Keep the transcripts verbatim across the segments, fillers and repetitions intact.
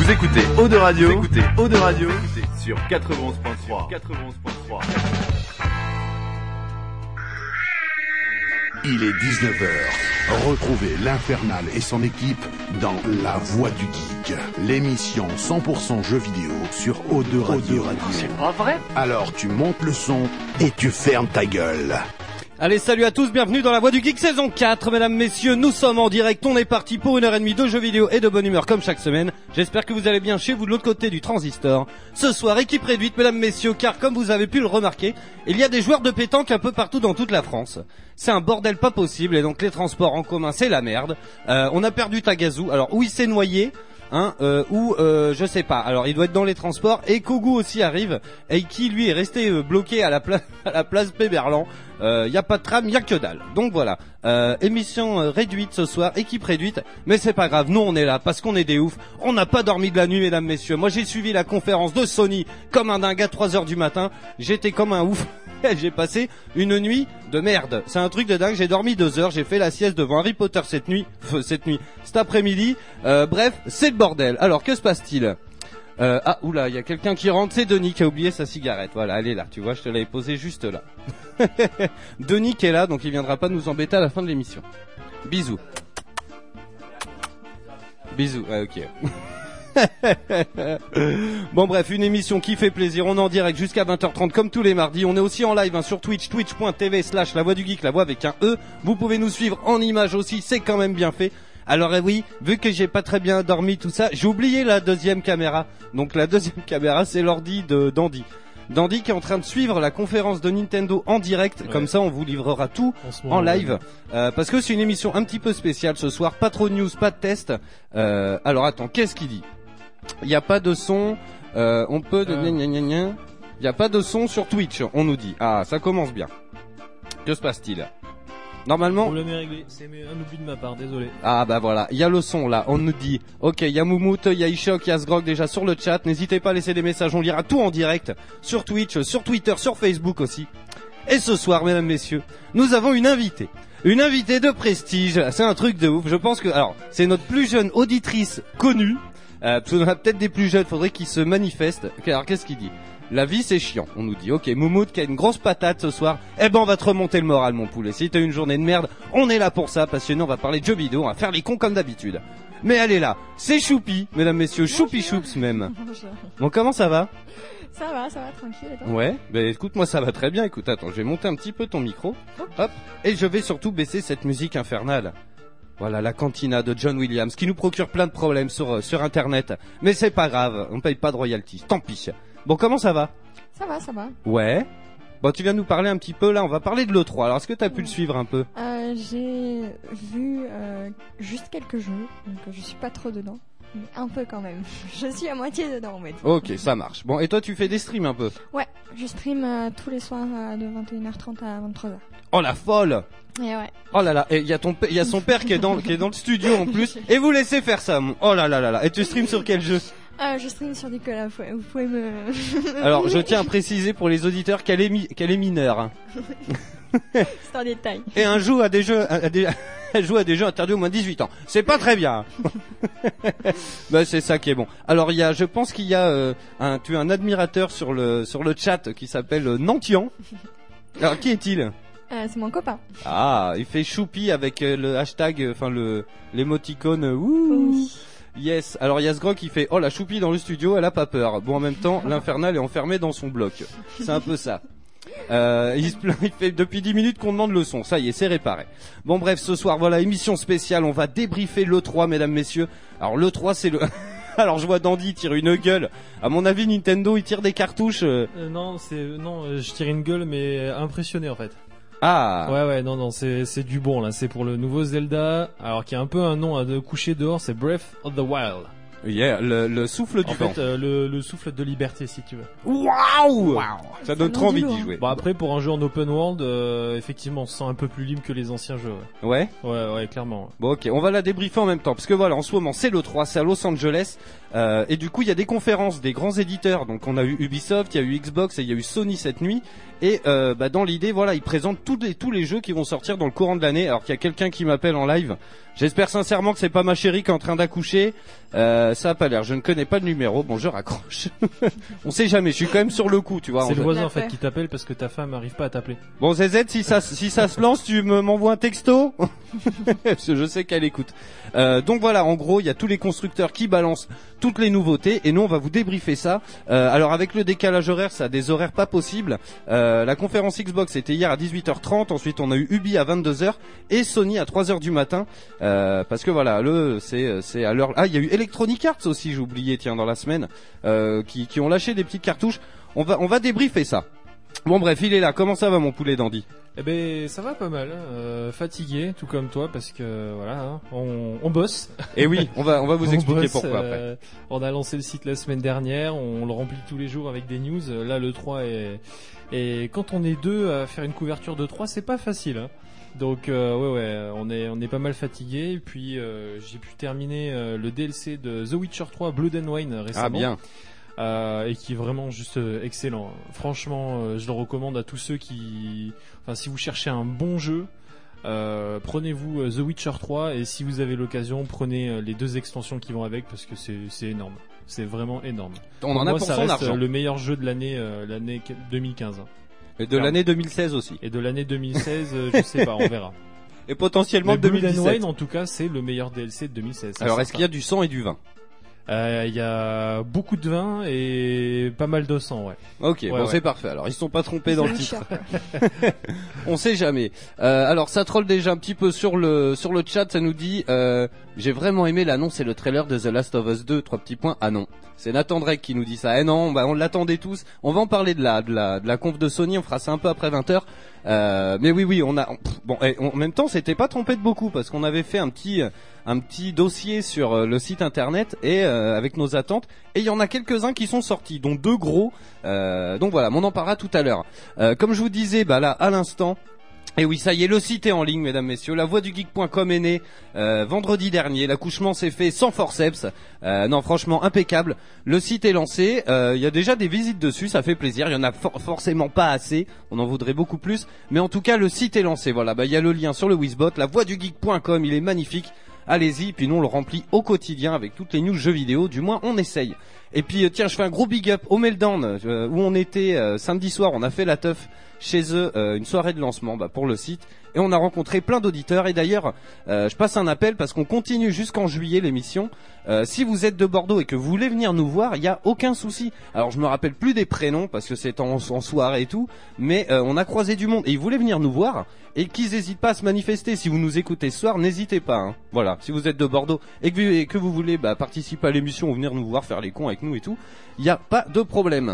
Vous écoutez Eau de Radio, vous écoutez Eau de Radio sur quatre-vingt-onze point trois. quatre-vingt-onze point trois. Il est dix-neuf heures. Retrouvez l'Infernal et son équipe dans La Voix du Geek, l'émission cent pour cent jeux vidéo sur Eau de Radio. C'est pas vrai? Alors tu montes le son et tu fermes ta gueule. Allez, salut à tous, bienvenue dans La Voix du Geek saison quatre, mesdames, messieurs, nous sommes en direct, on est parti pour une heure et demie de jeux vidéo et de bonne humeur comme chaque semaine. J'espère que vous allez bien chez vous de l'autre côté du transistor. Ce soir, équipe réduite, mesdames, messieurs, car comme vous avez pu le remarquer, il y a des joueurs de pétanque un peu partout dans toute la France. C'est un bordel pas possible et donc les transports en commun c'est la merde. Euh, on a perdu Tagazu, alors où il s'est noyé Hein, euh, ou euh, je sais pas. Alors il doit être dans les transports et Kogu aussi arrive et qui lui est resté euh, bloqué à la place à la place Péberlan. Il euh, y a pas de tram, il y a que dalle. Donc voilà. Euh, émission euh, réduite ce soir, équipe réduite, mais c'est pas grave. Nous on est là parce qu'on est des oufs. On n'a pas dormi de la nuit, mesdames, messieurs. Moi j'ai suivi la conférence de Sony comme un dingue à trois heures du matin. J'étais comme un ouf. J'ai passé une nuit de merde. C'est un truc de dingue. J'ai dormi deux heures. J'ai fait la sieste devant Harry Potter cette nuit. Enfin, cette nuit. Cet après-midi. Euh, bref, c'est le bordel. Alors, que se passe-t-il? euh, Ah, oula, il y a quelqu'un qui rentre. C'est Denis qui a oublié sa cigarette. Voilà, elle est là. Tu vois, je te l'avais posée juste là. Denis qui est là, donc il viendra pas nous embêter à la fin de l'émission. Bisous. Bisous. Ah, ok. Bon bref, une émission qui fait plaisir. On est en direct jusqu'à vingt heures trente comme tous les mardis. On est aussi en live hein, sur Twitch, twitch point t v slash la voix du geek, la voix avec un E. Vous pouvez nous suivre en images aussi, c'est quand même bien fait. Alors eh oui, vu que j'ai pas très bien dormi tout ça, j'ai oublié la deuxième caméra. Donc la deuxième caméra c'est l'ordi de d'Andy. Dandy qui est en train de suivre la conférence de Nintendo en direct, ouais. Comme ça on vous livrera tout en, en live, euh, parce que c'est une émission un petit peu spéciale ce soir, pas trop de news, pas de test. Euh, alors attends, qu'est-ce qu'il dit? Il n'y a pas de son, euh, on peut... Il euh... n'y a pas de son sur Twitch, on nous dit. Ah, ça commence bien. Que se passe-t-il? Normalement... Le problème est réglé, c'est un oubli de ma part, désolé. Ah bah voilà, il y a le son là, on nous dit. Ok, il y a Moumout, il y a Ishok, il y a Sgrog déjà sur le chat. N'hésitez pas à laisser des messages, on lira tout en direct. Sur Twitch, sur Twitter, sur Facebook aussi. Et ce soir, mesdames, messieurs, nous avons une invitée. Une invitée de prestige, c'est un truc de ouf. Je pense que... Alors, c'est notre plus jeune auditrice connue. Euh, parce qu'on a peut-être des plus jeunes, faudrait qu'ils se manifestent. Alors qu'est-ce qu'il dit? La vie c'est chiant, on nous dit. Ok, Moumout qui a une grosse patate ce soir. Eh ben on va te remonter le moral mon poulet. Si t'as une journée de merde, on est là pour ça. Passionnant, on va parler de jeux vidéo, on va faire les cons comme d'habitude. Mais elle est là, c'est Choupi, mesdames, messieurs, Choupi Choups même. Bonjour. Bon, comment ça va? Ça va, ça va, tranquille et toi? Ouais, bah écoute, moi ça va très bien. Écoute, attends, je vais monter un petit peu ton micro. Okay. Hop, et je vais surtout baisser cette musique infernale. Voilà, la cantina de John Williams, qui nous procure plein de problèmes sur euh, sur Internet. Mais c'est pas grave, on paye pas de royalties, tant pis. Bon, comment ça va? Ça va, ça va. Ouais. Bon, tu viens nous parler un petit peu, là, on va parler de l'E trois. Alors, est-ce que t'as ouais. pu le suivre un peu? euh, J'ai vu euh, juste quelques jeux, donc je suis pas trop dedans. Mais un peu quand même. Je suis à moitié dedans, en fait. Ok, ça marche. Bon, et toi, tu fais des streams un peu? Ouais, je stream euh, tous les soirs euh, de vingt et une heures trente à vingt-trois heures. Oh la folle! Et ouais. Oh là là, et il y a ton, il y a son père qui est dans, qui est dans le studio en plus. Et vous laissez faire ça, mon. Oh là là là là. Et tu streams sur quel jeu? Euh, je stream sur du Call of, vous pouvez me... Alors, je tiens à préciser pour les auditeurs qu'elle est, mi... qu'elle est mineure. C'est un détail. Et un joue à des jeux, à des... elle joue à des jeux interdits au moins de dix-huit ans. C'est pas très bien. Bah, c'est ça qui est bon. Alors, il y a, je pense qu'il y a, euh, un, tu as un admirateur sur le, sur le chat qui s'appelle euh, Nantian. Alors, qui est-il? Euh, c'est mon copain. Ah, il fait choupi avec euh, le hashtag, enfin euh, le l'émoticône. Euh, ouh. Oui. Yes. Alors il y a ce gros qui fait oh la choupie dans le studio, elle a pas peur. Bon en même temps, l'infernal est enfermé dans son bloc. C'est un peu ça. Euh, il se plaint, il fait depuis dix minutes qu'on demande le son. Ça y est, c'est réparé. Bon bref, ce soir voilà, émission spéciale, on va débriefer l'E trois mesdames messieurs. Alors l'E trois c'est le Alors je vois Dandy tire une gueule. À mon avis Nintendo il tire des cartouches. Euh... Euh, non, c'est non, euh, je tire une gueule mais impressionné en fait. Ah. Ouais ouais non non c'est c'est du bon là, c'est pour le nouveau Zelda, alors qui a un peu un nom à de coucher dehors, c'est Breath of the Wild. Yeah, le, le souffle du en vent. En fait, euh, le, le souffle de liberté, si tu veux. Waouh wow. Ça donne trop envie d'y jouer. Bon, après, pour un jeu en open world, euh, effectivement, on se sent un peu plus libre que les anciens jeux. Ouais. Ouais, ouais, ouais clairement. Ouais. Bon, ok, on va la débriefer en même temps, parce que voilà, en ce moment, c'est l'E trois, c'est à Los Angeles, euh, et du coup, il y a des conférences des grands éditeurs. Donc, on a eu Ubisoft, il y a eu Xbox et il y a eu Sony cette nuit. Et euh, bah, dans l'idée, voilà, ils présentent tous les tous les jeux qui vont sortir dans le courant de l'année. Alors qu'il y a quelqu'un qui m'appelle en live. J'espère sincèrement que c'est pas ma chérie qui est en train d'accoucher. Euh, ça a pas l'air. Je ne connais pas le numéro. Bon, je raccroche. On sait jamais. Je suis quand même sur le coup, tu vois. C'est en le fait. voisin en fait qui t'appelle parce que ta femme arrive pas à t'appeler. Bon, Z Z, si ça, si ça se lance, tu me m'envoies un texto parce que je sais qu'elle écoute. Euh, donc voilà, en gros, il y a tous les constructeurs qui balancent toutes les nouveautés et nous on va vous débriefer ça. Euh, alors avec le décalage horaire, ça a des horaires pas possibles. Euh, la conférence Xbox était hier à dix-huit heures trente. Ensuite, on a eu Ubi à vingt-deux heures et Sony à trois heures du matin. Euh, parce que voilà, le c'est c'est à l'heure. Ah, il y a eu Electronic Arts aussi, j'ai oublié, tiens, dans la semaine, euh, qui qui ont lâché des petites cartouches. On va on va débriefer ça. Bon bref, il est là. Comment ça va, mon poulet dandy? Eh ben ça va pas mal, euh, fatigué tout comme toi parce que voilà, hein, on, on bosse. Et oui, on va on va vous On expliquer bosse, pourquoi après. euh, on a lancé le site la semaine dernière, on le remplit tous les jours avec des news. Là le trois est et quand on est deux à faire une couverture de trois, c'est pas facile. Hein. Donc euh, ouais ouais, on est on est pas mal fatigué. Et puis euh, j'ai pu terminer euh, le D L C de The Witcher trois Blood and Wine récemment. Ah bien. Euh, et qui est vraiment juste euh, excellent. Franchement, euh, je le recommande à tous ceux qui, enfin, si vous cherchez un bon jeu, euh, prenez-vous euh, The Witcher trois et si vous avez l'occasion, prenez euh, les deux extensions qui vont avec parce que c'est c'est énorme. C'est vraiment énorme. On en pour a moi, pour ça son reste argent. le meilleur jeu de l'année, euh, l'année deux mille quinze. Et de l'année deux mille seize aussi. Et de l'année deux mille seize, euh, je sais pas, on verra. Et potentiellement Mais deux Blood mille and dix-sept. Wine, en tout cas, c'est le meilleur D L C de deux mille seize. Ça, Alors c'est est-ce qu'il y a du sang et du vin? Euh, il y a beaucoup de vin et pas mal de sang, ouais. Ok, Ouais, bon ouais. c'est parfait. Alors ils se sont pas trompés dans le The titre. Witcher. On sait jamais. Euh, alors ça troll déjà un petit peu sur le sur le chat. Ça nous dit euh, j'ai vraiment aimé l'annonce et le trailer de The Last of Us deux. Trois petits points. Ah non, c'est Nathan Drake qui nous dit ça. Eh non, bah on l'attendait tous. On va en parler de la de la de la conf de Sony. On fera ça un peu après vingt heures. Euh, mais oui oui, on a on- pff, bon. Et on- en même temps, c'était pas trompé de beaucoup parce qu'on avait fait un petit un petit dossier sur euh, le site internet et euh, avec nos attentes. Et il y en a quelques-uns qui sont sortis, dont deux gros. Euh, donc voilà, on en parlera tout à l'heure. Euh, comme je vous disais, bah là à l'instant. Et oui, ça y est, le site est en ligne, mesdames, messieurs. La voix du geek point com est née euh, vendredi dernier. L'accouchement s'est fait sans forceps. Euh, non, franchement, impeccable. Le site est lancé. Euh, Il y a déjà des visites dessus, ça fait plaisir. Il y en a for- forcément pas assez. On en voudrait beaucoup plus. Mais en tout cas, le site est lancé. Voilà, bah il y a le lien sur le Wizbot. La voix du geek point com, il est magnifique. Allez-y, puis nous on le remplit au quotidien avec toutes les news jeux vidéo. Du moins, on essaye. Et puis euh, tiens, je fais un gros big up au Meltdown euh, où on était euh, samedi soir. On a fait la teuf chez eux, euh, une soirée de lancement bah, pour le site. Et on a rencontré plein d'auditeurs. Et d'ailleurs, euh, je passe un appel parce qu'on continue jusqu'en juillet l'émission. Euh, si vous êtes de Bordeaux et que vous voulez venir nous voir, il y a aucun souci. Alors je me rappelle plus des prénoms parce que c'est en, en soirée et tout, mais euh, on a croisé du monde et ils voulaient venir nous voir et qu'ils hésitent pas à se manifester. Si vous nous écoutez ce soir, n'hésitez pas. Hein. Voilà, si vous êtes de Bordeaux et que, vous- et que vous voulez bah, participer à l'émission ou venir nous voir faire les cons avec nous et tout, il n'y a pas de problème.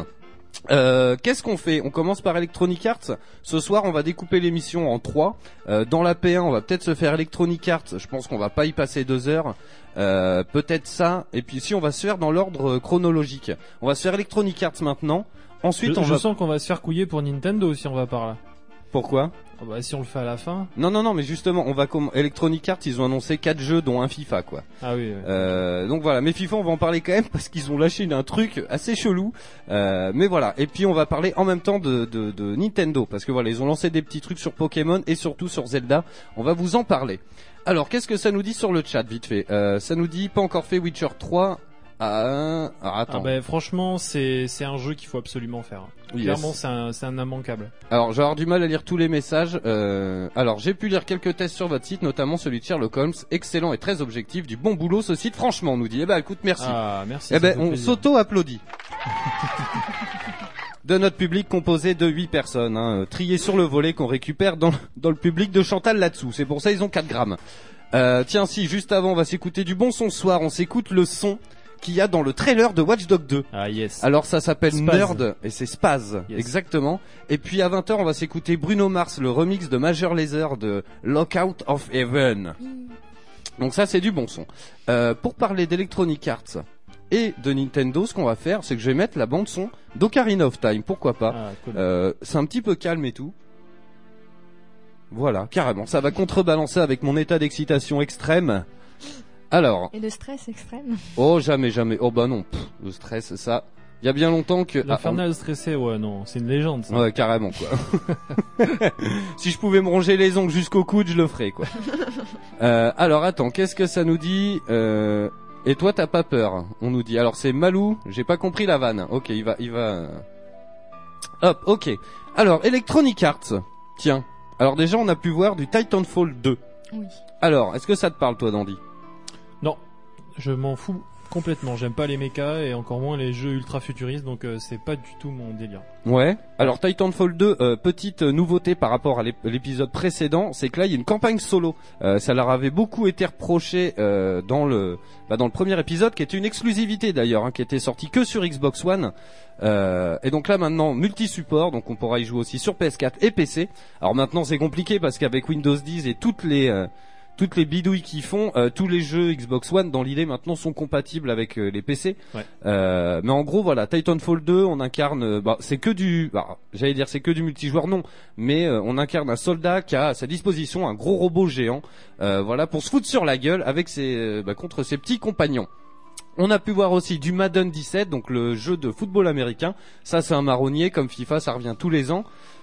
Euh, qu'est-ce qu'on fait? On commence par Electronic Arts. Ce soir, on va découper l'émission en trois. Euh, dans la P un, on va peut-être se faire Electronic Arts. Je pense qu'on va pas y passer deux heures. Euh, peut-être ça. Et puis si on va se faire dans l'ordre euh, chronologique. On va se faire Electronic Arts maintenant. Ensuite, je on je va. sens qu'on va se faire couiller pour Nintendo si on va par là. Pourquoi? Oh bah, si on le fait à la fin. Non, non, non, mais justement, on va comme Electronic Arts, ils ont annoncé quatre jeux, dont un FIFA, quoi. Ah oui. Ouais. Euh, donc voilà, mais FIFA on va en parler quand même parce qu'ils ont lâché un truc assez chelou. Euh, mais voilà, et puis on va parler en même temps de, de, de Nintendo parce que voilà, ils ont lancé des petits trucs sur Pokémon et surtout sur Zelda. On va vous en parler. Alors qu'est-ce que ça nous dit sur le chat vite fait? euh, Ça nous dit pas encore fait Witcher trois. Ah, ah attends. Ah bah, franchement, c'est c'est un jeu qu'il faut absolument faire. Yes. Clairement, c'est un c'est un immanquable. Alors j'ai avoir du mal à lire tous les messages. Euh, alors j'ai pu lire quelques tests sur votre site, notamment celui de Sherlock Holmes, excellent et très objectif. Du bon boulot ce site, franchement, on nous dit. Eh ben écoute, merci. Ah merci. Eh ça ben, me fait on plaisir. s'auto-applaudit. De notre public composé de huit personnes, hein, euh, triées sur le volet qu'on récupère dans, dans le public de Chantal là-dessous. C'est pour ça ils ont quatre grammes. Euh, tiens, si, juste avant, on va s'écouter du bon son ce soir. On s'écoute le son qu'il y a dans le trailer de Watch Dogs deux. Ah yes. Alors ça s'appelle Spaz. Nerd et c'est Spaz, Yes. exactement. Et puis à vingt heures, on va s'écouter Bruno Mars, le remix de Major Lazer de Lockout of Heaven. Donc ça c'est du bon son. Euh, pour parler d'Electronic Arts et de Nintendo, ce qu'on va faire, c'est que je vais mettre la bande son d'Ocarina of Time, pourquoi pas. Ah, cool. Euh, c'est un petit peu calme et tout. Voilà, carrément, ça va contrebalancer avec mon état d'excitation extrême. Alors, Et de stress extrême. oh jamais, jamais, oh bah non, pff, le stress, ça, Il y a bien longtemps que... L'Infernal ah, stressé, ouais, non, c'est une légende, ça. on... Ouais, carrément, quoi. Si je pouvais me ronger les ongles jusqu'au coude, je le ferais, quoi. euh, alors, attends, qu'est-ce que ça nous dit euh... Et toi, t'as pas peur, on nous dit. Alors, c'est Malou, j'ai pas compris la vanne. Ok, il va... il va. Hop, ok. Alors, Electronic Arts, tiens. Alors déjà, on a pu voir du Titanfall deux. Oui. Alors, est-ce que ça te parle, toi, Dandy? Non, je m'en fous complètement. J'aime pas les mechas et encore moins les jeux ultra futuristes, donc euh, c'est pas du tout mon délire. Ouais. Alors Titanfall deux, euh, petite nouveauté par rapport à l'ép- l'épisode précédent, c'est que là il y a une campagne solo. Euh, ça leur avait beaucoup été reproché euh, dans le bah, dans le premier épisode, qui était une exclusivité d'ailleurs, hein, qui était sorti que sur Xbox One. Euh, et donc là maintenant multi-support, donc on pourra y jouer aussi sur P S quatre et P C. Alors maintenant c'est compliqué parce qu'avec Windows dix et toutes les euh, toutes les bidouilles qu'ils font, euh, tous les jeux Xbox One dans l'idée maintenant sont compatibles avec euh, les P C. Ouais. Euh, mais en gros voilà, Titanfall deux, on incarne, euh, bah, c'est que du, bah, j'allais dire c'est que du multijoueur, non, mais euh, on incarne un soldat qui a à sa disposition un gros robot géant, euh, voilà, pour se foutre sur la gueule avec ses, euh, bah, contre ses petits compagnons. On a pu voir aussi du Madden dix-sept, donc le jeu de football américain. Ça c'est un marronnier, comme FIFA, ça revient tous les ans.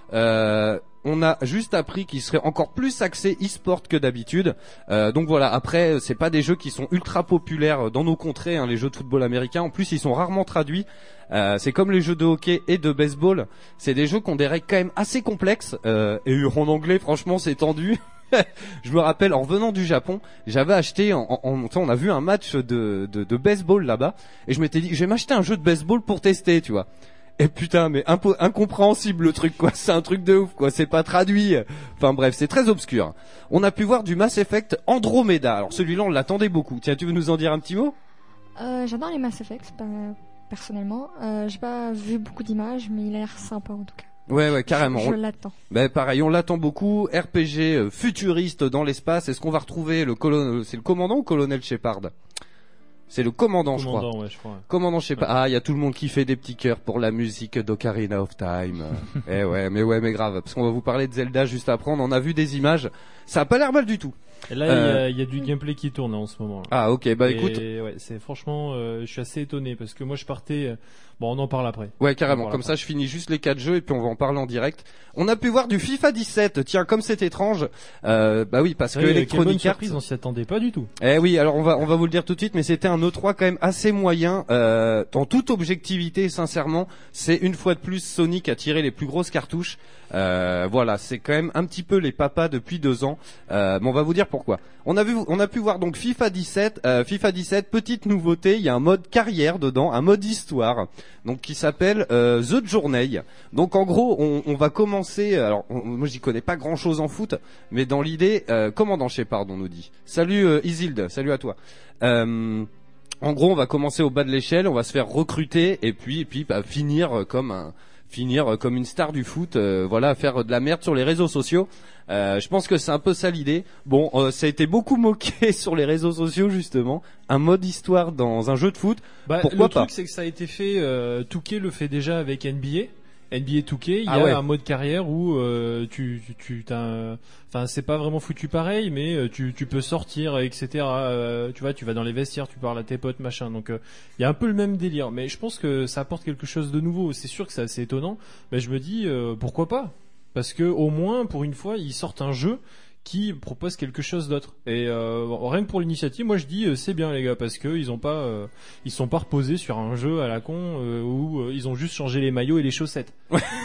Euh, on a juste appris qu'il serait encore plus axé e-sport que d'habitude. Euh, donc voilà, après c'est pas des jeux qui sont ultra populaires dans nos contrées, hein, les jeux de football américains. En plus ils sont rarement traduits. Euh, c'est comme les jeux de hockey et de baseball. C'est des jeux qui ont des règles quand même assez complexes. Euh, et en anglais franchement c'est tendu. Je me rappelle en revenant du Japon, j'avais acheté, en, en, on a vu un match de, de, de baseball là-bas, et je m'étais dit, je vais m'acheter un jeu de baseball pour tester, tu vois. Et putain, mais impo- incompréhensible le truc, quoi. C'est un truc de ouf, quoi. C'est pas traduit. Enfin bref, c'est très obscur. On a pu voir du Mass Effect Andromeda. Alors celui-là, on l'attendait beaucoup. Tiens, tu veux nous en dire un petit mot? Euh, j'adore les Mass Effect, pas- personnellement. Euh, j'ai pas vu beaucoup d'images, mais il a l'air sympa en tout cas. Ouais, ouais, carrément. Je, je On- l'attends. Ben pareil, on l'attend beaucoup. R P G euh, futuriste dans l'espace. Est-ce qu'on va retrouver le colonel, c'est le commandant ou colonel Shepard? C'est le commandant, je crois. Commandant, ouais, je crois. ouais. Commandant Shepard. Ah, il y a tout le monde qui fait des petits cœurs pour la musique d'Ocarina of Time. Eh ouais, mais ouais, mais grave. Parce qu'on va vous parler de Zelda juste après. On en a vu des images. Ça a pas l'air mal du tout. Et là, il Euh, y a- il y, a du gameplay qui tourne là, en ce moment. Là. Ah, ok. Bah Et écoute. ouais, c'est franchement, euh, je suis assez étonné parce que moi, je partais. euh, Bon, on en parle après. Ouais, carrément. On en Comme parle ça, je finis juste les quatre jeux et puis on va en parler en direct. On a pu voir du FIFA dix-sept. Tiens, comme c'est étrange. Euh, bah oui, parce que après. Ouais, quelle bonne Electronic Arts. surprise, on s'y attendait pas du tout. Eh oui, alors on va on va vous le dire tout de suite, mais c'était un E trois quand même assez moyen. Euh, dans toute objectivité, sincèrement, c'est une fois de plus Sony qui a tiré les plus grosses cartouches. Euh, voilà, c'est quand même un petit peu les papas depuis deux ans. Euh, mais on va vous dire pourquoi. On a vu, on a pu voir donc FIFA dix-sept. Euh, FIFA dix-sept, petite nouveauté, il y a un mode carrière dedans, un mode histoire, donc qui s'appelle euh, The Journey. Donc en gros, on, on va commencer. Alors on- moi j'y connais pas grand chose en foot, mais dans l'idée, euh, commandant Shepard, on nous dit. Salut euh, Isilde, salut à toi. Euh, en gros, on va commencer au bas de l'échelle, on va se faire recruter et puis et puis bah, finir euh, comme un finir euh, comme une star du foot, euh, voilà, faire de la merde sur les réseaux sociaux. Euh, je pense que c'est un peu ça l'idée. Bon, euh, ça a été beaucoup moqué sur les réseaux sociaux justement, un mode histoire dans un jeu de foot. Bah, Pourquoi le pas truc, c'est que ça a été fait. Euh, deux K le fait déjà avec N B A. N B A deux K, il y Ah a ouais. un mode carrière où euh, tu, tu, tu t'as, un- enfin c'est pas vraiment foutu pareil, mais euh, tu, tu peux sortir, et cetera. Euh, tu vois, tu vas dans les vestiaires, tu parles à tes potes, machin. Donc euh, il y a un peu le même délire, mais je pense que ça apporte quelque chose de nouveau. C'est sûr que c'est assez étonnant, mais je me dis euh, pourquoi pas, parce que au moins pour une fois ils sortent un jeu qui propose quelque chose d'autre. Et euh, rien que pour l'initiative, moi je dis euh, c'est bien les gars, parce que ils ont pas, euh, ils sont pas reposés sur un jeu à la con euh, où euh, ils ont juste changé les maillots et les chaussettes.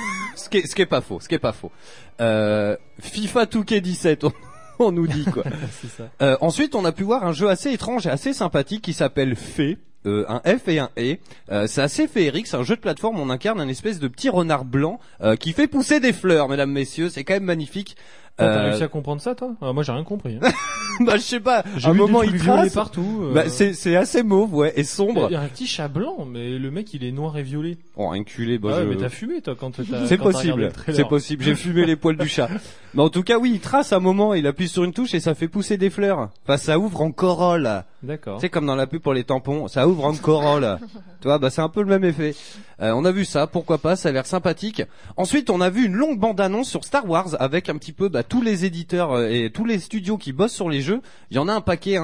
Ce qui est, ce qui est pas faux, ce qui est pas faux. Euh, FIFA deux K dix-sept, on, on nous dit quoi. C'est ça. Euh, ensuite, on a pu voir un jeu assez étrange et assez sympathique qui s'appelle Fée. Euh, un F et un E. Euh, c'est assez féerique, c'est un jeu de plateforme, on incarne un espèce de petit renard blanc euh, qui fait pousser des fleurs, mesdames, messieurs, c'est quand même magnifique. T'as Euh, réussi à comprendre ça, toi? Ah, moi, j'ai rien compris. Hein. bah je sais pas, J'ai à un vu moment des il trucs violets trace. partout. euh, Bah c'est c'est assez mauve, ouais, et sombre. Il y a un petit chat blanc, mais le mec, il est noir et violet. Oh, inculé, bah Ah ouais, je... mais t'as fumé, toi, quand t'as. C'est quand t'as regardé possible, le trailer. c'est possible. J'ai fumé les poils du chat. Mais en tout cas, oui, il trace un moment, il appuie sur une touche et ça fait pousser des fleurs. Enfin, ça ouvre en corolle. D'accord. C'est comme dans la pub pour les tampons, ça ouvre en corolle. Tu vois, bah c'est un peu le même effet. Euh, on a vu ça, pourquoi pas, ça a l'air sympathique. Ensuite, on a vu une longue bande-annonce sur Star Wars avec un petit peu bah, tous les éditeurs euh, et tous les studios qui bossent sur les jeux. Il y en a un paquet, hein.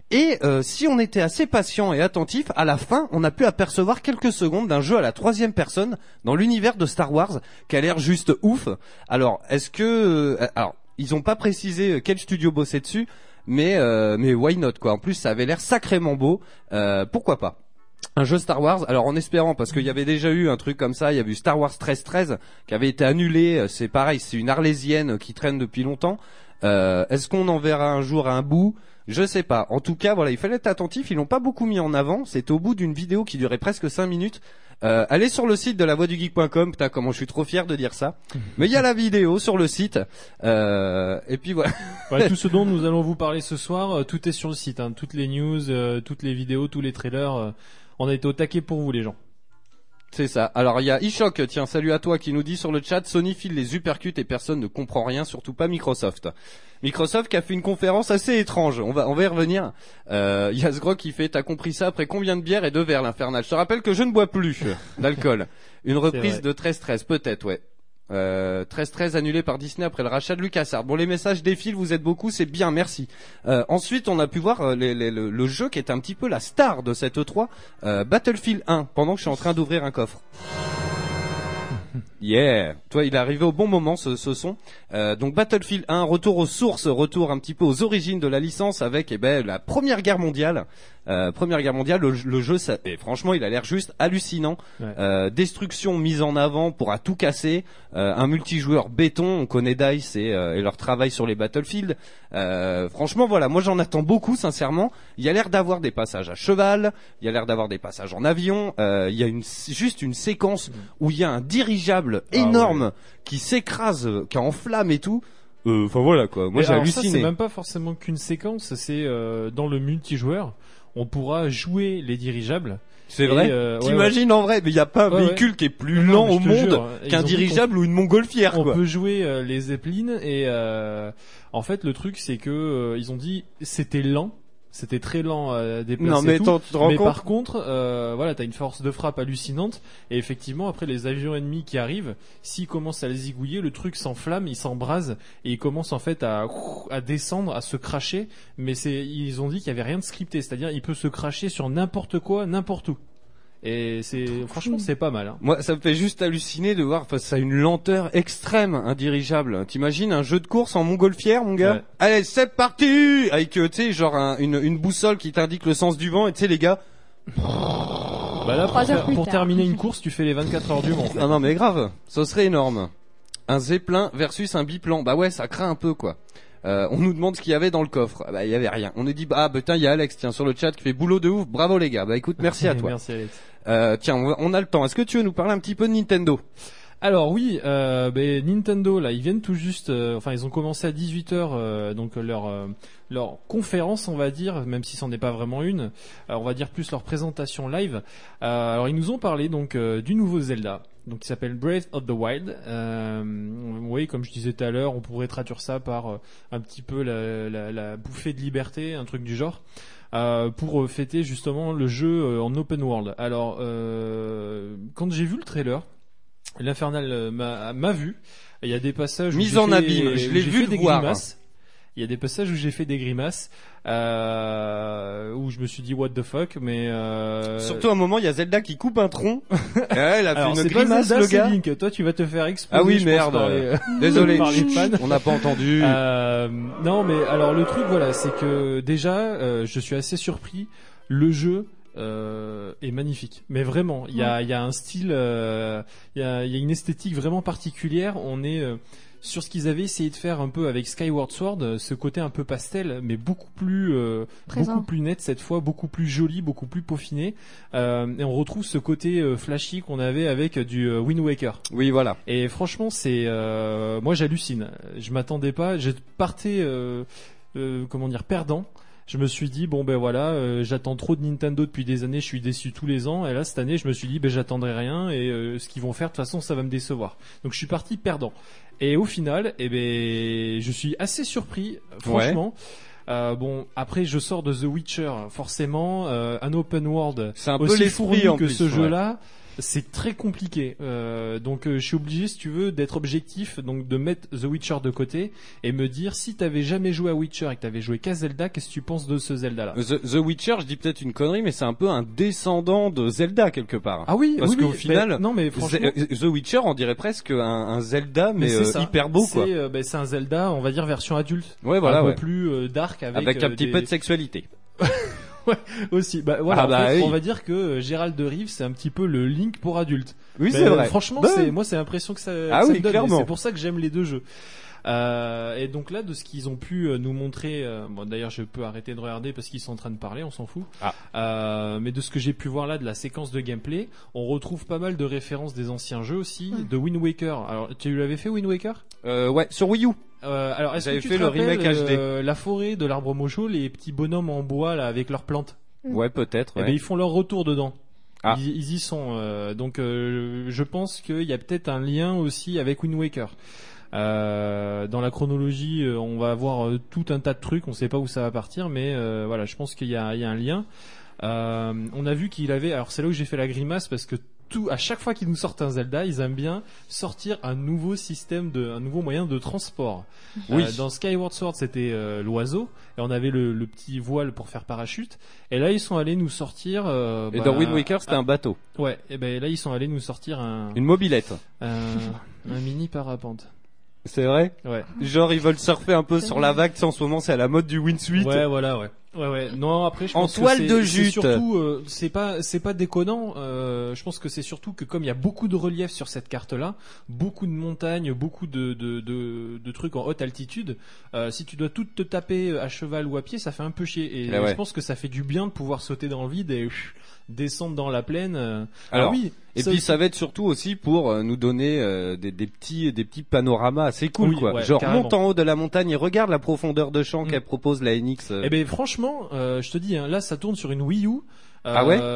Et euh, si on était assez patient et attentif, à la fin, on a pu apercevoir quelques secondes d'un jeu à la troisième personne dans l'univers de Star Wars qui a l'air juste ouf. Alors, est-ce que... Euh, alors, ils ont pas précisé quel studio bossait dessus, mais euh, mais why not quoi. En plus, ça avait l'air sacrément beau. Euh, pourquoi pas un jeu Star Wars, alors en espérant, parce qu'il y avait déjà eu un truc comme ça, il y avait eu Star Wars treize treize qui avait été annulé, c'est pareil, c'est une arlésienne qui traîne depuis longtemps. Euh, est-ce qu'on en verra un jour à un bout ? Je sais pas. En tout cas, voilà, il fallait être attentif, ils l'ont pas beaucoup mis en avant, c'était au bout d'une vidéo qui durait presque cinq minutes. Euh, allez sur le site de la voix du geek point com, putain comment je suis trop fier de dire ça. Mais il y a la vidéo sur le site. Euh, et puis voilà. Ouais, tout ce dont nous allons vous parler ce soir, euh, tout est sur le site, hein, toutes les news, euh, toutes les vidéos, tous les trailers. Euh, on a été au taquet pour vous les gens. C'est ça. Alors il y a Ishok, tiens, salut à toi, qui nous dit sur le chat, Sony file les uppercuts et personne ne comprend rien, surtout pas Microsoft. Microsoft qui a fait une conférence assez étrange. On va, on va y revenir. Euh, il y a ce gros qui fait, t'as compris ça après combien de bières et de verres l'Infernal. Je te rappelle que je ne bois plus d'alcool. Une reprise de treize treize, peut-être, ouais. Euh, treize treize annulé par Disney après le rachat de LucasArts. Bon, les messages défilent, vous êtes beaucoup, c'est bien, merci. Euh, ensuite, on a pu voir euh, les, les, le, le jeu qui est un petit peu la star de cette E trois, euh, Battlefield un, pendant que je suis en train d'ouvrir un coffre. Yeah, toi, il est arrivé au bon moment ce, ce son. Euh, donc Battlefield un, retour aux sources, retour un petit peu aux origines de la licence avec eh ben la Première Guerre mondiale. Euh, Première Guerre mondiale, le, le jeu, ça, et franchement, il a l'air juste hallucinant. Ouais. Euh, destruction mise en avant pour à tout casser. Euh, un multijoueur béton, on connaît DICE et, euh, et leur travail sur les Battlefield. Euh, franchement, voilà, moi j'en attends beaucoup, sincèrement. Il y a l'air d'avoir des passages à cheval, il y a l'air d'avoir des passages en avion. Euh, il y a une, juste une séquence où il y a un dirigeable énorme ah ouais. qui s'écrase, qui est en flammes et tout. Enfin euh, voilà quoi. Moi j'ai halluciné. Ça, c'est même pas forcément qu'une séquence, c'est euh, dans le multijoueur, on pourra jouer les dirigeables. C'est vrai. Euh, T'imagines ouais, ouais. en vrai, mais il y a pas un ouais, véhicule ouais. qui est plus non, lent non, au monde jure, qu'un dirigeable ou une montgolfière. On quoi. peut jouer euh, les Zeppelin et euh, en fait le truc c'est que euh, ils ont dit c'était lent. C'était très lent à déplacer. Non, mais, tout. Tu te rends mais compte par contre, euh, voilà, t'as une force de frappe hallucinante. Et effectivement, après les avions ennemis qui arrivent, s'ils commencent à les zigouiller, le truc s'enflamme, il s'embrase et il commence en fait à à descendre, à se cracher. Mais c'est, ils ont dit qu'il y avait rien de scripté, c'est-à-dire il peut se cracher sur n'importe quoi, n'importe où. Et c'est franchement c'est pas mal. Hein. Moi ça me fait juste halluciner de voir face à une lenteur extrême un dirigeable. T'imagines un jeu de course en montgolfière mon gars ouais. Allez c'est parti avec tu sais genre un, une, une boussole qui t'indique le sens du vent et tu sais les gars. Bah là pour, ter- pour terminer une course tu fais les vingt-quatre heures du Mans. En fait. Ah non mais grave, ça serait énorme. Un zeppelin versus un biplan, bah ouais ça craint un peu quoi. Euh, on nous demande ce qu'il y avait dans le coffre. Ah bah il y avait rien. On nous dit bah putain il y a Alex tiens sur le chat qui fait boulot de ouf. Bravo les gars. Bah écoute merci à toi. Merci Alex. Euh, tiens on, on a le temps. Est-ce que tu veux nous parler un petit peu de Nintendo ? Alors oui, euh, ben, Nintendo là, ils viennent tout juste. Euh, enfin, ils ont commencé à dix-huit heures, euh, donc leur euh, leur conférence, on va dire, même si c'en est pas vraiment une. Euh, on va dire plus leur présentation live. Euh, alors ils nous ont parlé donc euh, du nouveau Zelda, donc qui s'appelle Breath of the Wild. Euh, oui, comme je disais tout à l'heure, on pourrait traduire ça par euh, un petit peu la, la, la bouffée de liberté, un truc du genre. Euh, pour fêter justement le jeu euh, en open world. Alors, euh, quand j'ai vu le trailer, l'Infernal m'a, m'a vu. Il y a des passages où mise j'ai en fait, abîme. Je l'ai vu des voir. Grimaces. Il y a des passages où j'ai fait des grimaces, euh, où je me suis dit what the fuck, mais euh... surtout à un moment il y a Zelda qui coupe un tronc. Et ouais, il a fait alors, une c'est grimace pas Zelda, le gars. C'est Link. Toi tu vas te faire exploser. Ah oui merde. Les... Désolé. par les fans. On n'a pas entendu. Euh, non mais alors le truc voilà c'est que déjà euh, je suis assez surpris. Le jeu euh, est magnifique, mais vraiment il y a il y a un style, il euh, y a il y a une esthétique vraiment particulière. On est euh, sur ce qu'ils avaient essayé de faire un peu avec Skyward Sword, ce côté un peu pastel, mais beaucoup plus euh, beaucoup plus net cette fois, beaucoup plus joli, beaucoup plus peaufiné. Euh, et on retrouve ce côté euh, flashy qu'on avait avec du euh, Wind Waker. Oui, voilà. Et franchement, c'est euh, moi j'hallucine. Je m'attendais pas. Je partais euh, euh, comment dire perdant. Je me suis dit bon ben voilà, euh, j'attends trop de Nintendo depuis des années, je suis déçu tous les ans. Et là cette année, je me suis dit ben j'attendrai rien et euh, ce qu'ils vont faire de toute façon ça va me décevoir. Donc je suis parti perdant. Et au final, eh ben, je suis assez surpris, franchement. Ouais. Euh, bon, après, je sors de The Witcher, forcément, euh, un open world c'est un aussi peu fourni en que plus, ce ouais. jeu-là. c'est très compliqué. Euh, donc euh, je suis obligé, si tu veux, d'être objectif, donc de mettre The Witcher de côté et me dire si t'avais jamais joué à Witcher et que t'avais joué qu'à Zelda, qu'est-ce que tu penses de ce Zelda-là? The, The Witcher, je dis peut-être une connerie, mais c'est un peu un descendant de Zelda quelque part. Ah oui, parce oui, qu'au oui, final, bah, non mais franchement, The Witcher, on dirait presque un, un Zelda, mais, mais c'est euh, hyper beau quoi. C'est, euh, bah, c'est un Zelda, on va dire version adulte. Ouais, voilà, un ouais. peu plus euh, dark avec, Avec un euh, petit des... peu de sexualité. Ouais, aussi. Bah voilà, Ah en bah fait, oui. on va dire que euh, Gérald de Rive, c'est un petit peu le Link pour adultes. Oui, Bah, c'est vrai. Franchement, Bah, c'est moi, c'est l'impression que ça, Ah que ça oui, me donne. clairement. Et c'est pour ça que j'aime les deux jeux. Euh, et donc là, de ce qu'ils ont pu euh, nous montrer, euh, bon, d'ailleurs, je peux arrêter de regarder parce qu'ils sont en train de parler, on s'en fout. Ah. Euh, mais de ce que j'ai pu voir là, de la séquence de gameplay, on retrouve pas mal de références des anciens jeux aussi, Mm. de Wind Waker. Alors, tu l'avais fait Wind Waker? Euh, ouais, sur Wii U. Euh, alors, est-ce J'avais que tu fait te le rappelles, remake H D. euh, la forêt de l'arbre mojo, les petits bonhommes en bois là avec leurs plantes? Ouais, peut-être. Eh Ouais. ben, ils font leur retour dedans. Ah. Ils, ils y sont. Euh, donc, euh, je pense qu'il y a peut-être un lien aussi avec Wind Waker. Euh, dans la chronologie, euh, on va avoir euh, tout un tas de trucs. On sait pas où ça va partir, mais euh, voilà, je pense qu'il y a, il y a un lien. Euh, on a vu qu'il avait. Alors, c'est là où j'ai fait la grimace parce que tout, à chaque fois qu'ils nous sortent un Zelda, ils aiment bien sortir un nouveau système de, un nouveau moyen de transport. Oui. Euh, dans Skyward Sword, c'était euh, l'oiseau et on avait le, le petit voile pour faire parachute. Et là, ils sont allés nous sortir. Euh, Et bah, dans Wind Waker, c'était un- un bateau. Ouais. Et ben là, ils sont allés nous sortir un, Une mobilette. un, un mini parapente. C'est vrai? Ouais. Genre, ils veulent surfer un peu sur la vague, tu sais, en ce moment, c'est à la mode du windsuit. Ouais, voilà, ouais. Ouais, ouais. Non, après, je En pense toile que c'est, de c'est jute. surtout, euh, c'est pas, c'est pas déconnant. Euh, je pense que c'est surtout que comme il y a beaucoup de relief sur cette carte-là, beaucoup de montagnes, beaucoup de de de, de trucs en haute altitude. Euh, si tu dois tout te taper à cheval ou à pied, ça fait un peu chier. Et Eh ouais. je pense que ça fait du bien de pouvoir sauter dans le vide et pff, descendre dans la plaine. euh. Alors, oui. Et ça puis aussi- ça va être surtout aussi pour euh, nous donner euh, des, des petits des petits panoramas assez cool Oui, quoi. ouais, Genre carrément. monte en haut de la montagne et regarde la profondeur de champ Mm. qu'elle propose la N X. euh. Eh ben franchement, euh, je te dis, hein, là ça tourne sur une Wii U. Euh, Ah ouais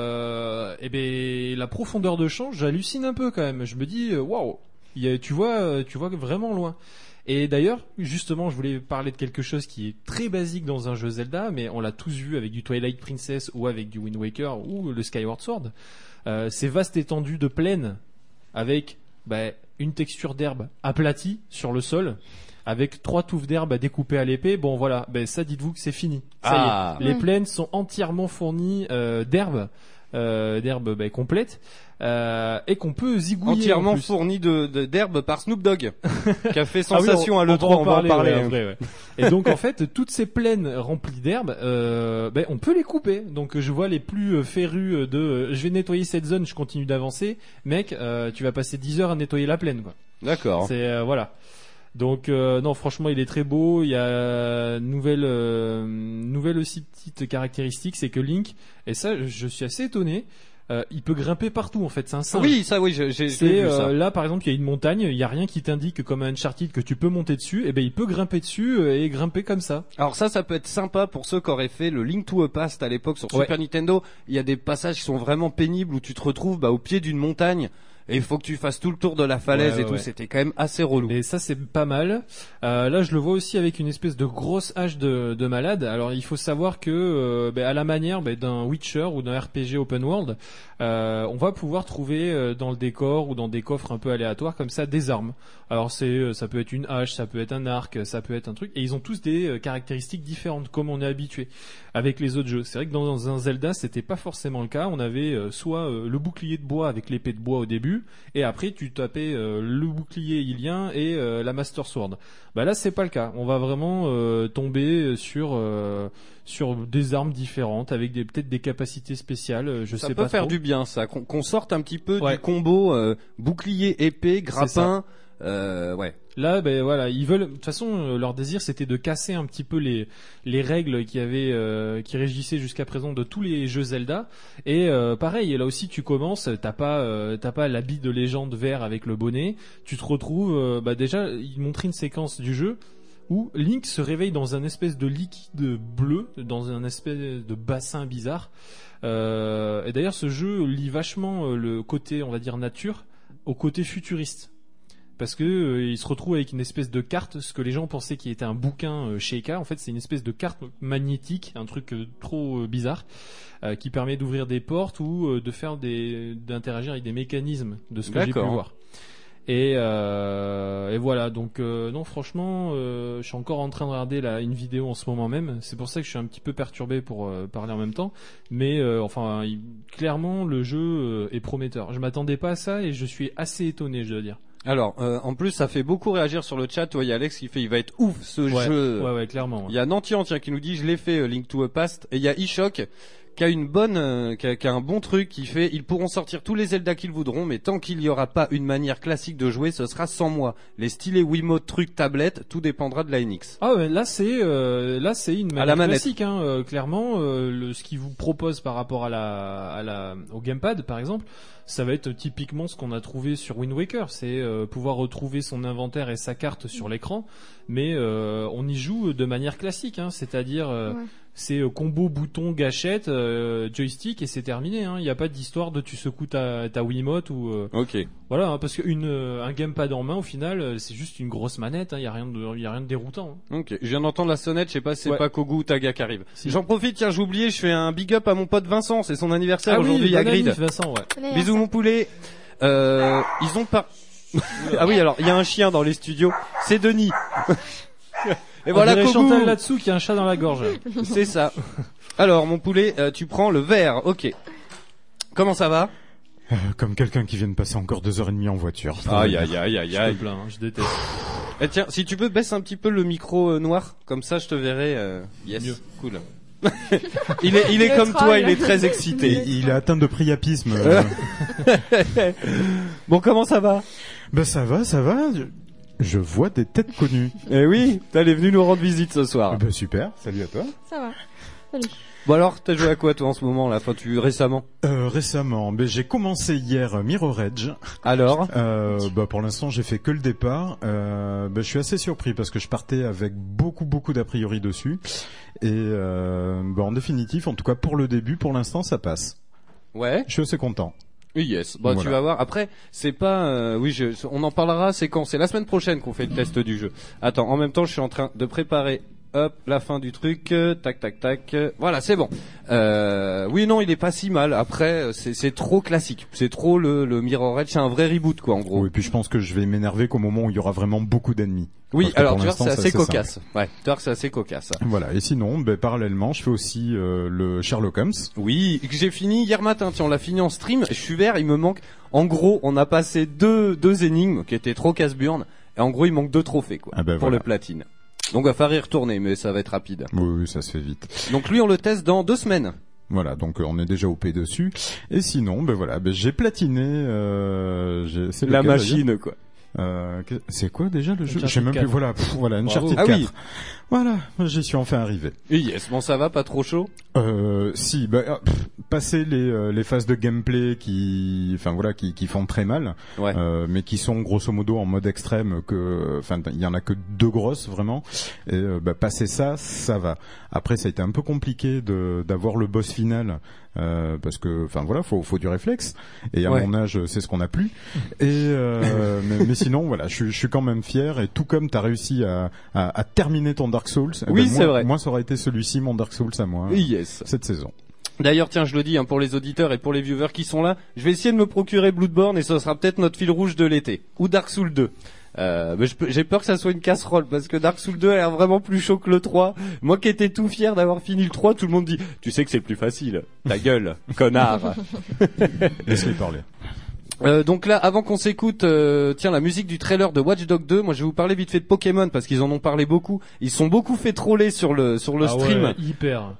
euh, Eh ben la profondeur de champ, j'hallucine un peu quand même. Je me dis, euh, waouh, il y a- tu vois, euh, tu vois vraiment loin. Et d'ailleurs, justement, je voulais parler de quelque chose qui est très basique dans un jeu Zelda, mais on l'a tous vu avec du Twilight Princess ou avec du Wind Waker ou le Skyward Sword. Euh, ces vastes étendues de plaine avec bah, une texture d'herbe aplatie sur le sol, avec trois touffes d'herbe à découper à l'épée. Bon voilà, ben ça dites-vous que c'est fini. Ça Ah. y est, les Ouais. plaines sont entièrement fournies euh, d'herbe, euh, d'herbe bah, complète, euh, et qu'on peut zigouiller. Entièrement en plus. fourni de de- d'herbe par Snoop Dogg, qui a fait Ah oui, sensation on- à l'E trois. On va en parler. ouais, après, ouais. Et donc en fait, toutes ces plaines remplies d'herbe, euh, ben, on peut les couper. Donc je vois les plus euh, férus de, euh, je vais nettoyer cette zone, je continue d'avancer, mec, euh, tu vas passer dix heures à nettoyer la plaine, quoi. D'accord. C'est euh, voilà. Donc euh, non, franchement, il est très beau. Il y a euh, nouvelle euh, nouvelle aussi petite caractéristique, c'est que Link, et ça, je suis assez étonné. Euh, il peut grimper partout en fait, c'est un singe. Oui, ça, oui, j'ai j'ai- j'ai C'est vu euh, ça. là par exemple, il y a une montagne, il y a rien qui t'indique comme un Uncharted que tu peux monter dessus. Et ben il peut grimper dessus euh, et grimper comme ça. Alors ça, ça peut être sympa pour ceux qui auraient fait le Link to a Past à l'époque sur Ouais. Super Nintendo. Il y a des passages qui sont vraiment pénibles où tu te retrouves bah, au pied d'une montagne et il faut que tu fasses tout le tour de la falaise Ouais, et ouais, tout. ouais. C'était quand même assez relou. Et ça c'est pas mal. Euh, là je le vois aussi avec une espèce de grosse hache de, de malade. Alors il faut savoir que euh, ben, à la manière ben, d'un Witcher ou d'un R P G open world, euh, on va pouvoir trouver euh, dans le décor ou dans des coffres un peu aléatoires comme ça des armes. Alors c'est euh, ça peut être une hache, ça peut être un arc, ça peut être un truc. Et ils ont tous des euh, caractéristiques différentes comme on est habitué avec les autres jeux. C'est vrai que dans un Zelda c'était pas forcément le cas. On avait euh, soit euh, le bouclier de bois avec l'épée de bois au début, et après tu tapais euh, le bouclier ilien et euh, la Master Sword. Bah là c'est pas le cas. On va vraiment euh, tomber sur euh, sur des armes différentes avec des peut-être des capacités spéciales. euh, Je Ça sais peut pas faire trop. du bien, ça. Qu'on qu'on sorte un petit peu Ouais. du combo euh, bouclier, épée, C'est grappin. Euh, ouais. Là, ben voilà, ils veulent. De toute façon, euh, leur désir, c'était de casser un petit peu les les règles qui avaient euh, qui régissaient jusqu'à présent de tous les jeux Zelda. Et euh, pareil, là aussi, tu commences, t'as pas euh, t'as pas l'habit de légende vert avec le bonnet. Tu te retrouves, euh, bah déjà, ils montraient une séquence du jeu où Link se réveille dans un espèce de liquide bleu, dans un espèce de bassin bizarre. Euh, et d'ailleurs, ce jeu lie vachement euh, le côté, on va dire, nature au côté futuriste. parce que euh, il se retrouve avec une espèce de carte, ce que les gens pensaient qui était un bouquin euh, Sheikah, en fait c'est une espèce de carte magnétique, un truc euh, trop euh, bizarre, euh, qui permet d'ouvrir des portes ou euh, de faire des, d'interagir avec des mécanismes de ce que j'ai pu voir. Et, euh, et voilà, donc euh, non franchement, euh, je suis encore en train de regarder là une vidéo en ce moment même. C'est pour ça que je suis un petit peu perturbé pour euh, parler en même temps. Mais euh, enfin, il, clairement, le jeu euh, est prometteur. Je m'attendais pas à ça et je suis assez étonné, je dois dire. Alors, euh, en plus, ça fait beaucoup réagir sur le chat. Toi, il y a Alex qui fait, il va être ouf ce ouais, jeu. Ouais, ouais, clairement. Ouais. Il y a Nantian tiens qui nous dit, je l'ai fait, euh, Link to a Past. Et il y a eShock qui a une bonne, euh, qui, a, qui a un bon truc, qui fait, ils pourront sortir tous les Zelda qu'ils voudront, mais tant qu'il n'y aura pas une manière classique de jouer, ce sera sans moi. Les stylés Wiimote, trucs, tablettes, tout dépendra de la N X. Ah ouais, là c'est, euh, là c'est une manière manette. classique, hein, euh, clairement. Euh, le, ce qu'ils vous proposent par rapport à la, à la, au gamepad, par exemple, ça va être typiquement ce qu'on a trouvé sur Wind Waker, c'est euh, pouvoir retrouver son inventaire et sa carte sur l'écran, mais euh, on y joue de manière classique, hein, c'est-à-dire euh, ouais. c'est euh, combo bouton gâchette euh, joystick et c'est terminé. Il hein, n'y a pas d'histoire de tu secoues ta, ta Wiimote ou. Euh, ok. Voilà, hein, parce qu'une euh, un gamepad en main au final c'est juste une grosse manette, il hein, y a rien de il y a rien de déroutant. Hein. Ok. Je viens d'entendre la sonnette, je sais pas si c'est ouais. pas Kogu ou Taga qui arrive. Si. J'en profite, tiens, j'ai oublié, je fais un big up à mon pote Vincent, c'est son anniversaire ah aujourd'hui oui, à Grid. Vincent, ouais. Bisous mon poulet. Euh, ils ont pas. Ah oui, alors il y a un chien dans les studios, c'est Denis. Et on voilà Kogu. Chantal là-dessous qui a un chat dans la gorge. C'est ça. Alors mon poulet, euh, tu prends le verre. Ok. Comment ça va? Euh, comme quelqu'un qui vient de passer encore deux heures et demie en voiture. Aïe aïe aïe aïe aïe. Je te plains, hein, je déteste. Et tiens, si tu peux baisse un petit peu le micro euh, noir, comme ça je te verrai. Euh... Yes. Mieux. Cool. il est, il est comme troll. Toi, il est très excité. Il, il est atteint de priapisme. Bon, comment ça va? Ben ça va, ça va. Je vois des têtes connues. Eh oui, t'es venu nous rendre visite ce soir. Ben super. Salut à toi. Ça va. Salut. Bon alors, t'as joué à quoi toi en ce moment là? Enfin, tu récemment? Euh, récemment, ben j'ai commencé hier Mirror Edge. Alors? Euh, bah pour l'instant, j'ai fait que le départ. Euh, ben je suis assez surpris parce que je partais avec beaucoup beaucoup d'a priori dessus. Et euh, bah en définitive, en tout cas pour le début, pour l'instant, ça passe. Ouais. Je suis assez content. Yes. Bon, voilà. Tu vas voir. Après, c'est pas. Euh, oui, je, on en parlera. C'est quand? C'est la semaine prochaine qu'on fait le test du jeu. Attends. En même temps, je suis en train de préparer. Hop, la fin du truc, euh, tac tac tac, euh, voilà, c'est bon. Euh, oui, non, il est pas si mal. Après, c'est, c'est trop classique, c'est trop le, le Mirror Edge, c'est un vrai reboot quoi, en gros. Oui, et puis je pense que je vais m'énerver qu'au moment où il y aura vraiment beaucoup d'ennemis. Oui, alors tu vois, c'est assez cocasse. Simple. Ouais, tu vois, c'est assez cocasse. Voilà. Et sinon, ben parallèlement, je fais aussi euh, le Sherlock Holmes. Oui, que j'ai fini hier matin. Tiens, on l'a fini en stream. Je suis vert, il me manque. En gros, on a passé deux deux énigmes qui étaient trop casse-burne. Et en gros, il manque deux trophées quoi ah ben pour voilà. le platine. Donc on va faire y retourner, mais ça va être rapide. Oui, oui, ça se fait vite. Donc lui, on le teste dans deux semaines. Voilà, donc on est déjà O P dessus. Et sinon, ben voilà, ben j'ai platiné. Euh, j'ai, c'est la machine, quoi. Euh, c'est quoi déjà le jeu? Je sais même plus. Voilà, pff, voilà, Uncharted ah, quatre. Oui. Voilà, j'y suis enfin arrivé. Et yes, bon ça va, pas trop chaud? Euh, si, bah, pff, passer les euh, les phases de gameplay qui, enfin voilà, qui qui font très mal, ouais. euh, mais qui sont grosso modo en mode extrême que, enfin il y en a que deux grosses vraiment. Et euh, bah, passer ça, ça va. Après ça a été un peu compliqué de d'avoir le boss final. Euh, parce que, enfin voilà, faut faut du réflexe. Et à ouais. mon âge, c'est ce qu'on a plus. Et euh, mais, mais sinon, voilà, je, je suis quand même fier. Et tout comme t'as réussi à, à, à terminer ton Dark Souls, oui, ben c'est moi, vrai. Moi, ça aurait été celui-ci, mon Dark Souls à moi. Yes. Cette saison. D'ailleurs, tiens, je le dis hein, pour les auditeurs et pour les viewers qui sont là, je vais essayer de me procurer Bloodborne et ce sera peut-être notre fil rouge de l'été ou Dark Souls deux. Euh, mais je peux, j'ai peur que ça soit une casserole parce que Dark Souls deux a l'air vraiment plus chaud que le trois. Moi qui étais tout fier d'avoir fini le trois, tout le monde dit tu sais que c'est le plus facile. Ta gueule, connard. Laisse-les parler. Euh, donc là, avant qu'on s'écoute, euh, tiens, la musique du trailer de Watch Dogs deux, moi je vais vous parler vite fait de Pokémon parce qu'ils en ont parlé beaucoup. Ils sont beaucoup fait troller sur le sur le ah stream. Ouais, hyper.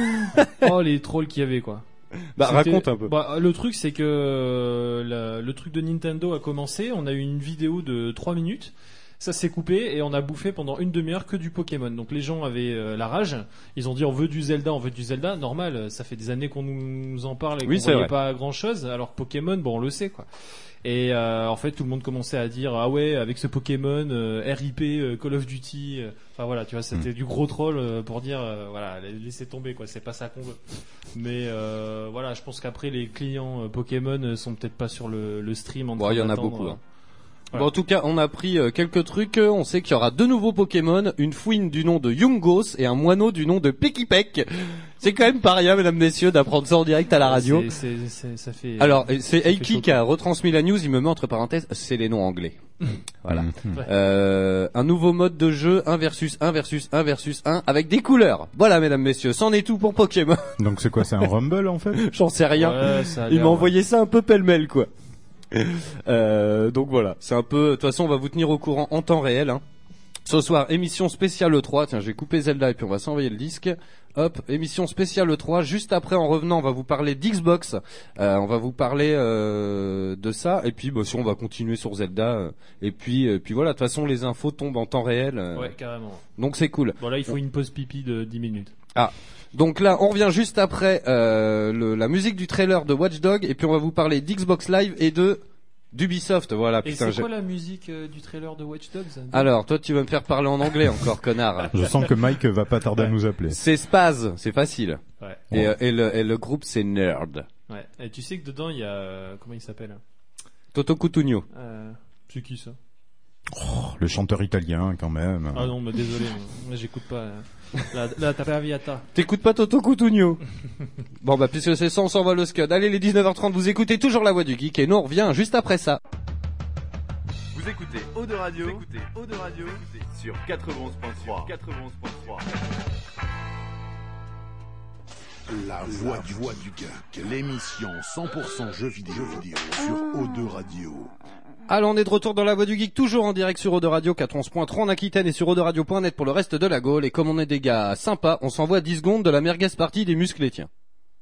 Oh les trolls qu'il y avait quoi. Bah C'était, raconte un peu. Bah, le truc c'est que euh, la, le truc de Nintendo a commencé, on a eu une vidéo de trois minutes, ça s'est coupé et on a bouffé pendant une demi-heure que du Pokémon. Donc les gens avaient euh, la rage, ils ont dit on veut du Zelda, on veut du Zelda, normal, ça fait des années qu'on nous en parle et oui, qu'on voyait vrai. pas grand chose, alors que Pokémon, bon on le sait quoi. Et euh, en fait tout le monde commençait à dire ah ouais avec ce Pokémon euh, R I P euh, Call of Duty, euh, enfin voilà tu vois c'était mmh. du gros troll euh, pour dire euh, voilà laissez tomber quoi, c'est pas ça qu'on veut. Mais euh, voilà je pense qu'après les clients euh, Pokémon sont peut-être pas sur le, le stream en train bon, il y en a d'attendre, beaucoup. euh, hein. Bon, en tout cas, on a appris euh, quelques trucs. On sait qu'il y aura deux nouveaux Pokémon, une fouine du nom de Yungos et un moineau du nom de Pekipek. C'est quand même pas rien, mesdames, messieurs, d'apprendre ça en direct à la radio. C'est, c'est, c'est, ça fait. Alors, c'est ça Eiki qui a retransmis la news. Il me met entre parenthèses, c'est les noms anglais. Voilà. Mmh. Euh, un nouveau mode de jeu, un versus un versus un versus un, avec des couleurs. Voilà, mesdames, messieurs, c'en est tout pour Pokémon. Donc c'est quoi, c'est un Rumble en fait? J'en sais rien. Ouais, ça a Il l'air, m'a envoyé ça un peu pêle-mêle, quoi. Euh, donc voilà, c'est un peu. De toute façon, on va vous tenir au courant en temps réel. Hein. Ce soir, émission spéciale E trois. Tiens, je vais couper Zelda et puis on va s'envoyer le disque. Hop, émission spéciale E trois. Juste après, en revenant, on va vous parler d'Xbox. Euh, on va vous parler euh, de ça. Et puis, bah, si on va continuer sur Zelda. Euh, et puis, euh, puis voilà. De toute façon, les infos tombent en temps réel. Euh, Ouais, carrément. Donc c'est cool. Bon là, il faut une pause pipi de dix minutes. Ah. Donc là, on revient juste après euh, le, la musique du trailer de Watch Dogs. Et puis, on va vous parler d'Xbox Live et de d'Ubisoft. Voilà. Et Putain, c'est j'ai- quoi la musique euh, du trailer de Watch Dogs? Alors, toi, tu vas me faire parler en anglais encore, connard. Je sens que Mike va pas tarder à nous appeler. C'est Spaz, c'est facile. Ouais. Et, euh, et, le, et le groupe, c'est Nerd. Ouais. Et tu sais que dedans, il y a euh, comment il s'appelle? Toto Cutugno. euh, C'est qui ça? Oh, le chanteur italien quand même. Ah non, mais désolé, moi, j'écoute pas. euh. La, la Traviata. T'écoutes pas Toto Cutugno? Bon, bah, puisque c'est ça, on s'envoie le scud. Allez, les dix-neuf heures trente, vous écoutez toujours la voix du geek et nous, on revient juste après ça. Vous écoutez Eau de Radio, vous écoutez Eau de Radio sur quatre-vingt-onze point trois. quatre-vingt-onze point trois. La voix du, voix du geek, l'émission cent pour cent jeux vidéo, vidéo sur O deux Radio. Alors, on est de retour dans la voix du geek, toujours en direct sur Eau de Radio quatre-vingt-onze point trois en Aquitaine et sur eau de radio point net pour le reste de la Gaule. Et comme on est des gars sympas, on s'envoie dix secondes de la merguez partie des musclés, tiens.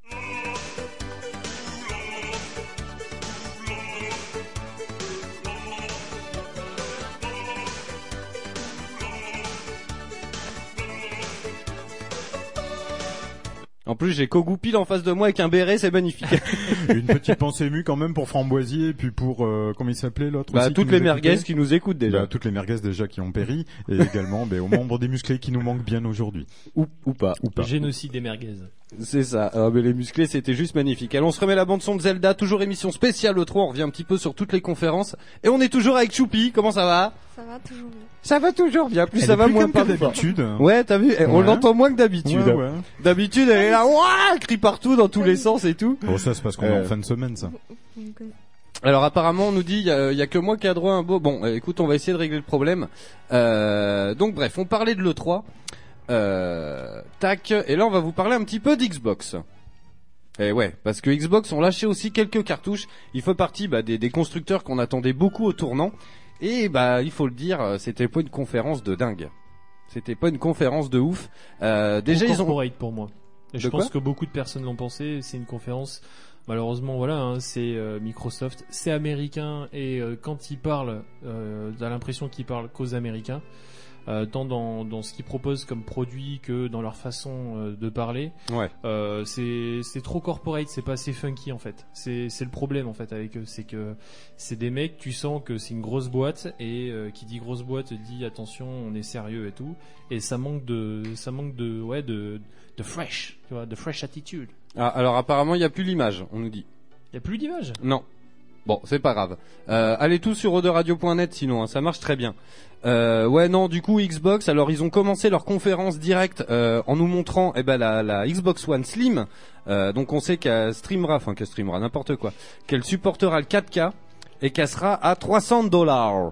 En plus, j'ai Kogu pile en face de moi avec un béret, c'est magnifique. Une petite pensée émue quand même pour Framboisier et puis pour euh, comment il s'appelait l'autre Bah, aussi, qui toutes nous les écoutait. merguez qui nous écoutent déjà. Bah, toutes les merguez déjà qui ont péri et également bah, aux membres des musclés qui nous manquent bien aujourd'hui. Ou, ou pas. Ou pas. Génocide des merguez. C'est ça. Ah, mais les musclés, c'était juste magnifique. Allez, on se remet la bande son de Zelda, toujours émission spéciale E trois. On revient un petit peu sur toutes les conférences. Et on est toujours avec Choupi. Comment ça va? Ça va toujours bien. Ça va toujours bien. Plus Elle ça est va plus moins calme pas que d'habitude. Ouais, t'as vu? Eh, On Ouais. l'entend moins que d'habitude. Ouais, ouais. D'habitude, elle est là, ouah, elle crie partout dans tous les sens et tout. Bon, ça c'est parce qu'on est Euh. en fin de semaine, ça. Vous me connaissez. Alors apparemment on nous dit il y a, y a que moi qui a droit à un beau. Bon, euh, écoute, on va essayer de régler le problème. Euh, donc bref, on parlait de l'E trois. Euh, tac. Et là on va vous parler un petit peu d'Xbox. Et ouais, parce que Xbox ont lâché aussi quelques cartouches. Il fait partie bah, des, des constructeurs qu'on attendait beaucoup au tournant. Et bah il faut le dire, c'était pas une conférence de dingue. C'était pas une conférence de ouf. Euh, déjà Trop ils ont. corporate pour moi. Et De je pense quoi que beaucoup de personnes l'ont pensé. C'est une conférence. Malheureusement, voilà, hein, c'est euh, Microsoft, c'est américain et euh, quand ils parlent, euh, t'as l'impression qu'ils parlent qu'aux Américains, euh, tant dans, dans ce qu'ils proposent comme produit que dans leur façon euh, de parler. Ouais. Euh, c'est c'est trop corporate, c'est pas assez funky en fait. C'est c'est le problème en fait avec eux, c'est que c'est des mecs, tu sens que c'est une grosse boîte et euh, qui dit grosse boîte dit attention, on est sérieux et tout, et ça manque de ça manque de ouais de de fresh, tu vois, de fresh attitude. Ah, alors apparemment il y a plus l'image, on nous dit. Y a plus d'image. Non. Bon, c'est pas grave. Euh, allez tous sur eau de radio point net sinon, hein, ça marche très bien. Euh, ouais, non, du coup Xbox, alors ils ont commencé leur conférence directe euh, en nous montrant eh ben la, la Xbox One Slim. Euh, donc on sait qu'elle streamera, enfin qu'elle streamera n'importe quoi, qu'elle supportera le quatre K et qu'elle sera à trois cents dollars.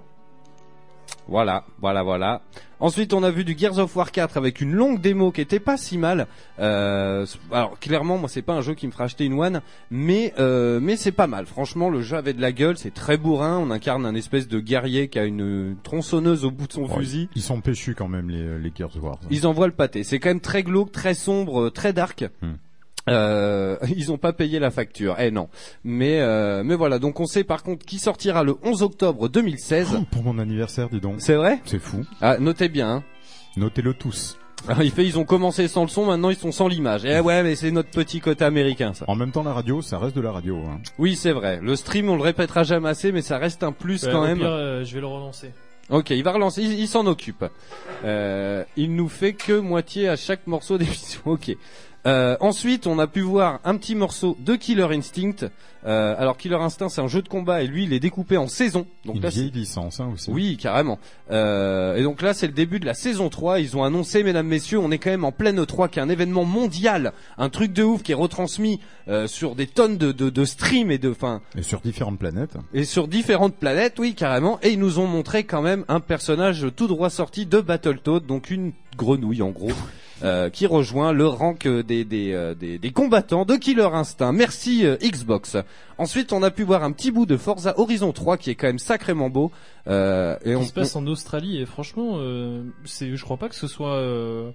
Voilà, voilà, voilà. Ensuite, on a vu du Gears of War quatre avec une longue démo qui était pas si mal. Euh, alors clairement, moi c'est pas un jeu qui me fera acheter une One, mais euh, mais c'est pas mal. Franchement, le jeu avait de la gueule, c'est très bourrin. On incarne un espèce de guerrier qui a une tronçonneuse au bout de son Oh, fusil. Ils sont péchus quand même les les Gears of War. Ils envoient le pâté. C'est quand même très glauque, très sombre, très dark. Hmm. Euh, ils ont pas payé la facture. Eh non. Mais euh, mais voilà. Donc on sait par contre qui sortira le onze octobre deux mille seize. Oh, pour mon anniversaire, dis donc. C'est vrai? C'est fou. Ah, notez bien. Hein. Notez-le tous. Alors, il fait, ils ont commencé sans le son, maintenant ils sont sans l'image. Eh ouais, mais c'est notre petit côté américain, ça. En même temps, la radio, ça reste de la radio. Hein. Oui, c'est vrai. Le stream, on le répétera jamais assez, mais ça reste un plus Ouais, quand au même. pire, euh, je vais le relancer. Ok, il va relancer, il, il s'en occupe. Euh, il nous fait que moitié à chaque morceau d'émission. Ok. Euh, ensuite, on a pu voir un petit morceau de Killer Instinct. Euh, alors Killer Instinct, c'est un jeu de combat et lui, il est découpé en saisons. Donc Une là, vieille c'est... licence hein, aussi. Oui, carrément. Euh, et donc là, c'est le début de la saison trois. Ils ont annoncé, mesdames, messieurs, on est quand même en pleine E trois, qui est un événement mondial, un truc de ouf qui est retransmis euh, sur des tonnes de, de, de streams et de, enfin, Et sur différentes planètes. et sur différentes planètes, oui, carrément. Et ils nous ont montré quand même un personnage tout droit sorti de Battletoad, donc une grenouille en gros. Euh, qui rejoint le rank des, des, euh, des, des combattants de Killer Instinct. Merci euh, Xbox. Ensuite, on a pu voir un petit bout de Forza Horizon trois qui est quand même sacrément beau. Euh, et Qui on se passe en Australie et franchement, euh, c'est, je crois pas que ce soit euh,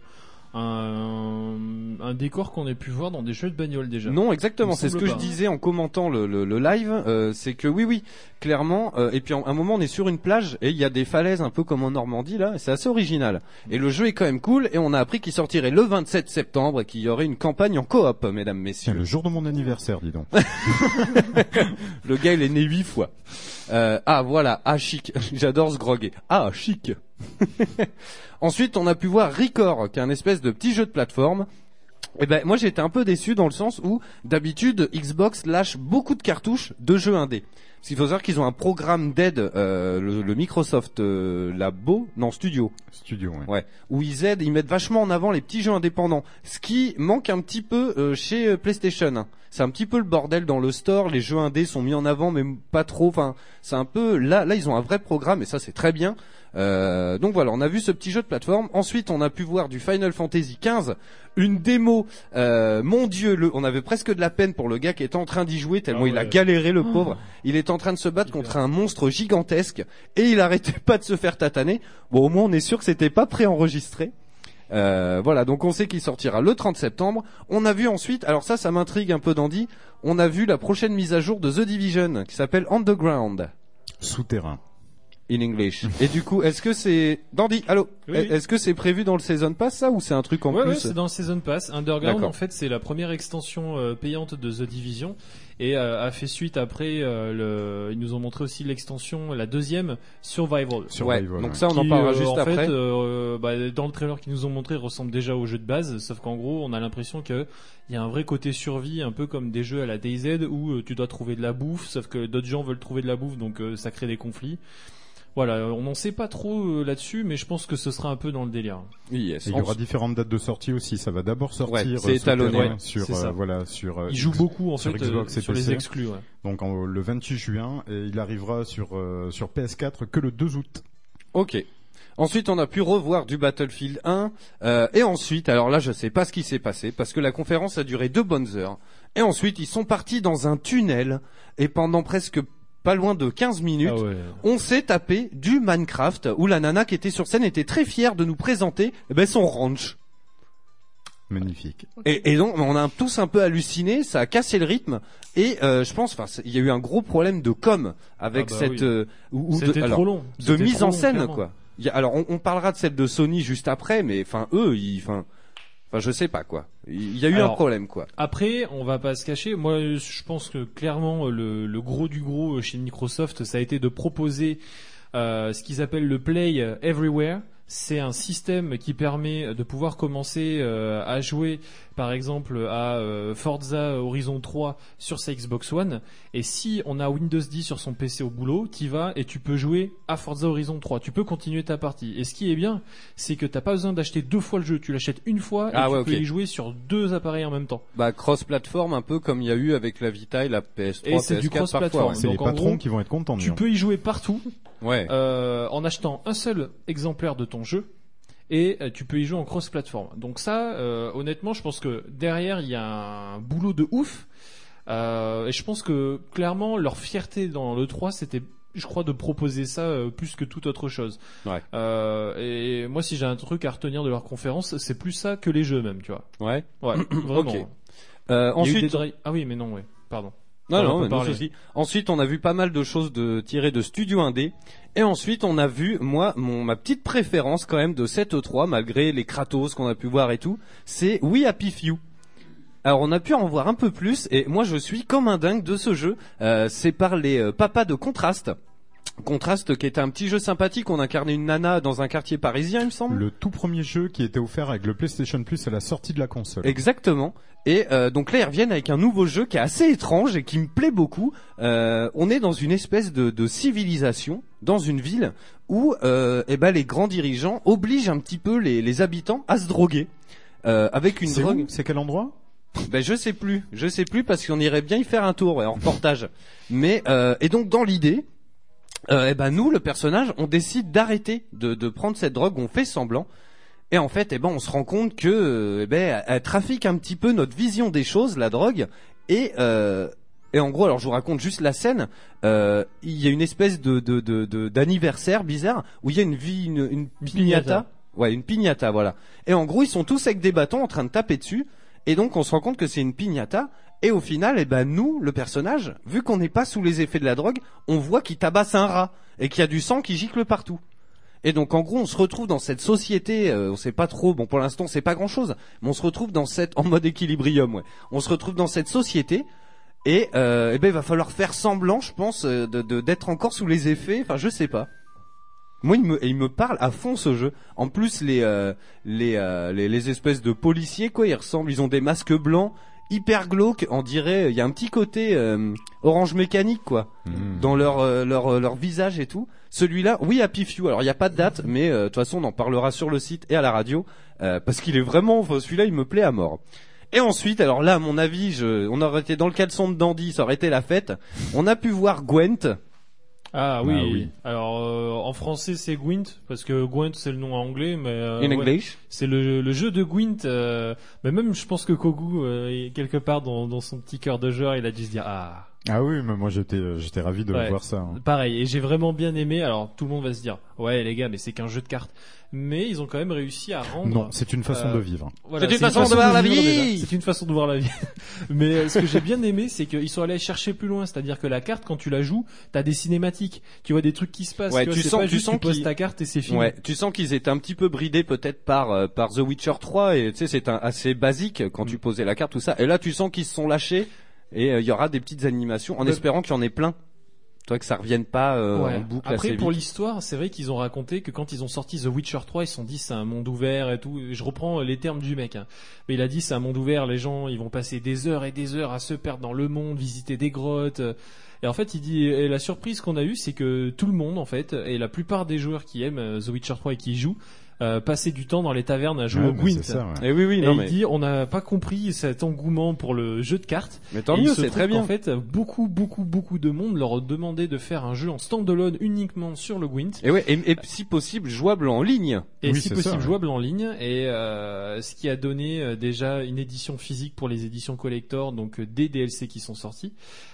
un, un décor qu'on ait pu voir dans des jeux de bagnole déjà. Non, exactement. Il me C'est ce semble que pas, je hein. disais en commentant le, le, le live. Euh, c'est que oui, oui, clairement. Euh, et puis, à un moment, on est sur une plage et il y a des falaises un peu comme en Normandie là. Et c'est assez original. Et le jeu est quand même cool. Et on a appris qu'il sortirait le vingt-sept septembre et qu'il y aurait une campagne en coop, mesdames, C'est messieurs. le jour de mon anniversaire, dis donc. Le gars, il est né huit fois. Euh, ah, voilà. Ah, chic. J'adore ce grog. Ah, chic. Ensuite, on a pu voir Record, qui est un espèce de petit jeu de plateforme. Et ben, moi, j'ai été un peu déçu dans le sens où, d'habitude, Xbox lâche beaucoup de cartouches de jeux indés. Parce qu'il faut savoir qu'ils ont un programme d'aide, euh, le, le Microsoft euh, Labo, non, Studio. Studio, ouais. Ouais, où ils aident, ils mettent vachement en avant les petits jeux indépendants, ce qui manque un petit peu euh, chez euh, PlayStation. C'est un petit peu le bordel dans le store, les jeux indés sont mis en avant mais pas trop, enfin, c'est un peu là là ils ont un vrai programme et ça c'est très bien. Euh, donc voilà, on a vu ce petit jeu de plateforme. Ensuite, on a pu voir du Final Fantasy quinze, une démo. Euh, mon Dieu, le, on avait presque de la peine pour le gars qui était en train d'y jouer tellement Ah il a ouais. galéré le pauvre. Il est en train de se battre contre un monstre gigantesque et il arrêtait pas de se faire tataner. Bon, au moins on est sûr que c'était pas préenregistré. Euh, voilà, donc on sait qu'il sortira le trente septembre. On a vu ensuite, alors ça, ça m'intrigue un peu d'Andy. On a vu la prochaine mise à jour de The Division qui s'appelle Underground. Souterrain. In English. Et du coup, est-ce que c'est... Dandy, allô Oui, oui. Est-ce que c'est prévu dans le Season Pass, ça, ou c'est un truc en Ouais, plus ouais, c'est dans le Season Pass. Underground, D'accord. en fait, c'est la première extension euh, payante de The Division et euh, a fait suite après. Euh, le... Ils nous ont montré aussi l'extension, la deuxième, Survival. Survival, Ouais, donc ouais. ça, on en Qui, parlera euh, juste en après. fait, euh, bah, dans le trailer qu'ils nous ont montré, ressemble déjà au jeu de base, sauf qu'en gros, on a l'impression que il y a un vrai côté survie, un peu comme des jeux à la DayZ où euh, tu dois trouver de la bouffe, sauf que d'autres gens veulent trouver de la bouffe, donc euh, ça crée des conflits. Voilà, on n'en sait pas trop euh, là-dessus, mais je pense que ce sera un peu dans le délire. Yes. Et il y aura différentes dates de sortie aussi. Ça va d'abord sortir Ouais, c'est euh, étalonné. Souterrain Ouais, sur c'est ça. euh, voilà sur. euh, Ils jouent X- beaucoup en sur fait Xbox euh, et sur P C. les exclus. Ouais. Donc en- le vingt-huit juin et il arrivera sur euh, sur P S quatre que le deux août. Ok. Ensuite, on a pu revoir du Battlefield un. Euh, et ensuite, alors là, je sais pas ce qui s'est passé, parce que la conférence a duré deux bonnes heures. Et ensuite, ils sont partis dans un tunnel, et pendant presque pas loin de quinze minutes, Ah ouais. on s'est tapé du Minecraft, où la nana qui était sur scène était très fière de nous présenter eh ben, son ranch. Magnifique. Et, et donc, on a tous un peu halluciné, ça a cassé le rythme, et euh, je pense, enfin, c'est- il y a eu un gros problème de com avec Ah bah cette, oui. euh, ou, ou de, C'était alors, trop long. de C'était mise trop en long, scène, clairement. quoi. Il y a- alors, on, on parlera de celle de Sony juste après, mais enfin, eux, ils, enfin, enfin, je sais pas quoi. Il y a eu Alors, un problème, quoi. Après, on va pas se cacher. Moi, je pense que clairement, le, le gros du gros chez Microsoft, ça a été de proposer euh, ce qu'ils appellent le Play Everywhere. C'est un système qui permet de pouvoir commencer euh, à jouer, par exemple, à euh, Forza Horizon trois sur sa Xbox One. Et si on a Windows dix sur son P C au boulot, t'y vas et tu peux jouer à Forza Horizon trois. Tu peux continuer ta partie. Et ce qui est bien, c'est que t'as pas besoin d'acheter deux fois le jeu. Tu l'achètes une fois et Ah tu ouais, peux ok. y jouer sur deux appareils en même temps. Bah, cross-platform, un peu comme il y a eu avec la Vita et la P S trois, Et c'est P S du quatre cross-platform. parfois, C'est les Donc, en patrons gros, qui vont être contents. Tu disons. peux y jouer partout Ouais. Ouais. euh, en achetant un seul exemplaire de ton jeu et euh, tu peux y jouer en cross-platform. Donc ça, euh, honnêtement, je pense que derrière il y a un boulot de ouf. Euh, et je pense que clairement leur fierté dans l'E trois, c'était, je crois, de proposer ça euh, plus que toute autre chose. Ouais. Euh, et moi, si j'ai un truc à retenir de leur conférence, c'est plus ça que les jeux même, tu vois. Ouais. Ouais, vraiment. Ok. Euh, Il y a eu ensuite, des dri- ah oui, mais non, ouais. Pardon. non, on non, peut mais non parler. souci. Ensuite, on a vu pas mal de choses de tirées de Studio indé. Et ensuite, on a vu, moi, mon, ma petite préférence quand même de cette E trois, malgré les Kratos qu'on a pu voir et tout, c'est We Happy Few. Alors, on a pu en voir un peu plus, et moi, je suis comme un dingue de ce jeu. Euh, c'est par les euh, papas de Contrast. Contrast, qui était un petit jeu sympathique. On incarnait une nana dans un quartier parisien, il me semble. Le tout premier jeu qui était offert avec le PlayStation Plus à la sortie de la console. Exactement. Et euh, donc là, ils reviennent avec un nouveau jeu qui est assez étrange et qui me plaît beaucoup. Euh, on est dans une espèce de, de civilisation, dans une ville, où euh, eh ben, les grands dirigeants obligent un petit peu les, les habitants à se droguer. Euh, avec une C'est drogue... où ? C'est quel endroit ? Ben je sais plus, je sais plus parce qu'on irait bien y faire un tour ouais, en reportage. Mais euh, et donc dans l'idée... Euh, et ben nous, le personnage, on décide d'arrêter de, de prendre cette drogue, on fait semblant, et en fait, eh ben on se rend compte que, euh, eh ben, elle trafique un petit peu notre vision des choses, la drogue, et euh, et en gros, alors je vous raconte juste la scène. Euh, il y a une espèce de de de, de d'anniversaire bizarre où il y a une vie, une, une piñata, ouais, une piñata, voilà. Et en gros, ils sont tous avec des bâtons en train de taper dessus, et donc on se rend compte que c'est une piñata. Et au final, eh ben nous, le personnage, vu qu'on n'est pas sous les effets de la drogue, on voit qu'il tabasse un rat et qu'il y a du sang qui gicle partout. Et donc en gros, on se retrouve dans cette société, euh, on sait pas trop, bon pour l'instant c'est pas grand-chose, mais on se retrouve dans cette en mode équilibrium, ouais. On se retrouve dans cette société et euh, eh ben il va falloir faire semblant, je pense, de, de d'être encore sous les effets. Enfin, je sais pas. Moi, il me, il me parle à fond ce jeu. En plus, les euh, les, euh, les les espèces de policiers, quoi, ils ressemblent, ils ont des masques blancs. Hyper glauque, on dirait, il y a un petit côté euh, Orange Mécanique quoi, mmh. dans leur euh, leur leur visage et tout. Celui-là, oui, Happy Few. Alors il y a pas de date, mais de euh, toute façon on en parlera sur le site et à la radio euh, parce qu'il est vraiment, celui-là il me plaît à mort. Et ensuite, alors là, à mon avis, je, on aurait été dans le caleçon de Dandy, ça aurait été la fête. On a pu voir Gwent. Ah oui. Ah, oui. Alors euh, en français c'est Gwent parce que Gwent c'est le nom anglais, mais euh, In ouais, English. c'est le, le jeu de Gwent. Euh, mais même je pense que Kogu euh, quelque part dans, dans son petit cœur de joueur, il a dû se dire ah. Ah oui, mais moi j'étais j'étais ravi de Ouais. voir ça. Hein. Pareil, et j'ai vraiment bien aimé. Alors tout le monde va se dire ouais les gars, mais c'est qu'un jeu de cartes. Mais ils ont quand même réussi à rendre. Non, c'est une façon euh, de vivre. Voilà, c'est une façon de voir la vivre, vie. déjà. C'est une façon de voir la vie. Mais euh, ce que j'ai bien aimé, c'est qu'ils sont allés chercher plus loin. C'est-à-dire que la carte, quand tu la joues, t'as des cinématiques. Tu vois des trucs qui se passent. Ouais, tu, vois, tu c'est sens- pas tu juste sens tu poses qu'ils- ta carte et c'est fini. Ouais, tu sens qu'ils étaient un petit peu bridés peut-être par euh, par The Witcher trois et tu sais c'est un, assez basique quand tu posais la carte tout ça. Et là tu sens qu'ils se sont lâchés et il euh, y aura des petites animations en Ouais. espérant qu'il y en ait plein. Toi que ça revienne pas euh, Ouais. en boucle Après, assez pour vite. l'histoire, c'est vrai qu'ils ont raconté que quand ils ont sorti The Witcher trois, ils se sont dit c'est un monde ouvert et tout. Je reprends les termes du mec, hein. Mais il a dit c'est un monde ouvert, les gens ils vont passer des heures et des heures à se perdre dans le monde, visiter des grottes. Et en fait, il dit et la surprise qu'on a eue, c'est que tout le monde en fait et la plupart des joueurs qui aiment euh, The Witcher trois et qui y jouent euh, passaient du temps dans les tavernes à jouer Ouais, au mais Gwent. c'est ça, ouais. Et oui oui Et non il mais dit on n'a pas compris cet engouement pour le jeu de cartes. mais tant Et il mieux se c'est trouve très bien. qu'en fait, beaucoup, beaucoup, beaucoup de monde leur demandait de faire un jeu en standalone uniquement sur le Gwent. Et ouais et, et si possible jouable en ligne. Et Oui, si c'est possible ça, ouais. jouable en ligne. Et euh, ce qui a donné euh, déjà une édition physique pour les éditions collector, donc euh, des D L C qui sont sortis.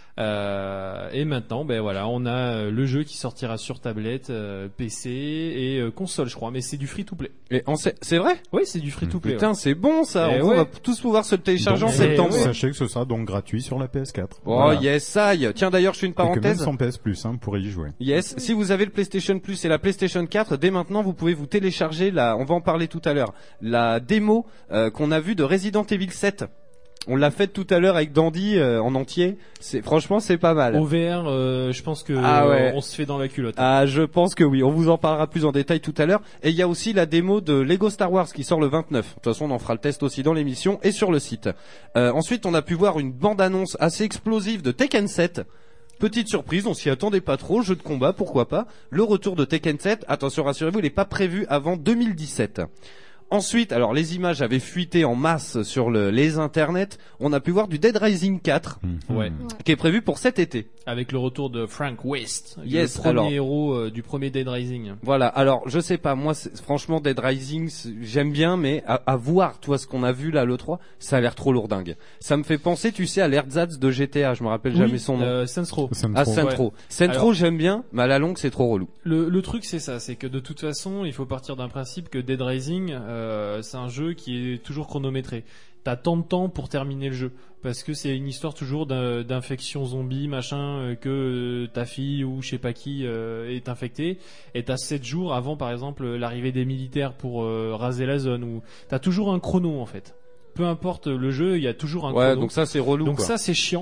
Euh, et maintenant, ben voilà, on a euh, le jeu qui sortira sur tablette, euh, P C et euh, console, je crois. Mais c'est du free to play. Et on sait, c'est vrai? Oui, c'est du free to play. Putain, c'est bon ça. Eh On ouais. va tous pouvoir se le télécharger en Donc, septembre. ouais. Sachez que ce sera donc gratuit sur la P S quatre. Oh Voilà. yes, ça y est. Tiens d'ailleurs, je fais une Et que même parenthèse. sans P S Plus, hein, pour y jouer. Yes, si vous avez le PlayStation Plus et la PlayStation quatre, dès maintenant vous pouvez vous télécharger la, on va en parler tout à l'heure, la démo euh, qu'on a vue de Resident Evil sept. On l'a faite tout à l'heure avec Dandy euh, en entier. C'est franchement c'est pas mal. Au V R, euh, je pense que Ah ouais. euh, on se fait dans la culotte. Ah, je pense que oui. On vous en parlera plus en détail tout à l'heure. Et il y a aussi la démo de Lego Star Wars qui sort le vingt-neuf. De toute façon, on en fera le test aussi dans l'émission et sur le site. Euh, ensuite, on a pu voir une bande-annonce assez explosive de Tekken sept. Petite surprise, on s'y attendait pas trop. Jeu de combat, pourquoi pas. Le retour de Tekken sept. Attention, rassurez-vous, il n'est pas prévu avant deux mille dix-sept. Ensuite, alors les images avaient fuité en masse sur le, les internets. On a pu voir du Dead Rising quatre, Mhm. Ouais. qui est prévu pour cet été. Avec le retour de Frank West, Yes, le premier alors. héros euh, du premier Dead Rising. Voilà. Alors, je sais pas. Moi, c'est- franchement, Dead Rising, c'est- j'aime bien, mais à, à voir, toi, ce qu'on a vu là, le trois, ça a l'air trop lourdingue. Ça me fait penser, tu sais, à l'Ersatz de G T A. Je me rappelle jamais Oui, son nom. euh, Saints Row. Ça me Ah, trouve- Centro. Centro, Alors- j'aime bien, mais à la longue, c'est trop relou. Le, le truc c'est ça, c'est que de toute façon, il faut partir d'un principe que Dead Rising, euh, c'est un jeu qui est toujours chronométré. T'as tant de temps pour terminer le jeu, parce que c'est une histoire toujours d'un- d'infection zombie, machin, euh, que euh, ta fille ou je sais pas qui euh, est infectée, et t'as sept jours avant, par exemple, l'arrivée des militaires pour euh, raser la zone, ou t'as toujours un chrono en fait. Peu importe le jeu, il y a toujours un Ouais, chrono. donc ça, c'est relou, Donc quoi. ça c'est chiant.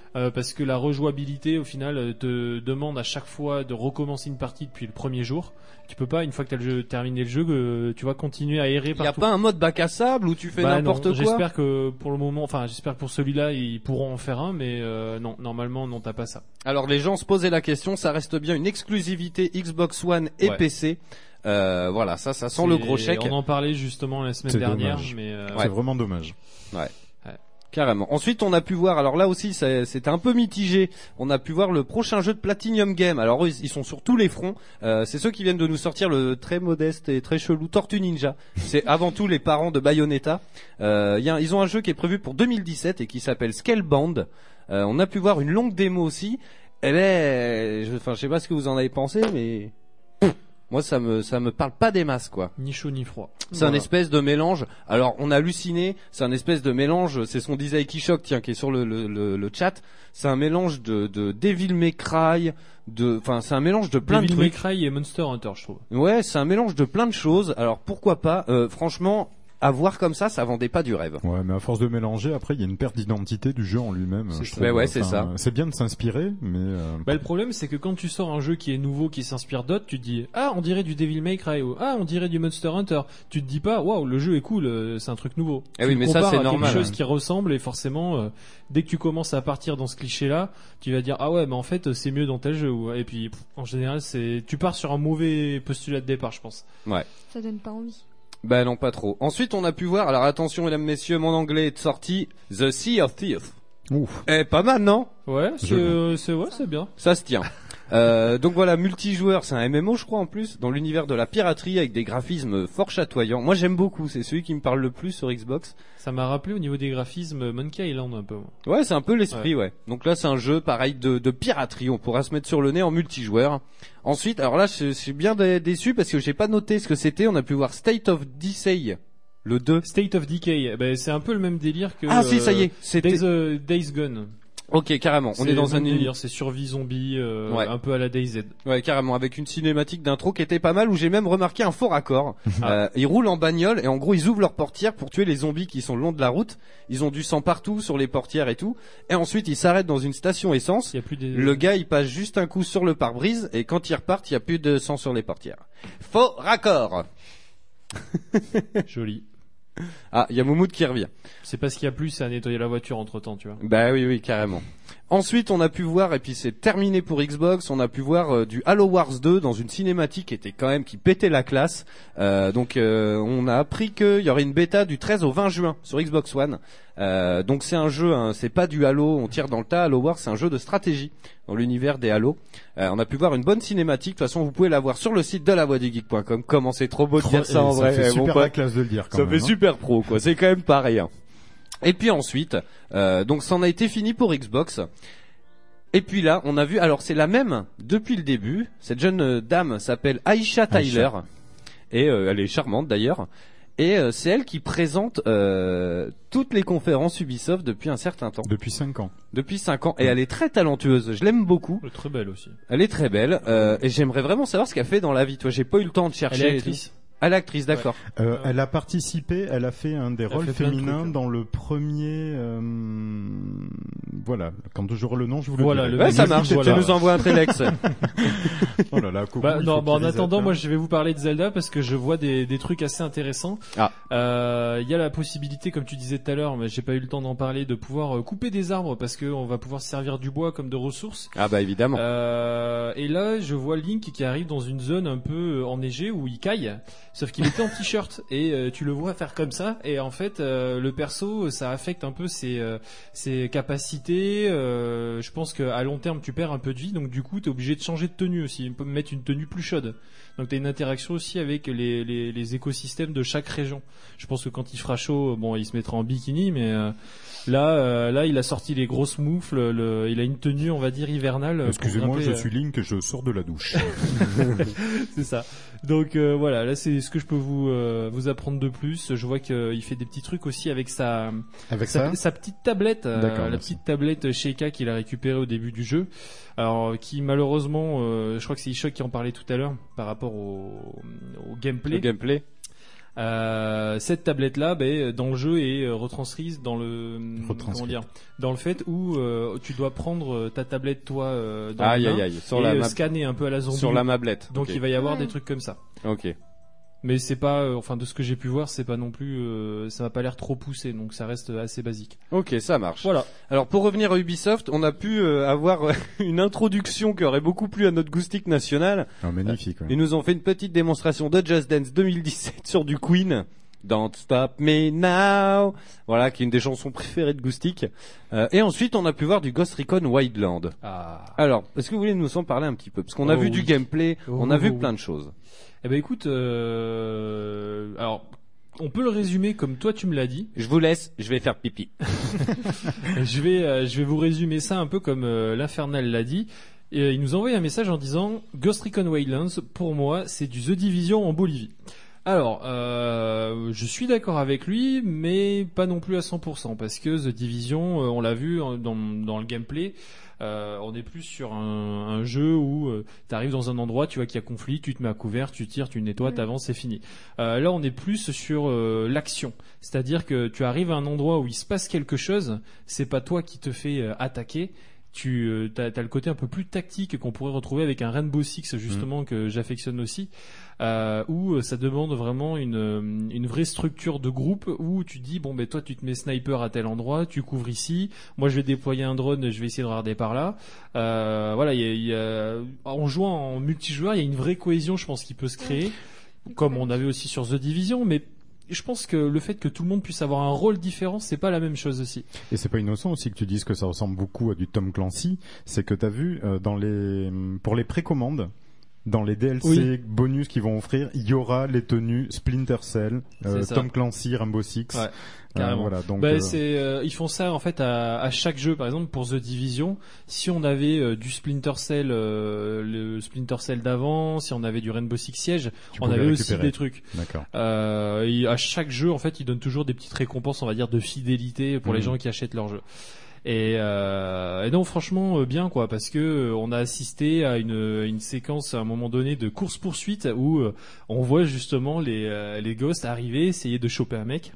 Euh, parce que la rejouabilité au final te demande à chaque fois de recommencer une partie depuis le premier jour. Tu peux pas, une fois que tu as le jeu, terminé le jeu, que tu vas continuer à errer partout. Il y a pas un mode bac à sable où tu fais bah n'importe non, quoi. J'espère que pour le moment, enfin j'espère que pour celui-là ils pourront en faire un, mais euh, non, normalement non, t'as pas ça. Alors les gens se posaient la question, ça reste bien une exclusivité Xbox One et ouais. P C. Euh, voilà, ça, ça sent C'est... le gros chèque. On en parlait justement la semaine C'est dernière, dommage. mais euh... c'est vraiment dommage. Ouais. Carrément. Ensuite, on a pu voir, alors là aussi, ça, c'était un peu mitigé. On a pu voir le prochain jeu de Platinum Game. Alors eux, ils sont sur tous les fronts. Euh, c'est ceux qui viennent de nous sortir le très modeste et très chelou Tortue Ninja. C'est avant tout les parents de Bayonetta. Euh, y a, ils ont un jeu qui est prévu pour deux mille dix-sept et qui s'appelle Scalebound. Euh, on a pu voir une longue démo aussi. Eh ben, je, enfin, je sais pas ce que vous en avez pensé, mais moi, ça me, ça me parle pas des masses, quoi. Ni chaud ni froid. C'est voilà. Un espèce de mélange. Alors, on a halluciné. C'est un espèce de mélange. C'est ce qu'on disait avec Ishok, tiens, qui est sur le, le, le, le chat. C'est un mélange de, de Devil May Cry, de, enfin, c'est un mélange de plein Devil de May trucs. Cry et Monster Hunter, je trouve. Ouais, c'est un mélange de plein de choses. Alors, pourquoi pas, euh, franchement, à voir comme ça, ça vendait pas du rêve. Ouais, mais à force de mélanger, après, il y a une perte d'identité du jeu en lui-même. C'est je ça. trouve. Bah ouais, c'est ça. C'est bien de s'inspirer, mais... Euh... Bah, le problème, c'est que quand tu sors un jeu qui est nouveau, qui s'inspire d'autres, tu te dis, ah, on dirait du Devil May Cry, ou ah, on dirait du Monster Hunter. Tu te dis pas, waouh, le jeu est cool, euh, c'est un truc nouveau. Eh tu oui, mais ça, c'est à normal. quelque chose hein. qui ressemble, et forcément, euh, dès que tu commences à partir dans ce cliché-là, tu vas dire, ah ouais, mais en fait, c'est mieux dans tel jeu. Et puis, pff, en général, c'est, tu pars sur un mauvais postulat de départ, je pense. Ouais. Ça donne pas envie. Bah non, pas trop. Ensuite, on a pu voir, alors attention mesdames, messieurs, mon anglais est sorti, The Sea of Thieves. Ouf. Eh, pas mal, non? Ouais, c'est, euh, c'est, ouais, c'est bien. Ça se tient. Euh, donc voilà, multijoueur, c'est un M M O je crois en plus, dans l'univers de la piraterie avec des graphismes fort chatoyants. Moi j'aime beaucoup, c'est celui qui me parle le plus sur Xbox. Ça m'a rappelé au niveau des graphismes Monkey Island un peu. Ouais, c'est un peu l'esprit, ouais. ouais. Donc là c'est un jeu pareil de, de piraterie, on pourra se mettre sur le nez en multijoueur. Ensuite, alors là je, je suis bien dé- déçu parce que j'ai pas noté ce que c'était, on a pu voir State of Decay, le deux. State of Decay, ben, c'est un peu le même délire que... Ah si, ça y est, c'était... Days, euh, Days Gone. Ok, carrément. On c'est est dans le un même délire, c'est survie zombie, euh, ouais. un peu à la DayZ. Ouais, carrément, avec une cinématique d'intro qui était pas mal, où j'ai même remarqué un faux raccord. ah. euh, ils roulent en bagnole et en gros ils ouvrent leurs portières pour tuer les zombies qui sont le long de la route. Ils ont du sang partout sur les portières et tout. Et ensuite ils s'arrêtent dans une station essence. Il y a plus des... Le gars il passe juste un coup sur le pare-brise et quand ils repartent il y a plus de sang sur les portières. Faux raccord. Joli. Ah, il y a Moumoud qui revient. C'est parce qu'il y a plus, c'est à nettoyer la voiture entre temps, tu vois. Bah oui, oui, carrément. Ensuite, on a pu voir, et puis c'est terminé pour Xbox, on a pu voir euh, du Halo Wars deux dans une cinématique qui était quand même, qui pétait la classe. Euh, donc, euh, on a appris qu'il y aurait une bêta du treize au vingt juin sur Xbox One. Euh, donc c'est un jeu, hein, c'est pas du Halo, on tire dans le tas. Halo Wars, c'est un jeu de stratégie dans l'univers des Halo. Euh, on a pu voir une bonne cinématique. De toute façon, vous pouvez la voir sur le site de la voix du geek point com. Comment c'est trop beau de dire ça en vrai. Ça fait eh, super bon, la classe de le dire quand ça même. fait hein. super pro, quoi. C'est quand même pas rien. Et puis ensuite, euh, donc ça en a été fini pour Xbox. Et puis là, on a vu, alors c'est la même depuis le début. Cette jeune euh, dame s'appelle Aisha Tyler. Aisha. Et euh, elle est charmante d'ailleurs. Et euh, c'est elle qui présente euh, toutes les conférences Ubisoft depuis un certain temps. Depuis cinq ans. Depuis cinq ans. Et elle est très talentueuse. Je l'aime beaucoup. Elle est très belle aussi. Elle est très belle. Euh, et j'aimerais vraiment savoir ce qu'elle fait dans la vie. Toi, j'ai pas eu le temps de chercher. Elle est actrice. Elle est actrice, d'accord. Euh, Euh, elle a participé, elle a fait un des elle rôles fait plein de féminins trucs. dans le premier. Euh, voilà, quand j'aurai le nom, je vous le Voilà, dirai. le Ouais, ça magazine, marche. voilà. Tu nous envoies un Telex. Oh là là, coucou, Bah, il non, faut bah, en qu'il les attendant, aide, moi hein. je vais vous parler de Zelda parce que je vois des, des trucs assez intéressants. Ah. Euh, il y a la possibilité, comme tu disais tout à l'heure, mais j'ai pas eu le temps d'en parler, de pouvoir euh, couper des arbres parce que on va pouvoir se servir du bois comme de ressources. Ah bah évidemment. Euh, et là, je vois Link qui arrive dans une zone un peu euh, enneigée où il caille, sauf qu'il était en t-shirt et euh, tu le vois faire comme ça. Et en fait, euh, le perso, ça affecte un peu ses, euh, ses capacités. Euh, je pense qu'à long terme, tu perds un peu de vie, donc du coup, t'es obligé de changer de tenue aussi. Il peut mettre une tenue plus chaude. Donc t'as une interaction aussi avec les, les, les écosystèmes de chaque région. Je pense que quand il fera chaud, bon, il se mettra en bikini, mais euh, là, euh, là, il a sorti les grosses moufles. Le, il a une tenue, on va dire hivernale. pour Excusez-moi, grimper, je euh, suis Link et je sors de la douche. c'est ça. Donc euh, voilà, là c'est ce que je peux vous euh, vous apprendre de plus. Je vois qu'il fait des petits trucs aussi avec sa Avec sa, ça sa petite tablette, euh, D'accord, la merci. petite tablette Sheikah qu'il a récupérée au début du jeu. Alors qui malheureusement, euh, je crois que c'est Ishok qui en parlait tout à l'heure par rapport au, au gameplay. Le gameplay. Euh, cette tablette là, ben, dans le jeu est euh, retranscrite dans le comment dire, dans le fait où euh, tu dois prendre ta tablette toi euh, dans aïe, la main aïe, aïe. Sur et la euh, map... scanner un peu à la zombie. Sur la mablette. Donc okay. il va y avoir ouais. des trucs comme ça. Ok. Mais c'est pas, euh, enfin de ce que j'ai pu voir, c'est pas non plus, euh, ça m'a pas l'air trop poussé, donc ça reste assez basique. Ok, ça marche. Voilà. Alors pour revenir à Ubisoft, on a pu euh, avoir une introduction qui aurait beaucoup plu à notre goustique national. Oh, magnifique. Ouais. Ils nous ont fait une petite démonstration de Just Dance deux mille dix-sept sur du Queen. Don't Stop Me Now, voilà, qui est une des chansons préférées de Goustic. Euh, et ensuite, on a pu voir du Ghost Recon Wildland. Ah. Alors, est-ce que vous voulez nous en parler un petit peu? Parce qu'on a Oh, vu oui. du gameplay, Oh, on a vu oh, plein de choses. Eh ben écoute, euh... alors on peut le résumer comme toi tu me l'as dit. Je vous laisse, je vais faire pipi. je vais, euh, je vais vous résumer ça un peu comme euh, l'Infernal l'a dit. Et, euh, il nous a envoyé un message en disant Ghost Recon Wildlands, pour moi, c'est du The Division en Bolivie. Alors, euh, je suis d'accord avec lui, mais pas non plus à cent pour cent, parce que The Division, euh, on l'a vu dans, dans le gameplay, euh, on est plus sur un, un jeu où euh, tu arrives dans un endroit, tu vois qu'il y a conflit, tu te mets à couvert, tu tires, tu nettoies, t'avances, c'est fini. Euh, là, on est plus sur euh, l'action, c'est-à-dire que tu arrives à un endroit où il se passe quelque chose, c'est pas toi qui te fais euh, attaquer. Tu euh, t'as, t'as le côté un peu plus tactique qu'on pourrait retrouver avec un Rainbow Six justement mmh. que j'affectionne aussi, euh, où ça demande vraiment une une vraie structure de groupe où tu dis bon ben toi tu te mets sniper à tel endroit, tu couvres ici, moi je vais déployer un drone, je vais essayer de regarder par là. Euh, voilà, il y a, il y a en jouant en multijoueur, il y a une vraie cohésion, je pense, qui peut se créer, comme on avait aussi sur The Division, mais je pense que le fait que tout le monde puisse avoir un rôle différent, c'est pas la même chose aussi. Et c'est pas innocent aussi que tu dises que ça ressemble beaucoup à du Tom Clancy. C'est que t'as vu euh, dans les pour les précommandes, dans les D L C oui. bonus qu'ils vont offrir, il y aura les tenues Splinter Cell, euh, Tom Clancy, Rainbow Six. Ouais. Carrément. Euh, voilà, donc, bah, euh... c'est, euh, ils font ça en fait à, à chaque jeu. Par exemple pour The Division, si on avait euh, du Splinter Cell, euh, le Splinter Cell d'avant, si on avait du Rainbow Six Siege, tu on avait récupérer. aussi des trucs. D'accord. Euh, et à chaque jeu en fait, ils donnent toujours des petites récompenses, on va dire, de fidélité pour mmh. les gens qui achètent leur jeu. Et, euh, et non, franchement, bien quoi, parce que on a assisté à une, une séquence à un moment donné de course poursuite où euh, on voit justement les, euh, les ghosts arriver, essayer de choper un mec.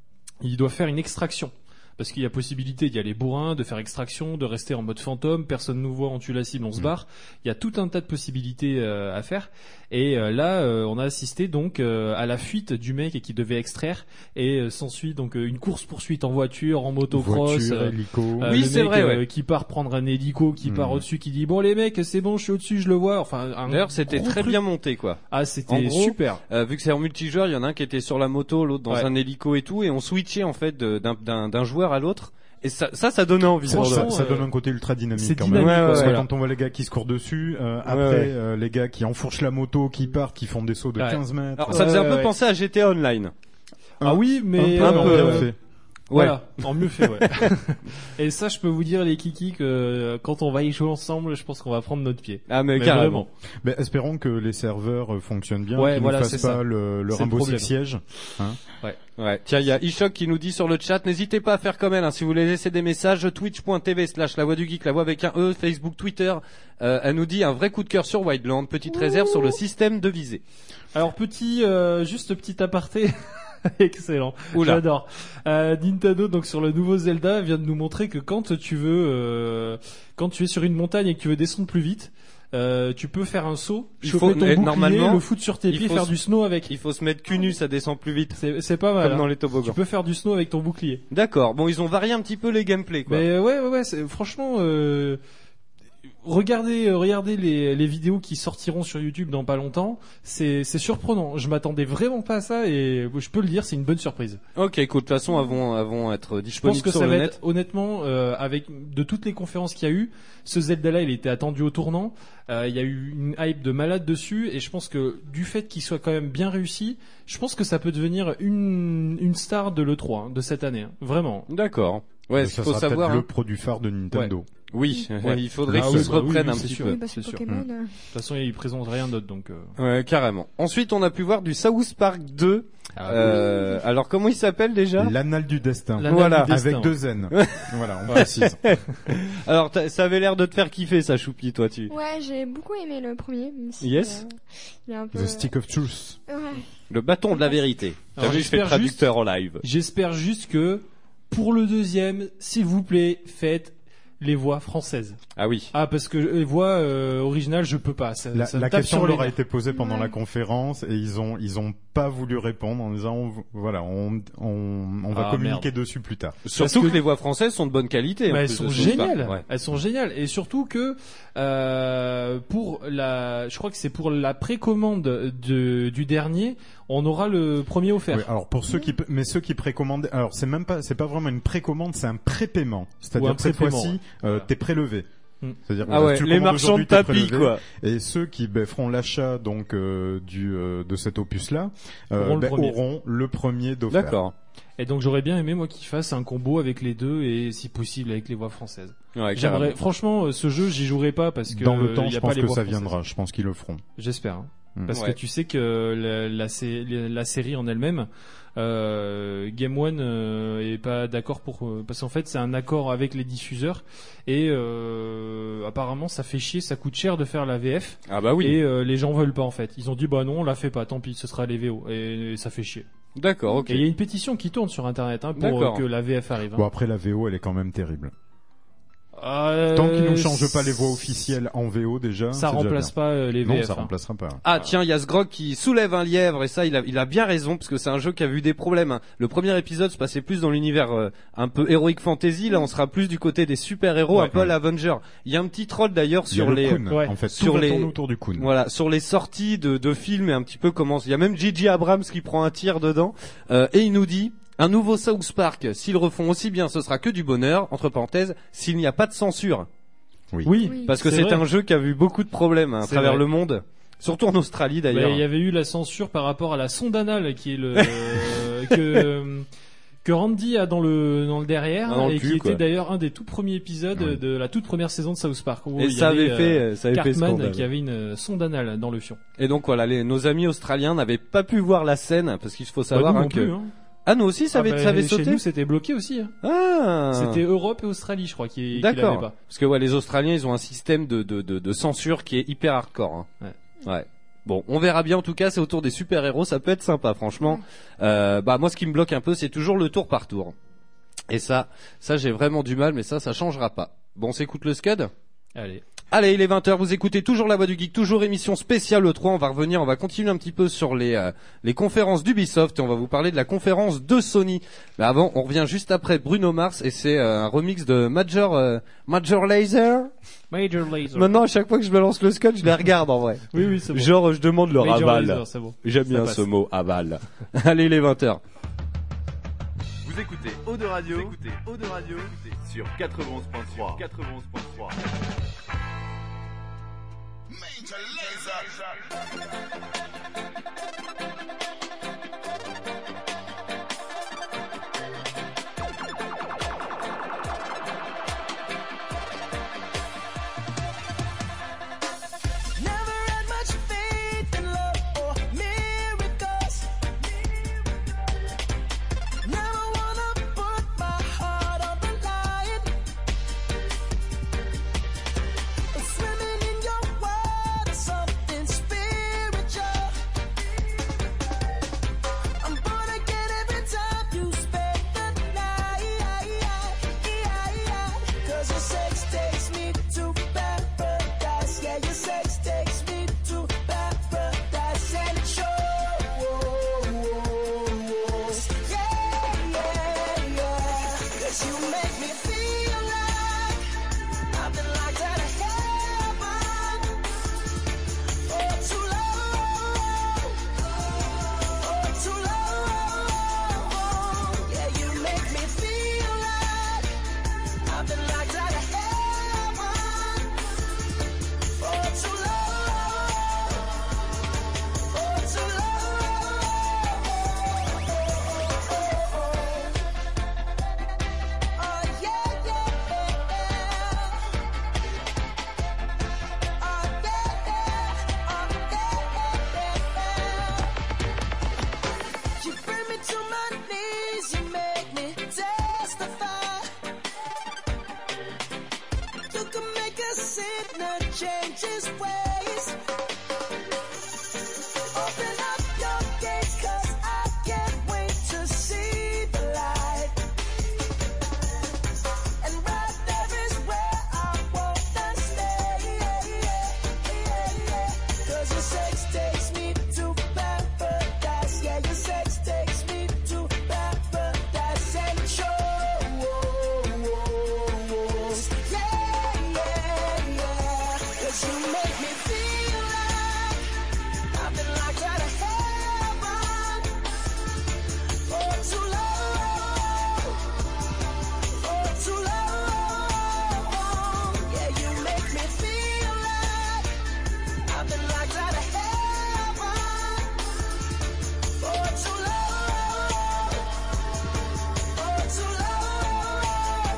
Il doit faire une extraction. Parce qu'il y a possibilité d'y aller bourrin, de faire extraction, de rester en mode fantôme, personne nous voit, on tue la cible, on se barre. Il y a tout un tas de possibilités euh, à faire. Et euh, là, euh, on a assisté donc euh, à la fuite du mec qui devait extraire. Et euh, s'ensuit donc euh, une course-poursuite en voiture, en motocross. Voiture, euh, hélico. Euh, oui, le c'est mec, vrai, ouais. euh, qui part prendre un hélico, qui mmh. part au-dessus, qui dit bon les mecs, c'est bon, je suis au-dessus, je le vois. Enfin, un D'ailleurs, c'était gros très truc. bien monté, quoi. Ah, c'était En gros, super. Euh, vu que c'est en multijoueur, il y en a un qui était sur la moto, l'autre dans Ouais. un hélico et tout, et on switchait en fait de- d'un, d'un, d'un joueur à l'autre. Et ça, ça, ça donnait envie. Franchement, ça, ça euh, donne un côté ultra dynamique c'est quand dynamique, même. ouais, Parce ouais, que ouais. quand on voit les gars qui se courent dessus, euh, après ouais. euh, les gars qui enfourchent la moto, qui partent, qui font des sauts de Ouais. quinze mètres. Alors, ça faisait Ouais, un peu ouais. penser à G T A Online. Ah oui, mais un peu, un peu, bien ouais. fait. Voilà, en mieux fait, ouais. Et ça, je peux vous dire, les kikis, que euh, quand on va y jouer ensemble, je pense qu'on va prendre notre pied. Ah, mais, Mais carrément. Ben, espérons que les serveurs euh, fonctionnent bien, Ouais, qu'ils voilà, ne c'est fassent pas ça. le, le C'est le Rainbow Six problème. Siege. Hein. Ouais. Tiens, il y a Ishok qui nous dit sur le chat, n'hésitez pas à faire comme elle, hein, si vous voulez laisser des messages, twitch.tv slash la voix du geek, la voix avec un E, Facebook, Twitter, euh, elle nous dit un vrai coup de cœur sur Wildland, petite réserve sur le système de visée. Alors, petit, euh, juste petit aparté. Excellent, Oula. j'adore. Euh, Nintendo, donc sur le nouveau Zelda, vient de nous montrer que quand tu veux, euh, quand tu es sur une montagne et que tu veux descendre plus vite, euh, tu peux faire un saut, Il choper faut- ton eh, bouclier, normalement, le foutre sur tes il pieds, faut faire se- du snow avec. Il faut se mettre cul nu, ça descend plus vite. C'est, c'est pas mal. Comme hein. dans les Tu toboggans. peux faire du snow avec ton bouclier. D'accord. Bon, ils ont varié un petit peu les gameplays, quoi. Mais ouais, ouais, ouais. C'est, franchement, euh, regardez, euh, regardez les, les vidéos qui sortiront sur YouTube dans pas longtemps. C'est, c'est surprenant. Je m'attendais vraiment pas à ça et je peux le dire, c'est une bonne surprise. Ok, cool. De toute façon, elles vont, elles vont être Je pense disponibles que sur ça le va net. être, honnêtement, euh, avec de toutes les conférences qu'il y a eu, ce Zelda-là, il était attendu au tournant. Euh, il y a eu une hype de malade dessus, et je pense que du fait qu'il soit quand même bien réussi, je pense que ça peut devenir une une star de l'E trois hein, de cette année, hein. Vraiment. D'accord. Ouais, ce ça qu'il faut sera savoir. peut-être hein. le produit phare de Nintendo. Oui, Ouais. il faudrait Ah qu'ils oui, se bah oui, reprennent oui, un c'est petit sûr. peu. Oui, parce que c'est sûr. Pokémon. euh, De toute façon, ils présentent rien d'autre, donc. Euh... Ouais, carrément. Ensuite, on a pu voir du South Park deux. Ah, euh, alors, comment il s'appelle déjà? L'anal du destin. L'anal Voilà. du destin, Avec ouais. deux N. Voilà, on précise. Alors, t'as- ça avait l'air de te faire kiffer, ça, Choupi, toi, tu. Ouais, j'ai beaucoup aimé le premier. Même si, Yes. euh, il est un peu... The Stick of Truth. Ouais. Le bâton de la vérité. T'as Alors, vu, je fais j'espère traducteur en live. J'espère juste que pour le deuxième, s'il vous plaît, faites les voix françaises. Ah oui. Ah, parce que les voix euh, originales, je peux pas. Ça, La, ça me la tape question sur les leur a nerfs. été posée pendant Ouais. la conférence et ils ont ils ont pas voulu répondre en disant on, voilà on on, on va Ah, communiquer merde. dessus plus tard. Surtout que- que... les voix françaises sont de bonne qualité. en Mais elles plus sont de South Park. géniales. Ouais. Elles sont géniales. Et surtout que euh, pour la, je crois que c'est pour la précommande de, du dernier, on aura le premier offert. Oui, alors pour ceux qui mais ceux qui précommandent, alors c'est même pas c'est pas vraiment une précommande, c'est un prépaiement. Ou C'est-à-dire un que cette prépaiement, fois-ci ouais. euh, t'es prélevé. Hmm. C'est-à-dire Ah voilà, ouais, si tu les commandes marchands de aujourd'hui, t'es tapis, prélevé. quoi. Et ceux qui ben, feront l'achat donc euh, du euh, de cet opus-là euh, Auront le ben, premier. auront le premier d'offert. D'accord. Et donc j'aurais bien aimé moi qu'ils fassent un combo avec les deux et si possible avec les voix françaises. Ouais, J'aimerais, carrément. franchement, euh, ce jeu j'y jouerai pas parce que Dans le euh, temps, y je a pas pense les que voix ça françaises. viendra. Je pense qu'ils le feront. J'espère. Hein. Hmm. Parce Ouais. que tu sais que la, la, sé- la série en elle-même, euh, Game One euh, est pas d'accord pour euh, parce qu'en fait c'est un accord avec les diffuseurs et euh, apparemment ça fait chier, ça coûte cher de faire la V F Ah bah oui. et euh, les gens veulent pas en fait. Ils ont dit bah non on la fait pas, tant pis, ce sera les V O et, et ça fait chier. D'accord, ok. Et il y a une pétition qui tourne sur internet hein, pour D'accord. euh, que la V F arrive. Hein. Bon après la V O elle est quand même terrible. Euh, Tant qu'ils ne changent pas les voix officielles en V O déjà, ça c'est déjà remplace bien. pas euh, les V F. Non, ça hein. remplacera pas. Ah tiens, il y a ce grog qui soulève un lièvre et ça il a, il a bien raison parce que c'est un jeu qui a vu des problèmes. hein. Le premier épisode se passait plus dans l'univers euh, un peu heroic fantasy, là on sera plus du côté des super-héros, Ouais. un peu à l'Avenger. Il y a un petit troll d'ailleurs Il y a sur le les Kun, ouais. en fait, sur tout les- va tourner autour du Kun. voilà, sur les sorties de, de films et un petit peu comment il y a même J J Abrams qui prend un tir dedans euh, et il nous dit un nouveau South Park, s'ils refont aussi bien, ce sera que du bonheur, entre parenthèses, s'il n'y a pas de censure. Oui. Oui. Oui. Parce que C'est c'est vrai. un jeu qui a vu beaucoup de problèmes hein, à C'est travers vrai. le monde, surtout en Australie Bah, d'ailleurs. il y avait eu la censure par rapport à la sonde anale qui est le euh, que que Randy a dans le dans le derrière Ah, dans le et cul, qui quoi. était d'ailleurs un des tout premiers épisodes Oui. de la toute première saison de South Park où Et il y ça avait avait, fait, euh, ça avait fait Cartman scandale. qui avait une euh, sonde anale dans le fion. Et donc voilà, les, nos amis australiens n'avaient pas pu voir la scène parce qu'il faut Bah, savoir nous hein, non que plus, hein. ah nous aussi ça Ah, avait, bah, ça avait chez sauté. nous c'était bloqué aussi. Hein. Ah C'était Europe et Australie je crois qui qui l'avaient d'accord. pas. Parce que ouais, les Australiens ils ont un système de de de, de censure qui est hyper hardcore. Hein. Ouais. Ouais. Bon, on verra bien. En tout cas, c'est autour des super héros, ça peut être sympa, franchement. Euh, bah moi, ce qui me bloque un peu, c'est toujours le tour par tour. Et ça, ça j'ai vraiment du mal, mais ça, ça changera pas. Bon, on s'écoute le Scud. Allez. Allez, il est vingt heures, vous écoutez toujours La Voix du Geek, toujours émission spéciale E trois, on va revenir, on va continuer un petit peu sur les euh, les conférences d'Ubisoft et on va vous parler de la conférence de Sony. Mais avant, on revient juste après Bruno Mars et c'est euh, un remix de Major euh, Major Lazer. Major Lazer. Maintenant, à chaque fois que je me lance le Scud, je les regarde en vrai. Oui oui c'est bon. Genre, je demande leur Major aval. Lazer, c'est bon. J'aime Ça bien passe. ce mot, aval. Allez, il est vingt heures. Vous écoutez Eau de Radio, vous écoutez Eau de Radio sur quatre-vingt-onze point trois. quatre-vingt-onze point trois. Never had much faith in love or miracles. Never wanna put my heart on the line. But swimming in your water, something spiritual. I'm born again every time you spend the night. 'Cause your sex takes me to paradise. Yeah, your sex takes me to paradise and it shows. Yeah, yeah, yeah. 'Cause you make me feel like I've been locked out of heaven for too long, for too long. Yeah, you make me feel like I've been locked out of heaven for too long. partner change his ways. Open up your gates, 'cause I can't wait to see the light. And right there is where I wanna stay. 'Cause your sex takes me to paradise. Yeah, your sex takes me to paradise and shows. Yeah, yeah, yeah. 'Cause you make me feel like I've been locked out of heaven for too long, for too long. Yeah, you make me feel like I've been locked out of heaven for too long, for too long.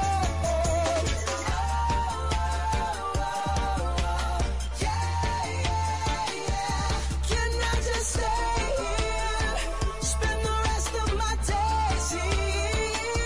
Yeah, yeah, yeah. Can I just stay here, spend the rest of my days here?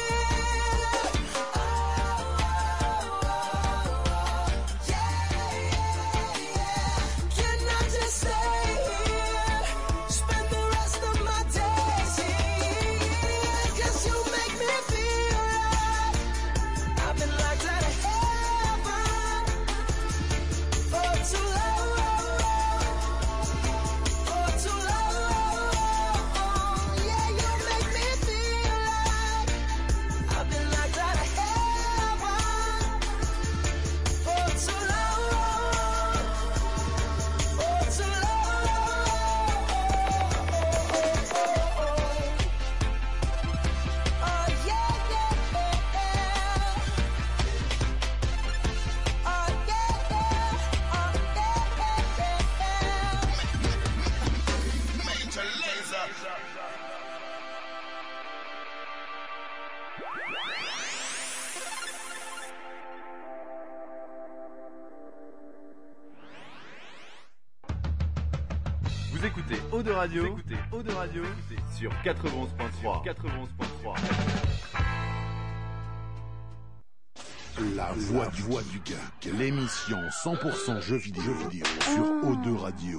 Yeah, yeah, yeah. Can I just stay here, spend the rest of my days here? 'Cause you make me feel like I've been locked out of heaven for too long, for too long. Yeah, you make me feel like I've been locked out of heaven for too long, for too long. Oh yeah, yeah, yeah. Oh yeah, yeah. Oh yeah, yeah. Vous écoutez Eau de Radio, vous écoutez Eau de Radio sur quatre-vingt-onze point trois. quatre-vingt-onze point trois. La voix du, voix du geek, l'émission cent pour cent jeux vidéo, jeux vidéo sur O deux Radio.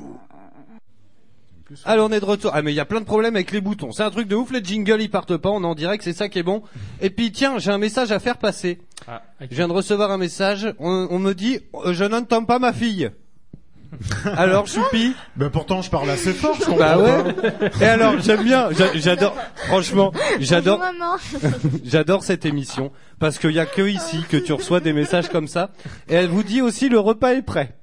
Allez, on est de retour. Ah, mais il y a plein de problèmes avec les boutons. C'est un truc de ouf, les jingles ils partent pas, on est en direct, c'est ça qui est bon. Et puis tiens, j'ai un message à faire passer. Ah, ok. Je viens de recevoir un message, on, on me dit euh, je n'entends pas ma fille. Alors Choupi, Ben pourtant je parle assez fort, je comprends bah pas. ouais. Et alors j'aime bien, j'a- j'adore, franchement, j'adore, Bonjour, maman. j'adore cette émission parce qu'il y a que ici que tu reçois des messages comme ça. Et elle vous dit aussi le repas est prêt.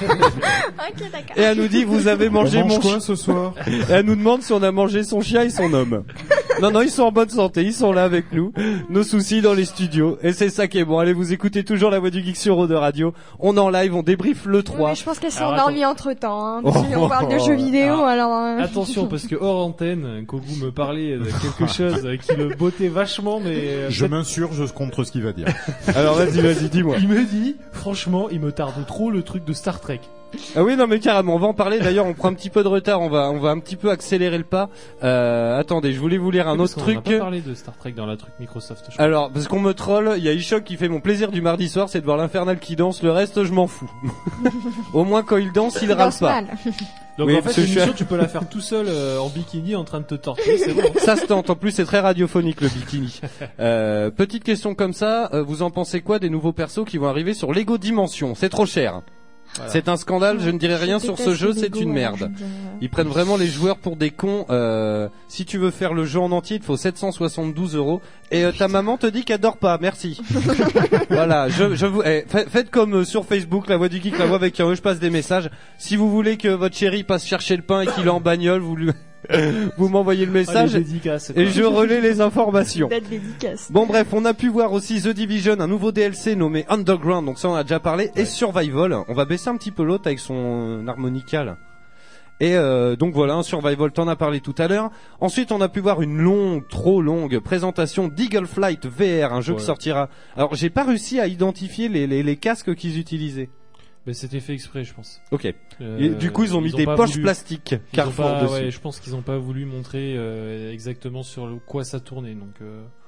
Ok, d'accord. Et elle nous dit vous avez On mangé mange mon quoi chien. ce soir? Et elle nous demande si on a mangé son chien et son homme. Non, non, ils sont en bonne santé, ils sont là avec nous. Nos soucis dans les studios. Et c'est ça qui est bon. Allez, vous écoutez toujours la voix du geek sur Eau de Radio. On est en live, on débriefe le trois. Oui, je pense qu'elle s'est Alors, endormie entre temps. Hein, parce Oh. qu'on parle de jeux vidéo, Alors, alors. euh, Attention, parce que hors antenne, Kogu me parlait de quelque chose qui le bottait vachement, mais euh, Je m'insurge contre ce qu'il va dire. Alors vas-y, vas-y, dis-moi. il me dit, franchement, il me tarde trop le truc de Star Trek. Ah oui, non, mais carrément, on va en parler. D'ailleurs, on prend un petit peu de retard, on va, on va un petit peu accélérer le pas. Euh, attendez, je voulais vous lire un Parce autre qu'on n'a truc. pas parlé de Star Trek dans la truc Microsoft. Je crois. Alors, parce qu'on me troll, il y a Ishok qui fait mon plaisir du mardi soir, c'est de voir l'Infernal qui danse, le reste, je m'en fous. Au moins, quand il danse, il il râle danse pas. mal. Donc oui, en parce fait, que je l'émission, suis- tu peux la faire tout seul euh, en bikini en train de te torturer, c'est bon. Ça se tente, en plus c'est très radiophonique le bikini. Euh, petite question comme ça, euh, vous en pensez quoi des nouveaux persos qui vont arriver sur Lego Dimension? C'est trop cher. Voilà. C'est un scandale, je ne dirai rien Je sur ce déteste jeu, les c'est Lego, une alors, merde. je veux dire, Ils prennent vraiment les joueurs pour des cons. Euh, si tu veux faire le jeu en entier, il te faut sept cent soixante-douze euros. Et euh, ta maman te dit qu'elle dort pas. Merci. Voilà. Je, je vous eh, fa- faites comme euh, sur Facebook, la voix du geek, la voix avec un E. Je passe des messages. Si vous voulez que votre chéri passe chercher le pain et qu'il est en bagnole, vous lui, vous m'envoyez le Ah, les message dédicaces, quoi. et je relais les informations. Date dédicace. Bon bref, on a pu voir aussi The Division, un nouveau D L C nommé Underground, donc ça on a déjà parlé, et Survival. On va baisser un petit peu l'autre avec son euh, harmonica là. Et euh, donc voilà, un Survival, t'en as parlé tout à l'heure. Ensuite, on a pu voir une longue, trop longue présentation d'Eagle Flight V R, un jeu Ouais. qui sortira. Alors j'ai pas réussi à identifier les, les, les casques qu'ils utilisaient. Mais c'était fait exprès, je pense. Ok. Euh, Et du coup, ils ont mis des pas poches voulu- plastiques ils ont Carrefour pas- dessus. ouais, je pense qu'ils ont pas voulu montrer euh, exactement sur le, quoi ça tournait, donc. Euh...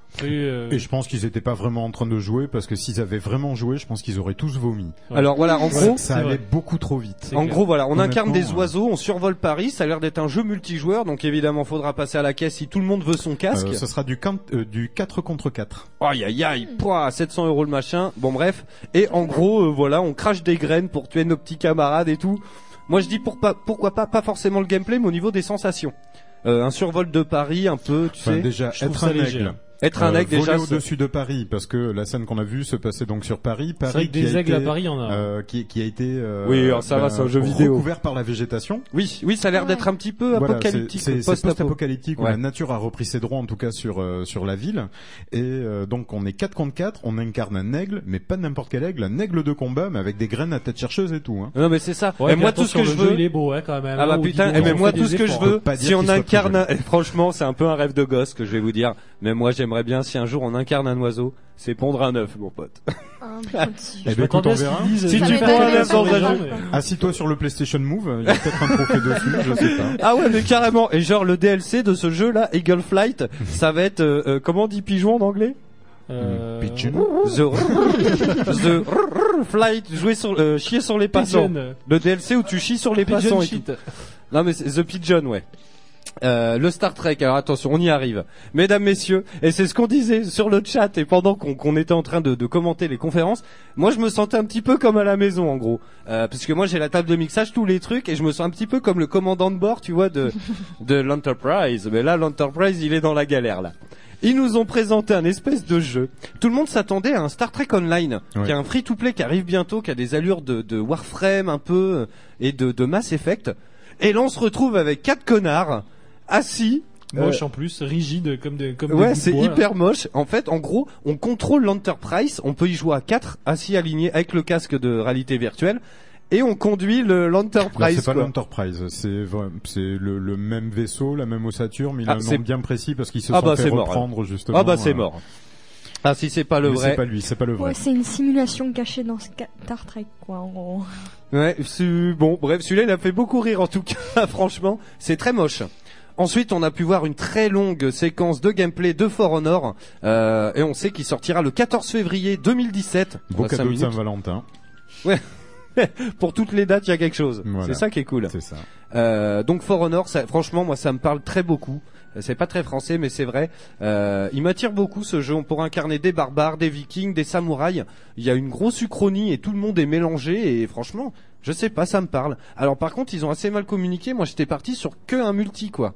Et, euh, Et je pense qu'ils étaient pas vraiment en train de jouer parce que s'ils avaient vraiment joué, je pense qu'ils auraient tous vomi. Ouais. Alors voilà, en Ça, gros, ça c'est allait vrai. beaucoup trop vite. C'est en clair. gros, voilà, on incarne des Honnêtement, oiseaux, on survole Paris, ça a l'air d'être un jeu multijoueur, donc évidemment, faudra passer à la caisse si tout le monde veut son casque. Euh, ce sera du, quint- euh, du quatre contre quatre. Aïe aïe aïe, pouah, sept cents euros le machin. Bon bref, et en gros, euh, voilà, on crache des graines pour tuer nos petits camarades et tout. Moi je dis pour pas, pourquoi pas, pas forcément le gameplay, mais au niveau des sensations. Euh, un survol de Paris, un peu, tu Enfin, sais. déjà, je trouve être ça un léger. aigle. Être un Euh, aigle déjà. voler c'est- au-dessus de Paris, parce que la scène qu'on a vue se passait donc sur Paris. C'est vrai Paris que qui des a aigles été, à Paris, il y en a. euh, qui, qui a été euh, Oui, alors ça va, c'est un jeu vidéo. recouvert par la végétation. Oui, oui, ça a l'air Ouais. d'être un petit peu Voilà, apocalyptique, c'est- c'est c'est post-apo. post-apocalyptique où Ouais. la nature a repris ses droits en tout cas sur euh, sur la ville et euh, donc on est quatre contre quatre, on incarne un aigle mais pas n'importe quel aigle, un aigle de combat mais avec des graines à tête chercheuse et tout hein. Non mais c'est ça. Ouais, et mais moi tout ce attention, que je le jeu, veux. il est beau, hein, quand même. Ah bah hein, on putain, dit, et bon, même on moi fait tout des ce que je efforts. veux, On peut pas si dire on qu'il soit incarne, plus un... et franchement c'est un peu un rêve de gosse que je vais vous dire, mais moi j'aimerais bien si un jour on incarne un oiseau, c'est pondre un œuf mon pote. Ah, mais au-dessus. Eh Je ben, écoute, m'attendais on à ce verra. qu'ils disent, Si euh, tu je prends vais un pas œuf aller dans sur un les gens, jeu. mais- Assis-toi sur le PlayStation Move, il y a peut-être un trophée dessus, je sais pas. Ah ouais mais carrément, et genre le D L C de ce jeu là, Eagle Flight, ça va être, euh, euh, comment on dit pigeon en anglais? Euh, Pigeon. The, the Flight, jouer sur, euh, chier sur les passants. Pigeon. Le D L C où tu chies sur les Pigeon passants et shit. tout. Non mais c'est The Pigeon, ouais. Euh, le Star Trek, alors attention, on y arrive. Mesdames, messieurs, et c'est ce qu'on disait sur le chat et pendant qu'on qu'on était en train de, de commenter les conférences, moi je me sentais un petit peu comme à la maison en gros. Euh, parce que moi j'ai la table de mixage, tous les trucs, et je me sens un petit peu comme le commandant de bord, tu vois, de, de l'Enterprise. Mais là, l'Enterprise, il est dans la galère là. Ils nous ont présenté un espèce de jeu. Tout le monde s'attendait à un Star Trek Online, Ouais. qui est un free-to-play qui arrive bientôt, qui a des allures de, de Warframe un peu, euh, et de, de Mass Effect. Et là on se retrouve avec quatre connards, assis. Moche euh, en plus, rigide comme des comme des Ouais, bouts de c'est bois, là. hyper moche. En fait, en gros, on contrôle l'Enterprise, on peut y jouer à quatre, assis alignés avec le casque de réalité virtuelle, et on conduit le Alors, l'Enterprise. c'est pas quoi. l'Enterprise, c'est vra- c'est le, le même vaisseau, la même ossature, mais il a Ah, un c'est- nom bien précis parce qu'ils se Ah sont bah, fait c'est mort, reprendre justement. Ah bah c'est euh, mort. Ah si c'est pas le mais vrai. c'est pas lui, c'est pas le vrai. Ouais, c'est une simulation cachée dans Star Trek, quoi, en gros. Ouais, c'est- bon, bref, celui-là il a fait beaucoup rire en tout cas, franchement, c'est très moche. Ensuite, on a pu voir une très longue séquence de gameplay de For Honor, euh, et on sait qu'il sortira le quatorze février deux mille dix-sept. Beau Dans cinq cadeau de minutes. Saint-Valentin, Pour toutes les dates, il y a quelque chose. Voilà. C'est ça qui est cool. c'est ça. Euh, donc For Honor, ça, franchement, moi, ça me parle très beaucoup. Euh, C'est pas très français, mais c'est vrai. Euh, il m'attire beaucoup ce jeu. On pourra incarner des barbares, des vikings, des samouraïs. Il y a une grosse uchronie et tout le monde est mélangé. Et franchement, je sais pas, ça me parle. Alors par contre, ils ont assez mal communiqué. Moi, j'étais parti sur que un multi, quoi.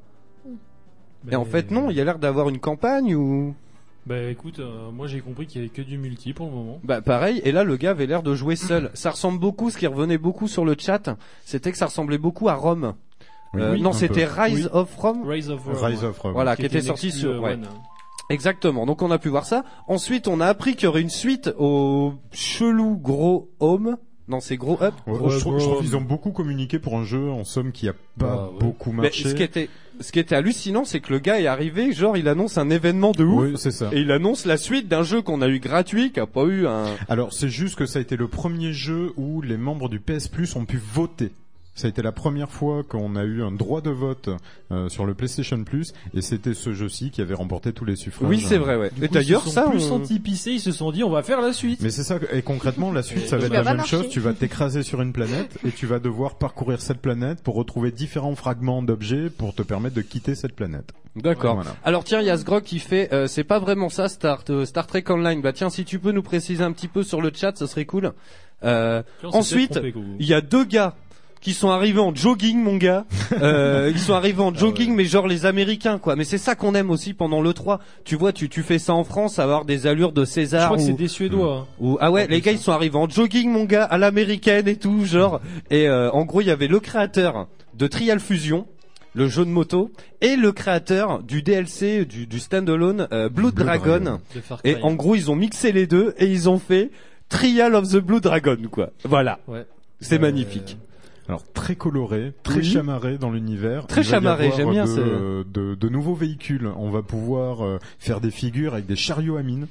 Et en Mais- fait, non. Il y a l'air d'avoir une campagne ou. Bah écoute, euh, moi j'ai compris qu'il y avait que du multi pour le moment. Bah pareil, et là le gars avait l'air de jouer seul. Ça ressemble beaucoup, ce qui revenait beaucoup sur le chat, c'était que ça ressemblait beaucoup à Rome. Oui, Euh, oui, non, un c'était peu. Rise Oui. of Rome. Rise of Rome, Rise ouais. of Rome. Voilà, qui était une sorti exclu, sur. euh, Ouais. One. Exactement. Donc on a pu voir ça. Ensuite, on a appris qu'il y aurait une suite au chelou gros home. Non, c'est gros up. Ouais, Ouais, je, trouve, gros, je trouve euh, qu'ils ont beaucoup communiqué pour un jeu en somme qui a pas Bah, ouais. beaucoup Mais marché. ce qui était, ce qui était hallucinant, c'est que le gars est arrivé, genre il annonce un événement de ouf. Oui, c'est ça. Et il annonce la suite d'un jeu qu'on a eu gratuit, qui a pas eu un. Alors c'est juste que ça a été le premier jeu où les membres du P S Plus ont pu voter. Ça a été la première fois qu'on a eu un droit de vote euh, sur le PlayStation Plus, et c'était ce jeu-ci qui avait remporté tous les suffrages. Oui, c'est vrai, ouais. Du Et coup, d'ailleurs, ils se sont ça, plus on- sentis pisser, ils se sont dit on va faire la suite. Mais c'est ça, et concrètement, la suite, ça va Ça être va la pas même marcher. chose. Tu vas t'écraser sur une planète et tu vas devoir parcourir cette planète pour retrouver différents fragments d'objets pour te permettre de quitter cette planète. D'accord. Voilà. Alors tiens, il y a ce grog qui fait, euh, c'est pas vraiment ça Star, euh, Star Trek Online. Bah tiens, si tu peux nous préciser un petit peu sur le chat, ce serait cool. Euh, Tiens, on s'est ensuite, peut-être trompé, Kougou. il y a deux gars qui sont arrivés en jogging, mon gars. Euh, ils sont arrivés en jogging, mais genre les Américains, quoi. Mais c'est ça qu'on aime aussi pendant l'E trois. Tu vois, tu tu fais ça en France, avoir des allures de Je César crois que ou, c'est des Suédois. hein. ou- ah ouais, En les plus, gars hein. ils sont arrivés en jogging, mon gars, à l'américaine et tout, genre. Et euh, en gros, il y avait le créateur de Trial Fusion, le jeu de moto, et le créateur du D L C du, du standalone euh, Blood Blood Dragon. Dragon. De Far Et Cry. en gros, ils ont mixé les deux et ils ont fait Trial of the Blue Dragon, quoi. Voilà, Ouais. c'est Euh, magnifique. Alors très coloré, très Oui. chamarré dans l'univers. Très Il va y chamarré, avoir j'aime bien de, de, de nouveaux véhicules. On va pouvoir euh, faire des figures avec des chariots à mine.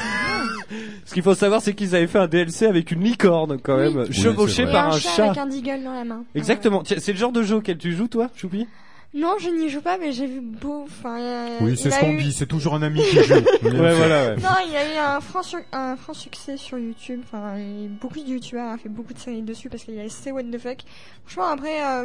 Ce qu'il faut savoir, c'est qu'ils avaient fait un D L C avec une licorne, quand Oui. même, Oui, chevauchée c'est Et par un un chat, chat. avec un deagle dans la main. Exactement. Tiens, c'est le genre de jeu auquel tu joues, toi, Choupi? Non, je n'y joue pas, mais j'ai vu beau. Enfin, euh, Oui, il c'est a ce qu'on eu- dit, c'est toujours un ami qui joue. Ouais, voilà, ouais. Non, il a eu un franc, su- un franc succès sur YouTube. Enfin, il y a beaucoup de youtubeurs ont fait beaucoup de séries dessus parce qu'il y a C'est What the Fuck. Franchement, après, euh,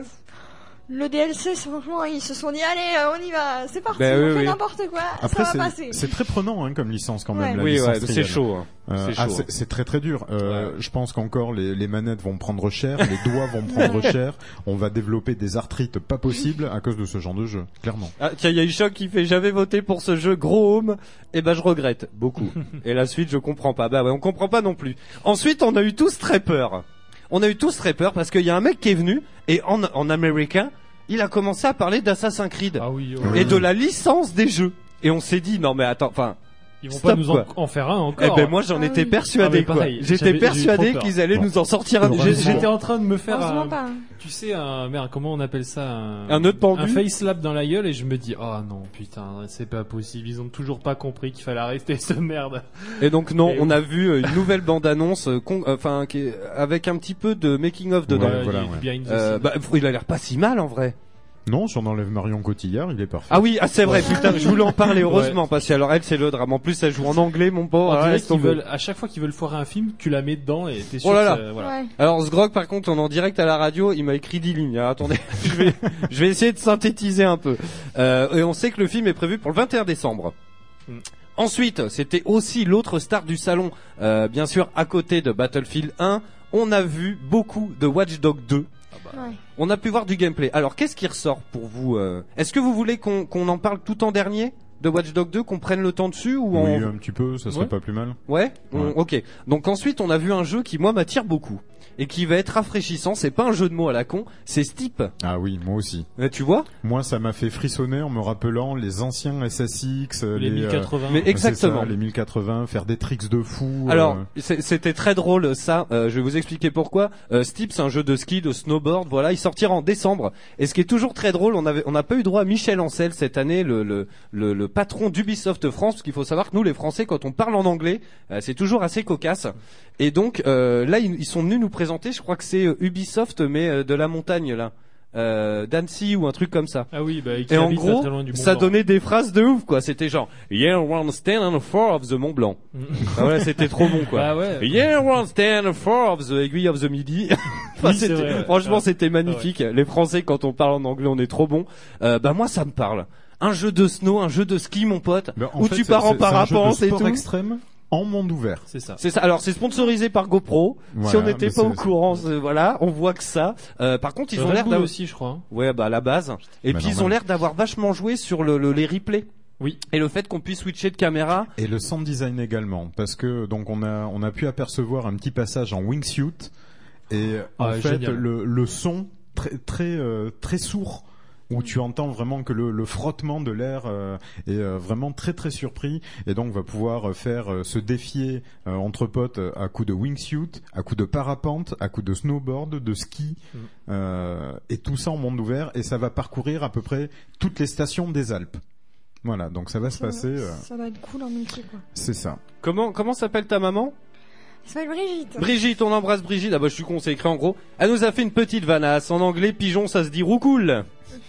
le D L C, c'est franchement, ils se sont dit, allez, euh, on y va, c'est parti, Bah, on oui, fait oui. n'importe quoi, Après, ça va c'est, passer. c'est très prenant hein, comme licence quand même. Ouais. La Oui, licence ouais, c'est trial. chaud. Hein. Euh, C'est ah, chaud. c'est, c'est très très dur. Euh, Je pense qu'encore les, les manettes vont prendre cher, les doigts vont prendre cher. On va développer des arthrites pas possibles à cause de ce genre de jeu, clairement. Ah, tiens, il y a Ishok qui fait j'avais voté pour ce jeu gros home. Eh ben, je regrette beaucoup. Et la suite, je comprends pas. Bah ouais, on comprend pas non plus. Ensuite, on a eu tous très peur. On a eu tous très peur parce qu'il y a un mec qui est venu et en, en américain, il a commencé à parler d'Assassin's Creed Ah oui, Oui. et de la licence des jeux. Et on s'est dit non mais attends, enfin. ils vont Stop, pas nous en, quoi. en faire un Eh encore. ben moi j'en Ah étais oui. persuadé Ah, mais quoi. pareil, J'étais j'avais- j'ai eu persuadé trop peur. qu'ils allaient Bon. nous en sortir un. Heureusement. J'ai- J'ai- J'étais en train de me faire Heureusement un, pas. tu sais, un merde, comment on appelle ça, un, Un nœud pendu. un face slap dans la gueule et je me dis, oh non, putain, c'est pas possible, ils ont toujours pas compris qu'il fallait arrêter ce merde. Et donc non, Et on oui. a vu euh, une nouvelle bande-annonce, euh, con- euh, enfin qui est- avec un petit peu de making of dedans. Ouais, voilà, il y a ouais. du behind the Euh, scenes. bah, il a l'air pas si mal en vrai. Non, si on enlève Marion Cotillard, il est parfait. Ah oui, ah c'est vrai, putain, je voulais en parler heureusement parce que alors elle c'est le drame. En plus, ça joue en anglais, mon pauvre. On Ah, dirait laisse qu'ils tomber. veulent, à chaque fois qu'ils veulent foirer un film, tu la mets dedans et t'es sûr Oh là là. que ça- voilà. Ouais. Alors Sgrog, par contre, on est en direct à la radio, il m'a écrit dix lignes. Alors, attendez, je vais, je vais essayer de synthétiser un peu. Euh, et on sait que le film est prévu pour le vingt et un décembre. Mm. Ensuite, c'était aussi l'autre star du salon, euh, bien sûr, à côté de Battlefield un. On a vu beaucoup de Watch Dogs deux. Ouais. On a pu voir du gameplay. Alors, qu'est-ce qui ressort pour vous euh Est-ce que vous voulez qu'on qu'on en parle tout en dernier de Watch Dogs deux, qu'on prenne le temps dessus ou Oui, on... un petit peu, ça serait Ouais. pas plus mal. Ouais, on- Ouais. ok. Donc ensuite, on a vu un jeu qui, moi, m'attire beaucoup. Et qui va être rafraîchissant. C'est pas un jeu de mots à la con, c'est Steep. Ah oui, moi aussi. Euh, tu vois Moi, ça m'a fait frissonner en me rappelant les anciens S S X, euh, Les euh, mille quatre-vingts. mais c'est exactement. ça, les mille quatre-vingts, faire des tricks de fou. Alors, euh, c'est- c'était très drôle ça. Euh, je vais vous expliquer pourquoi. Euh, Steep, c'est un jeu de ski, de snowboard. Voilà, il sortira en décembre. Et ce qui est toujours très drôle, on avait, on n'a pas eu droit à Michel Ancel cette année, le le le, le patron d'Ubisoft France. Parce qu'il faut savoir que nous, les Français, quand on parle en anglais, euh, c'est toujours assez cocasse. Et donc euh, là, ils, ils sont venus nous présenter. Je crois que c'est euh, Ubisoft, mais euh, de la montagne là, euh, d'Annecy ou un truc comme ça. Ah oui, bah, qui Et en habite pas gros, très loin du Mont ça Blanc. donnait des phrases de ouf, quoi. C'était genre, yeah, one stand on the floor of the Mont Blanc. Ah ouais, c'était trop bon, quoi. Ah ouais. Yeah, one stand on the floor of the aiguille of the midi. Enfin, Oui, c'est c'était- vrai, ouais. franchement, Ouais. c'était magnifique. Les Français, quand on parle en anglais, on est trop bon. Euh, bah, moi, ça me parle. Un jeu de snow, un jeu de ski, mon pote, ben, en où fait, tu c'est- pars en c'est- c'est un jeu de parapente et sport tout. extrême en monde ouvert. C'est ça. C'est ça. Alors, c'est sponsorisé par GoPro. si Voilà, on n'était mais pas c'est- au courant, c'est- voilà, on voit que ça. Euh, par contre, ils ont Red l'air Bull d'avoir... aussi, je crois. hein. Ouais, bah, à la base. Et Bah, puis, ils normal. ont l'air d'avoir vachement joué sur le, le- les replays. Oui. Et le fait qu'on puisse switcher de caméra. Et le sound design également, parce que donc on a on a pu apercevoir un petit passage en wingsuit et en Ah, fait génial. le le son très très euh, très sourd où tu entends vraiment que le, le frottement de l'air euh, est euh, vraiment très très surpris et donc on va pouvoir euh, faire euh, se défier euh, entre potes euh, à coups de wingsuit, à coups de parapente, à coups de snowboard, de ski Mm. euh, et tout ça en monde ouvert et ça va parcourir à peu près toutes les stations des Alpes. Voilà, donc ça va se Ça, passer, euh, ça doit être cool en multi, quoi. c'est ça. Comment, comment s'appelle ta maman? Ça s'appelle Brigitte. Brigitte, on embrasse Brigitte. Ah bah je suis con, c'est écrit en gros. Elle nous a fait une petite vanasse. En anglais, pigeon, ça se dit roucoule.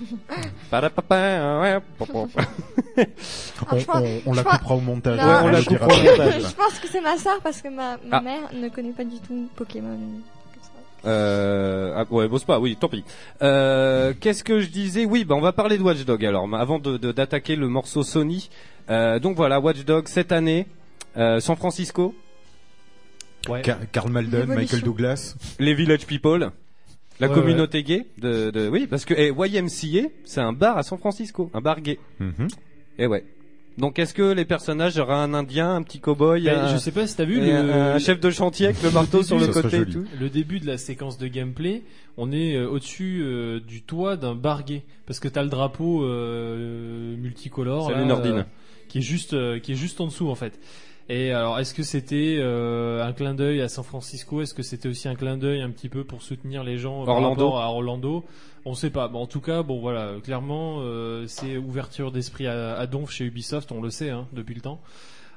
Padapapa, ouais, papa. Ah, On, je pense- on- on la je pense- coupera au montage. Non, Ouais, on la je dirai coupera au pas. montage. Je pense que c'est ma sœur parce que ma, ma Ah. mère ne connaît pas du tout Pokémon. comme ça. Euh, ah, ouais, bosse pas, oui, tant pis. Euh, qu'est-ce que je disais? Oui, bah on va parler de Watch Dogs alors, mais avant de, de- d'attaquer le morceau Sony. Euh, donc voilà, Watch Dogs cette année, euh, San Francisco, Ouais. Car- Karl Malden, L'évolution. Michael Douglas. les Village People, la Ouais, communauté gay de, de, oui, parce que eh, Y M C A, c'est un bar à San Francisco, un bar gay. Mhm. Et ouais. Donc est-ce que les personnages, il y aura un Indien, un petit cow-boy, Ben, un, je sais pas si t'as vu et le, un, un chef de chantier avec le marteau sur le Ça serait côté et joli. tout? le début de la séquence de gameplay, on est euh, au-dessus euh, du toit d'un bar gay parce que t'as le drapeau euh, multicolore Salut là, Nordine. euh, qui est juste euh, qui est juste en dessous en fait. Et alors, est-ce que c'était euh, un clin d'œil à San Francisco? Est-ce que c'était aussi un clin d'œil un petit peu pour soutenir les gens par Orlando. rapport à Orlando? On sait pas. Bon, en tout cas, bon voilà, clairement, euh, c'est ouverture d'esprit à, à donf chez Ubisoft, on le sait hein, depuis le temps.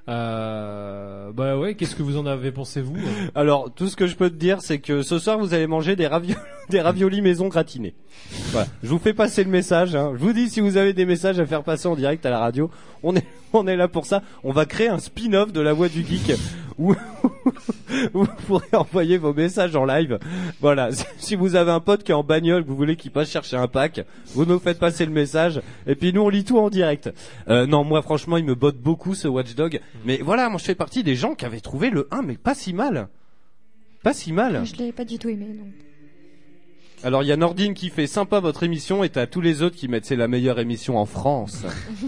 Euh, bah ouais, qu'est-ce que vous en avez pensé vous? Alors, tout ce que je peux te dire, c'est que ce soir, vous allez manger des raviolis, des raviolis maison gratinés. Voilà. Je vous fais passer le message. Hein. Je vous dis si vous avez des messages à faire passer en direct à la radio, on est on est là pour ça. On va créer un spin-off de la Voix du Geek où, où vous pourrez envoyer vos messages en live. Voilà. Si vous avez un pote qui est en bagnole, que vous voulez qu'il passe chercher un pack, vous nous faites passer le message et puis nous on lit tout en direct. Euh, non, moi franchement, il me botte beaucoup ce Watch Dog. Mais voilà, moi je fais partie des gens qui avaient trouvé le un, mais pas si mal. Pas si mal. Je l'ai pas du tout aimé, donc. Alors il y a Nordine qui fait sympa votre émission et t'as tous les autres qui mettent c'est la meilleure émission en France.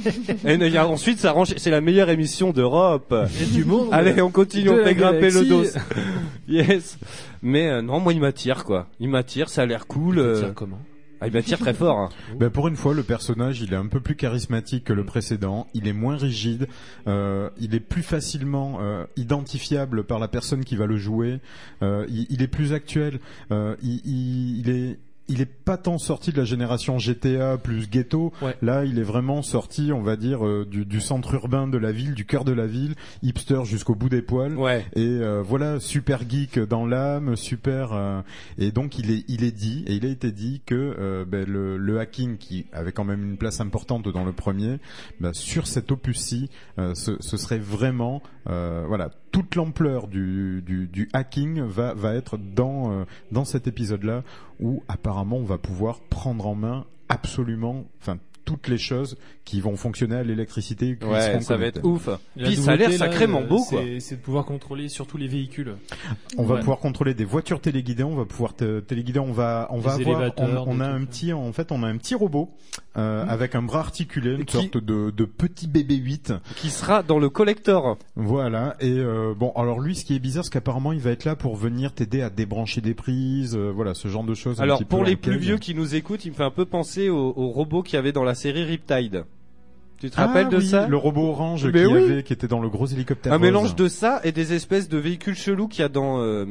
Et il y a ensuite ça range c'est la meilleure émission d'Europe. Et du monde. Allez, on continue, on de fait la grimper le dos. galaxie. Yes. Mais euh, non, moi il m'attire quoi. Il m'attire, ça a l'air cool. Ça euh. tient comment? Ah, il m'attire très fort. Hein. Ben pour une fois, le personnage, il est un peu plus charismatique que le précédent. Il est moins rigide. Euh, il est plus facilement euh, identifiable par la personne qui va le jouer. Euh, il, il est plus actuel. Euh, il, il, il est il est pas tant sorti de la génération G T A plus ghetto. Ouais. Là, il est vraiment sorti, on va dire, euh, du, du centre urbain de la ville, du cœur de la ville, hipster jusqu'au bout des poils. Ouais. Et euh, voilà, super geek dans l'âme, super. Euh, et donc il est, il est dit, et il a été dit que euh, ben, le, le hacking, qui avait quand même une place importante dans le premier, ben, sur cet opus-ci, euh, ce, ce serait vraiment, euh, voilà, toute l'ampleur du, du, du hacking va, va être dans, euh, dans cet épisode-là, où apparemment on va pouvoir prendre en main absolument, enfin toutes les choses qui vont fonctionner à l'électricité. qui Ouais, seront ça va connectées. être ouf. La Puis ça a l'air nouveauté, là, sacrément euh, beau quoi. c'est- C'est de pouvoir contrôler surtout les véhicules. On va Ouais. pouvoir contrôler des voitures téléguidées, on va pouvoir te- téléguider, on va, on Des va avoir, élévateurs, on, on des a un trucs. petit, en fait, on a un petit robot euh, avec un bras articulé, une Qui- sorte de, de petit bébé huit. Qui sera dans le collector. Voilà. Et euh, bon, alors lui, ce qui est bizarre, c'est qu'apparemment, il va être là pour venir t'aider à débrancher des prises, euh, voilà, ce genre de choses. un Alors petit pour peu les arcade. plus vieux qui nous écoutent, il me fait un peu penser au, au robot qu'il y avait dans la série Riptide. Tu te Ah rappelles de oui, ça? le robot orange Mais qui oui. avait, qui était dans le gros hélicoptère. Un rose. mélange de ça et des espèces de véhicules chelous qu'il y a dans euh,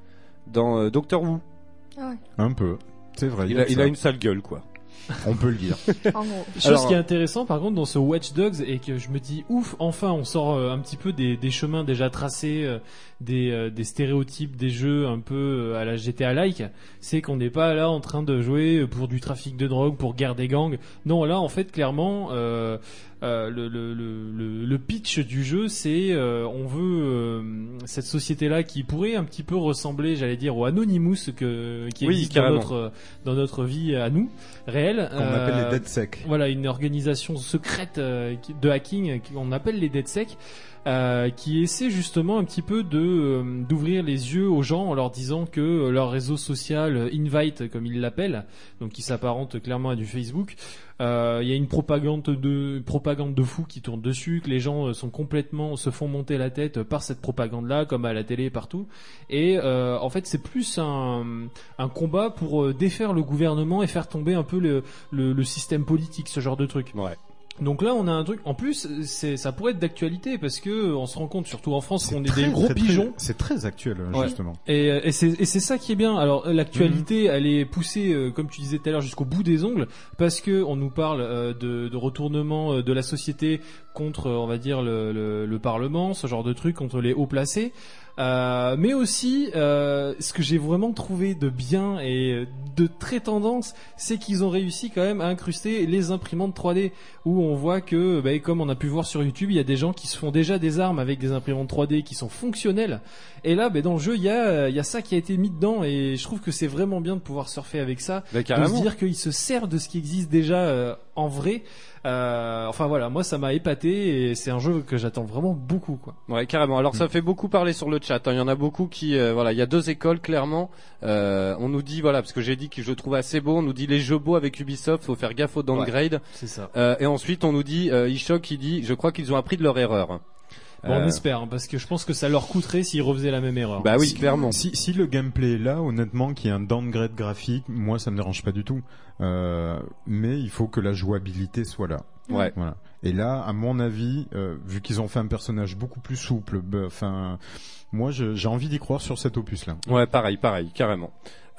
dans euh, Doctor Who. Ah ouais, Un peu. C'est vrai. Il y a, de il ça. a une sale gueule quoi. On peut le dire. en gros. Chose Alors, qui est intéressant par contre dans ce Watch Dogs et que je me dis ouf, enfin on sort euh, un petit peu des, des chemins déjà tracés, euh, des, euh, des stéréotypes des jeux un peu euh, à la G T A like, c'est qu'on n'est pas là en train de jouer pour du trafic de drogue, pour guerre des gangs. Non, là en fait clairement euh, euh, le, le, le, le, le pitch du jeu c'est euh, on veut euh, cette société là qui pourrait un petit peu ressembler, j'allais dire, au Anonymous que, qui Oui, existe dans carrément. notre, dans notre vie à nous, réelle. Qu'on appelle Euh, les DeadSec. voilà, une organisation secrète euh, qui- de hacking qu'on appelle les DeadSec, euh, qui essaie justement un petit peu de euh, d'ouvrir les yeux aux gens en leur disant que euh, leur réseau social euh, Invite, comme ils l'appellent, donc qui s'apparente clairement à du Facebook, euh, il y a une propagande de propagande de fou qui tourne dessus, que les gens euh, sont complètement se font monter la tête par cette propagande-là, comme à la télé partout. Et euh, en fait, c'est plus un un combat pour euh, défaire le gouvernement et faire tomber un peu le le, le système politique, ce genre de truc. Ouais. Donc là, on a un truc. En plus, c'est ça pourrait être d'actualité parce que on se rend compte, surtout en France, qu'on est très, des gros très, très- pigeons. C'est très actuel, Ouais. justement. Et, et c'est et c'est ça qui est bien. Alors l'actualité, elle est poussée, euh, comme tu disais tout à l'heure, jusqu'au bout des ongles, parce que on nous parle euh, de, de retournement euh, de la société contre, euh, on va dire, le, le, le Parlement, ce genre de truc, contre les hauts placés. Euh, mais aussi, euh, ce que j'ai vraiment trouvé de bien et de très tendance, c'est qu'ils ont réussi quand même à incruster les imprimantes trois D, où on voit que, bah, comme on a pu voir sur YouTube, il y a des gens qui se font déjà des armes avec des imprimantes trois D qui sont fonctionnelles. Et là, bah, dans le jeu, il y a, il y a ça qui a été mis dedans, et je trouve que c'est vraiment bien de pouvoir surfer avec ça, Bah, de se carrément. dire qu'ils se servent de ce qui existe déjà euh, en vrai. Euh, enfin voilà, moi ça m'a épaté et c'est un jeu que j'attends vraiment beaucoup, quoi. Ouais, carrément. Alors ça fait beaucoup parler sur le chat. hein. Il y en a beaucoup qui, euh, voilà, il y a deux écoles clairement. Euh, on nous dit, voilà, parce que j'ai dit que je le trouve assez beau. On nous dit les jeux beaux avec Ubisoft, faut faire gaffe au downgrade. C'est ça. Euh, et ensuite on nous dit, euh, Ishok qui dit, je crois qu'ils ont appris de leur erreur. Bon, Euh, on espère, hein, parce que je pense que ça leur coûterait s'ils refaisaient la même erreur. Bah oui, Si- clairement. Si, si le gameplay est là, honnêtement, qu'il y ait un downgrade graphique, moi ça me dérange pas du tout. Euh, mais il faut que la jouabilité soit là. Ouais. Voilà. Et là, à mon avis, euh, vu qu'ils ont fait un personnage beaucoup plus souple, enfin, moi je- j'ai envie d'y croire sur cet opus-là. Ouais, pareil, pareil, carrément.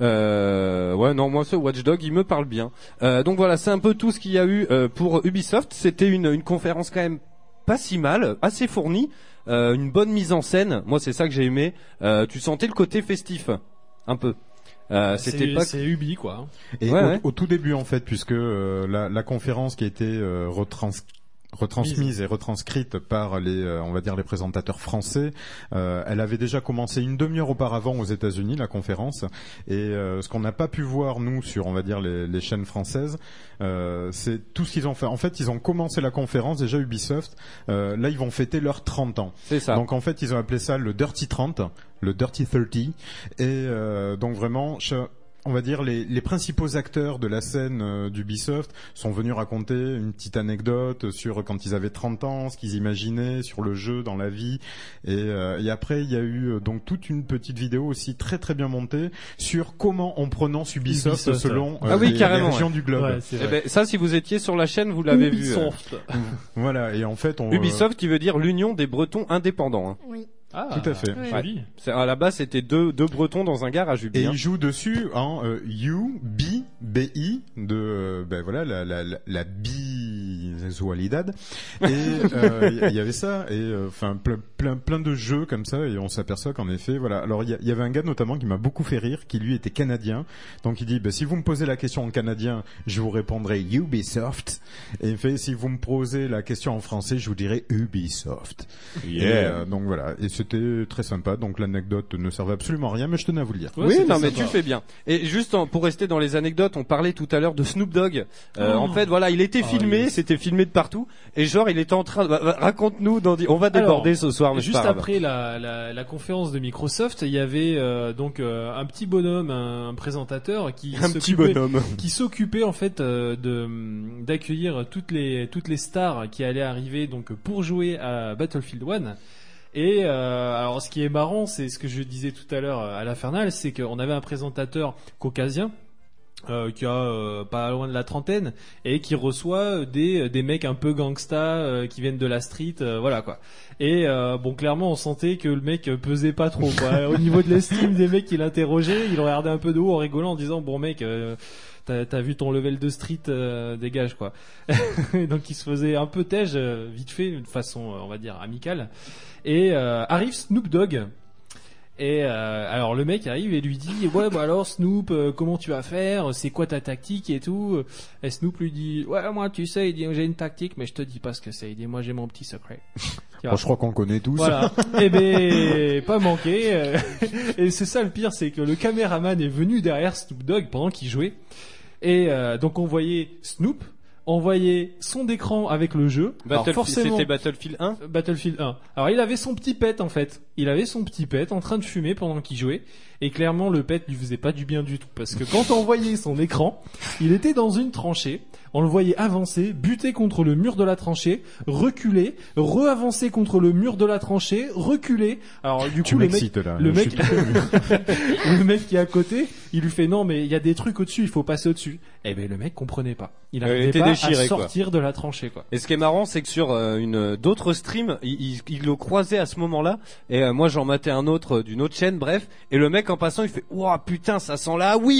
Euh, ouais, non, moi ce Watch Dog, il me parle bien. Euh, donc voilà, c'est un peu tout ce qu'il y a eu euh, pour Ubisoft. C'était une, une conférence quand même pas si mal, assez fournie, euh, une bonne mise en scène. Moi, c'est ça que j'ai aimé. Euh, tu sentais le côté festif, un peu. Euh, c'était c'est, pas c'est Ubi quoi. Et Ouais, au, ouais. au tout début en fait, puisque euh, la, la conférence qui a été euh, retrans retransmise et retranscrite par les, euh, on va dire les présentateurs français, euh, elle avait déjà commencé une demi-heure auparavant aux États-Unis la conférence, et euh, ce qu'on n'a pas pu voir nous sur, on va dire les, les chaînes françaises, euh, c'est tout ce qu'ils ont fait. En fait, ils ont commencé la conférence déjà Ubisoft. Euh, là, ils vont fêter leurs trente ans. c'est ça. Donc en fait, ils ont appelé ça le Dirty trente, le Dirty trente, et euh, donc vraiment. cha- On va dire les, les principaux acteurs de la scène euh, d'Ubisoft sont venus raconter une petite anecdote sur quand ils avaient trente ans, ce qu'ils imaginaient sur le jeu, dans la vie. Et, euh, et après, il y a eu euh, donc toute une petite vidéo aussi très très bien montée sur comment on prononce Ubisoft, Ubisoft, selon euh, Ah oui, les, les carrément, régions du globe. Ouais, c'est Eh vrai. ben, ça, si vous étiez sur la chaîne, vous l'avez vu. euh. Ubisoft. Voilà. Et en fait, on Ubisoft qui veut dire l'Union des Bretons indépendants. Hein. Oui. Ah, Tout à fait. Oui. joli. C'est, à la base, c'était deux, deux Bretons dans un garage, Ubi. Et hein. il joue dessus en euh, U, B, B I de euh, ben voilà la la la, la bisexualidad. Et euh, il y avait ça et enfin plein plein plein de jeux comme ça, et on s'aperçoit qu'en effet voilà. Alors il y, a- il y avait un gars notamment qui m'a beaucoup fait rire, qui lui était canadien. Donc il dit bah, si vous me posez la question en canadien, je vous répondrai Ubisoft. Et il fait si vous me posez la question en français, je vous dirai Ubisoft. Et, euh, donc voilà, et c'était très sympa. Donc l'anecdote ne servait absolument à rien, mais je tenais à vous le dire. Ouais, oui, c'était non, mais sympa. tu fais bien. Et juste en- pour rester dans les anecdotes, on parlait tout à l'heure de Snoop Dogg. Euh, Oh. En fait, voilà, il était Oh, filmé, yes. c'était filmé de partout. Et genre, il était en train de... bah, bah, raconte-nous, Dandy. On va déborder Alors, ce soir, mais c'est Juste pas grave. après la, la, la conférence de Microsoft, il y avait euh, donc euh, un petit bonhomme, un, un présentateur qui Un petit s'occupait- bonhomme. qui s'occupait en fait euh, de d'accueillir toutes les toutes les stars qui allaient arriver donc pour jouer à Battlefield un. Et euh, alors ce qui est marrant, c'est ce que je disais tout à l'heure à l'Infernal, c'est qu'on avait un présentateur caucasien euh, qui a euh, pas loin de la trentaine et qui reçoit des des mecs un peu gangsta euh, qui viennent de la street, euh, voilà quoi. Et euh, bon, clairement, on sentait que le mec pesait pas trop quoi. Au niveau de l'estime des mecs qu'il interrogeait, il le regardait un peu de haut en rigolant en disant bon mec, euh, t'as t'as vu ton level de street, euh, dégage quoi. Donc il se faisait un peu tège euh, vite fait, de façon euh, on va dire amicale. Et euh, arrive Snoop Dogg. Et euh, alors le mec arrive et lui dit ouais bah alors Snoop, euh, comment tu vas faire, c'est quoi ta tactique et tout. Et Snoop lui dit ouais moi tu sais, il dit j'ai une tactique mais je te dis pas ce que c'est, il dit moi j'ai mon petit secret. Tu vois. Bon, je crois qu'on le connaît tous. Voilà. Eh ben, pas manqué. euh, Et c'est ça le pire, c'est que le caméraman est venu derrière Snoop Dogg pendant qu'il jouait. Et euh, donc on voyait Snoop, on voyait son écran avec le jeu. Alors Battlefield, forcément, c'était Battlefield un. Battlefield un. Alors il avait son petit pet en fait. Il avait son petit pet en train de fumer pendant qu'il jouait. Et clairement le pet lui faisait pas du bien du tout. Parce que quand on voyait son écran, il était dans une tranchée. On le voyait avancer, buter contre le mur de la tranchée, reculer, re-avancer contre le mur de la tranchée, reculer. Alors du Tu coup le mec, m'excites là. le Je mec, suis- le mec qui est à côté, il lui fait non mais il y a des trucs au-dessus, il faut passer au-dessus. Eh ben le mec comprenait pas. Il Euh, il n'arrivait était pas déchiré, à quoi. sortir de la tranchée quoi. Et ce qui est marrant, c'est que sur euh, une d'autres streams, il, il, il le croisait à ce moment-là. Et euh, moi, j'en matais un autre euh, d'une autre chaîne, bref. Et le mec, en passant, il fait « Ouah, putain, ça sent la weed !»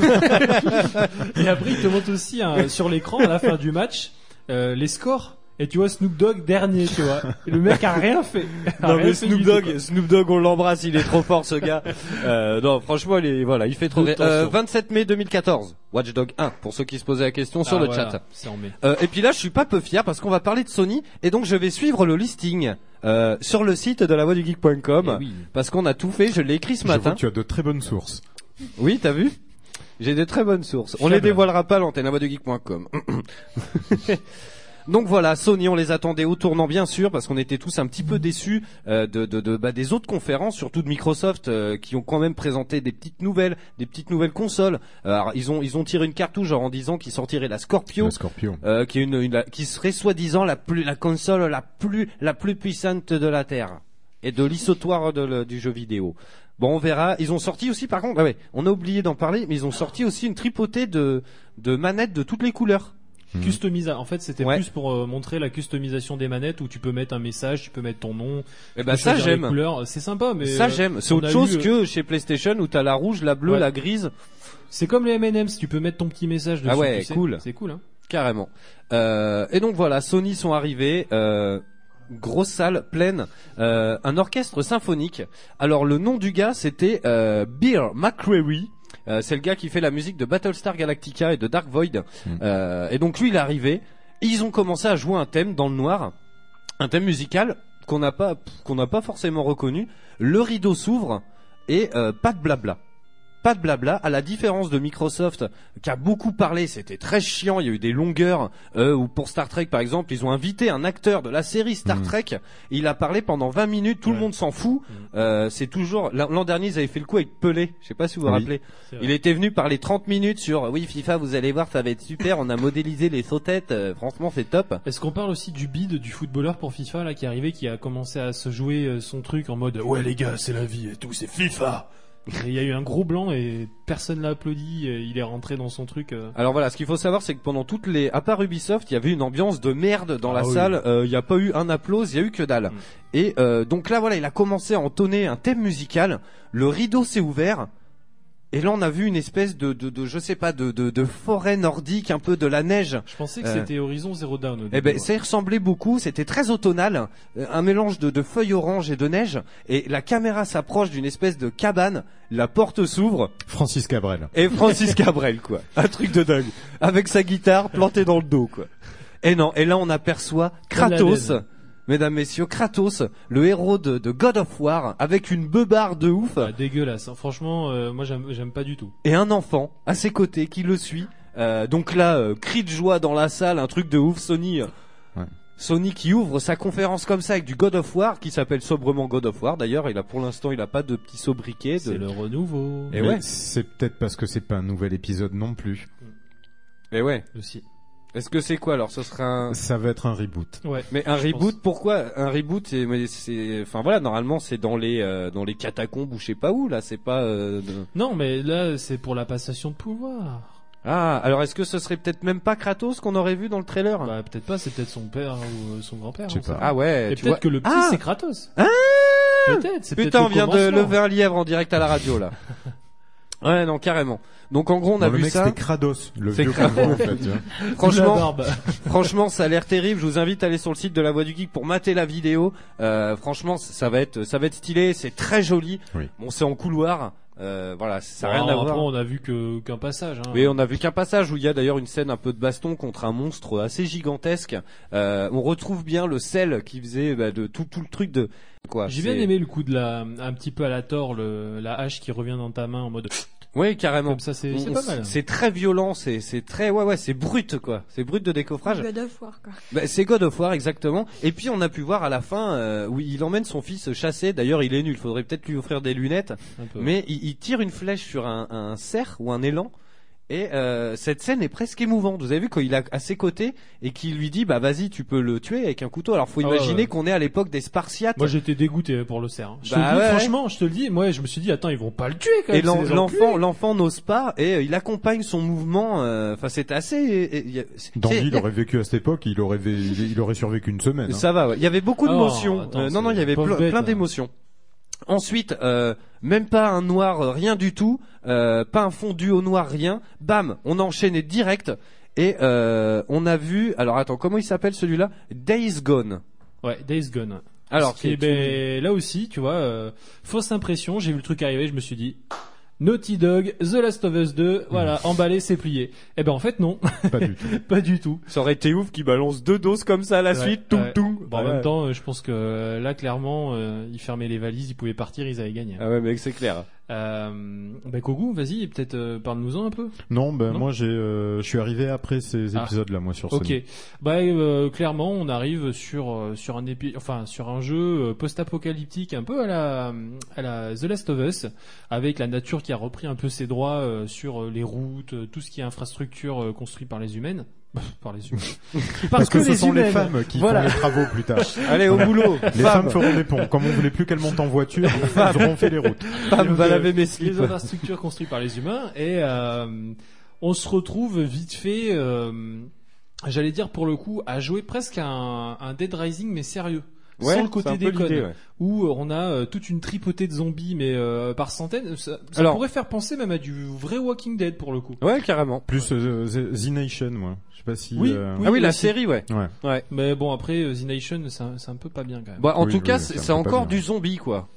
Et après, il te montre aussi hein, sur l'écran à la fin du match euh, les scores. Et tu vois Snoop Dogg dernier, tu vois. Et le mec a rien fait. A Non rien mais fait Snoop du tout, Dogg, quoi. Snoop Dogg, on l'embrasse, il est trop fort ce gars. Euh, non, franchement, il est voilà, il fait trop. De rire. tension. Euh, vingt-sept mai deux mille quatorze, Watch Dogs un, pour ceux qui se posaient la question sur Ah, le voilà, chat. c'est en mai. Euh, et puis là, je suis pas peu fier parce qu'on va parler de Sony et donc je vais suivre le listing euh, sur le site de la voix du geek point com Eh oui. parce qu'on a tout fait. Je l'ai écrit ce Je vois matin. que tu as de très bonnes sources. Oui, t'as vu? J'ai des très bonnes sources. On Fiable. les dévoilera pas à l'antenne la voix du geek point com. Donc voilà, Sony, on les attendait au tournant bien sûr parce qu'on était tous un petit peu déçus euh, de, de, de bah, des autres conférences, surtout de Microsoft, euh, qui ont quand même présenté des petites nouvelles, des petites nouvelles consoles. Euh, alors ils ont ils ont tiré une cartouche genre en disant qu'ils sortiraient la Scorpio, Le Scorpion. euh, qui est une, une- la- qui serait soi-disant la plus la console la plus la plus puissante de la Terre et de l'issotoire de le- du jeu vidéo. Bon, on verra. Ils ont sorti aussi, par contre, ah ouais, on a oublié d'en parler, mais ils ont sorti aussi une tripotée de de manettes de toutes les couleurs. Customisa. En fait, c'était Ouais. plus pour euh, montrer la customisation des manettes où tu peux mettre un message, tu peux mettre ton nom. Et tu bah peux ça choisir les j'aime. couleurs. C'est sympa, mais Ça euh, j'aime. C'est on autre a chose eu, euh, que chez PlayStation où t'as la rouge, la bleue, Ouais. la grise. C'est comme les M and M's, tu peux mettre ton petit message dessus. Ah ouais, tu sais. cool. C'est cool, hein. Carrément. Euh, et donc voilà, Sony sont arrivés. Euh, grosse salle pleine, euh, un orchestre symphonique. Alors le nom du gars c'était euh, Bill McCreary. Euh, c'est le gars qui fait la musique de Battlestar Galactica et de Dark Void. Mm. Euh, et donc lui, il est arrivé. Et ils ont commencé à jouer un thème dans le noir, un thème musical qu'on n'a pas, qu'on n'a pas forcément reconnu. Le rideau s'ouvre et euh, pas de blabla. Pas de blabla, à la différence de Microsoft qui a beaucoup parlé, c'était très chiant, il y a eu des longueurs euh, où pour Star Trek par exemple, ils ont invité un acteur de la série Star Mmh. Trek, il a parlé pendant vingt minutes, tout Ouais. le monde s'en fout. Mmh. Euh, c'est toujours l'an l'an dernier, ils avaient fait le coup avec Pelé, je sais pas si vous vous Oui. rappelez. C'est vrai. Il était venu parler trente minutes sur oui FIFA, vous allez voir, ça va être super, on a modélisé les sautettes, euh, franchement c'est top. Est-ce qu'on parle aussi du bid du footballeur pour FIFA là qui est arrivé, qui a commencé à se jouer euh, son truc en mode ouais les gars c'est la vie et tout, c'est FIFA. Et il y a eu un gros blanc et personne l'a applaudi. Et il est rentré dans son truc. euh. Alors voilà, ce qu'il faut savoir, c'est que pendant toutes les, à part Ubisoft, il y avait une ambiance de merde dans Ah la oui. salle. Euh, Il n'y a pas eu un applause, il y a eu que dalle. Mm. Et euh, donc là, voilà, il a commencé à entonner un thème musical. Le rideau s'est ouvert. Et là, on a vu une espèce de, de, de je sais pas, de, de, de forêt nordique, un peu de la neige. Je pensais que Euh. c'était Horizon Zero Dawn. au Eh début, ben, ouais. ça y ressemblait beaucoup. C'était très automnal, euh, un mélange de, de feuilles oranges et de neige. Et la caméra s'approche d'une espèce de cabane. La porte s'ouvre. Francis Cabrel. Et Francis Cabrel, quoi. Un truc de dingue. Avec sa guitare plantée dans le dos, quoi. Et non, et là on aperçoit Kratos, Aladdin. mesdames, messieurs, Kratos, le héros de, de God of War, avec une beubare de ouf, Ah, dégueulasse. hein. Franchement, euh, moi j'aime j'aime pas du tout. et un enfant à ses côtés qui le suit. Euh, donc là, euh, cri de joie dans la salle, un truc de ouf. Sony, euh, Ouais. Sony qui ouvre sa conférence comme ça avec du God of War, qui s'appelle sobrement God of War. D'ailleurs, il a pour l'instant, il a pas de petit sobriquet. De... C'est le renouveau. Et Mais ouais. c'est peut-être parce que c'est pas un nouvel épisode non plus. Et ouais. Aussi. Est-ce que c'est quoi alors? Ce sera un. Ça va être un reboot. Ouais. Mais un Je reboot, pense. pourquoi un reboot? C'est, mais c'est, enfin voilà, normalement c'est dans les euh, dans les catacombes ou je sais pas où là, c'est pas. Euh, de- Non, mais là c'est pour la passation de pouvoir. Ah, alors est-ce que ce serait peut-être même pas Kratos qu'on aurait vu dans le trailer? Bah peut-être pas. C'est peut-être son père ou euh, son grand-père. Je sais on sait pas. Ah ouais, Et tu vois. peut-être que le petit Ah c'est Kratos. Ah Peut-être. C'est peut-être Putain, on le vient de commencement. lever un lièvre en direct à la radio là. Ouais, non, carrément. Donc en gros, on a Non, le vu mec ça. c'était Kratos, le C'est vieux Kratos. qu'on voit, en fait. tu vois. Sous la Franchement, barbe. franchement, ça a l'air terrible. Je vous invite à aller sur le site de la Voix du Geek pour mater la vidéo. Euh, franchement, ça va être, ça va être stylé. C'est très joli. Oui. Bon, c'est en couloir. Euh, voilà, ça n'a rien Non, à après, voir. on a vu que qu'un passage. Hein. Oui, on a vu qu'un passage où il y a d'ailleurs une scène un peu de baston contre un monstre assez gigantesque. Euh, on retrouve bien le sel qui faisait bah, de tout tout le truc de quoi. J'ai c'est- bien aimé le coup de la, un petit peu à la Thor, le, la hache qui revient dans ta main en mode. Oui, carrément. Comme ça, c'est On- c'est on- pas mal. C'est très violent, c'est c'est très ouais ouais, c'est brut quoi. C'est brut de décoffrage. God of War, quoi. Bah, c'est God of War exactement. Et puis on a pu voir à la fin euh, où il emmène son fils chasser. D'ailleurs, il est nul. Faudrait peut-être lui offrir des lunettes. Un peu. Mais il, il tire une flèche sur un, un cerf ou un élan. Et euh, cette scène est presque émouvante. Vous avez vu quand il est à ses côtés et qu'il lui dit bah vas-y tu peux le tuer avec un couteau. Alors faut Ah ouais, imaginer ouais. qu'on est à l'époque des Spartiates. Moi j'étais dégoûté pour le cerf. Je te Bah le dis, ouais, franchement, je te le dis. Moi je me suis dit attends ils vont pas le tuer quand Et même. l'en- c'est des l'enfant, enculés. l'enfant n'ose pas et euh, il accompagne son mouvement. euh, Enfin, c'est assez. et- et- il y a- c'est- Dandy, c'est- il aurait vécu à cette époque, il aurait, vé- il il aurait survécu une semaine. hein. Ça va. Ouais. Il y avait beaucoup Oh, d'émotions. attends, Euh, non, non, il y c'est avait pauvre plein, bête, plein hein. d'émotions. Ensuite, euh, même pas un noir, euh, rien du tout, euh, pas un fondu au noir, rien. Bam, on a enchaîné direct et euh, on a vu. Alors attends, comment il s'appelle celui-là? Days Gone. Ouais, Days Gone. Alors, Ce qui est- qui- ben, là aussi, tu vois, euh, fausse impression. J'ai vu le truc arriver, je me suis dit. Naughty Dog, The Last of Us deux, voilà, emballé, c'est plié. Eh ben en fait non, Pas du tout. pas du tout. Ça aurait été ouf qu'il balance deux doses comme ça à la Ouais, suite, tout, ouais. tout. Bon, en même temps, euh, je pense que euh, là, clairement, euh, ils fermaient les valises, ils pouvaient partir, ils avaient gagné. Ah ouais, mec, c'est clair. Euh, bah Kogu, vas-y, peut-être euh, parle-nous-en un peu. Non, ben Non moi j'ai, euh, je suis arrivé après ces Ah. épisodes-là, moi sur Ok. Sony. Bah euh, clairement, on arrive sur euh, sur un épi- enfin sur un jeu euh, post-apocalyptique un peu à la à la The Last of Us, avec la nature qui a repris un peu ses droits euh, sur euh, les routes, euh, tout ce qui est infrastructure euh, construit par les humains. par les humains. Parce, que, ce sont les humaines. femmes qui Voilà. font les travaux plus tard. Allez, au boulot. Les Femme, femmes feront des ponts. Comme on voulait plus qu'elles montent en voiture, elles auront fait les routes. femme Donc, va euh, laver mes les slips. infrastructures construites par les humains et euh, on se retrouve vite fait, euh, j'allais dire pour le coup, à jouer presque à un, un Dead Rising mais sérieux. Ouais, sans le c'est côté un peu déconne, l'idée, ouais. où on a euh, toute une tripotée de zombies mais euh, par centaines. Ça, ça Alors- pourrait faire penser même à du vrai Walking Dead pour le coup. Ouais, carrément. Plus euh, The The Nation, moi. Je sais pas si. Oui, euh, oui. ah oui, la aussi. série, ouais. Ouais. Ouais. Mais bon après euh, The Nation c'est un, c'est un peu pas bien quand même. Bah, en Oui, tout oui, cas, oui, c'est c'est un c'est peu pas encore bien. du zombie, quoi.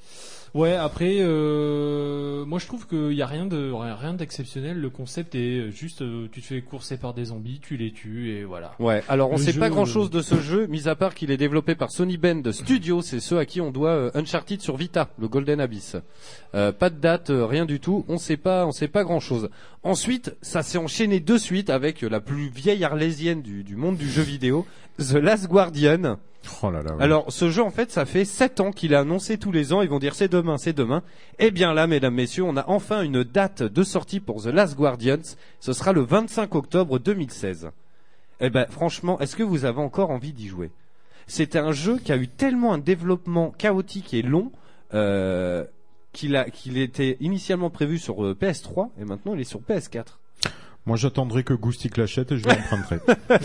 Ouais, après, euh, moi je trouve qu'il y a rien de rien d'exceptionnel. Le concept est juste, euh, tu te fais courser par des zombies, tu les tues et voilà. Ouais, alors on Le sait jeu, pas grand chose euh, de ce jeu, mis à part qu'il est développé par Sony Bend Studios, c'est ceux à qui on doit euh, Uncharted sur Vita, le Golden Abyss. Euh, pas de date, euh, rien du tout, on sait pas, on sait pas grand chose. Ensuite, ça s'est enchaîné de suite avec euh, la plus vieille arlésienne du, du monde du jeu vidéo, The Last Guardian. Oh là là. Ouais. Alors, ce jeu, en fait, ça fait sept ans qu'il est annoncé tous les ans. Ils vont dire c'est demain, c'est demain. Eh bien là, mesdames, messieurs, on a enfin une date de sortie pour The Last Guardians. Ce sera le vingt-cinq octobre deux mille seize. Eh ben, franchement, est-ce que vous avez encore envie d'y jouer? C'était un jeu qui a eu tellement un développement chaotique et long, euh, qu'il a, qu'il était initialement prévu sur euh, P S trois et maintenant il est sur P S quatre. Moi, j'attendrai que Goustic l'achète et je l'emprunterai.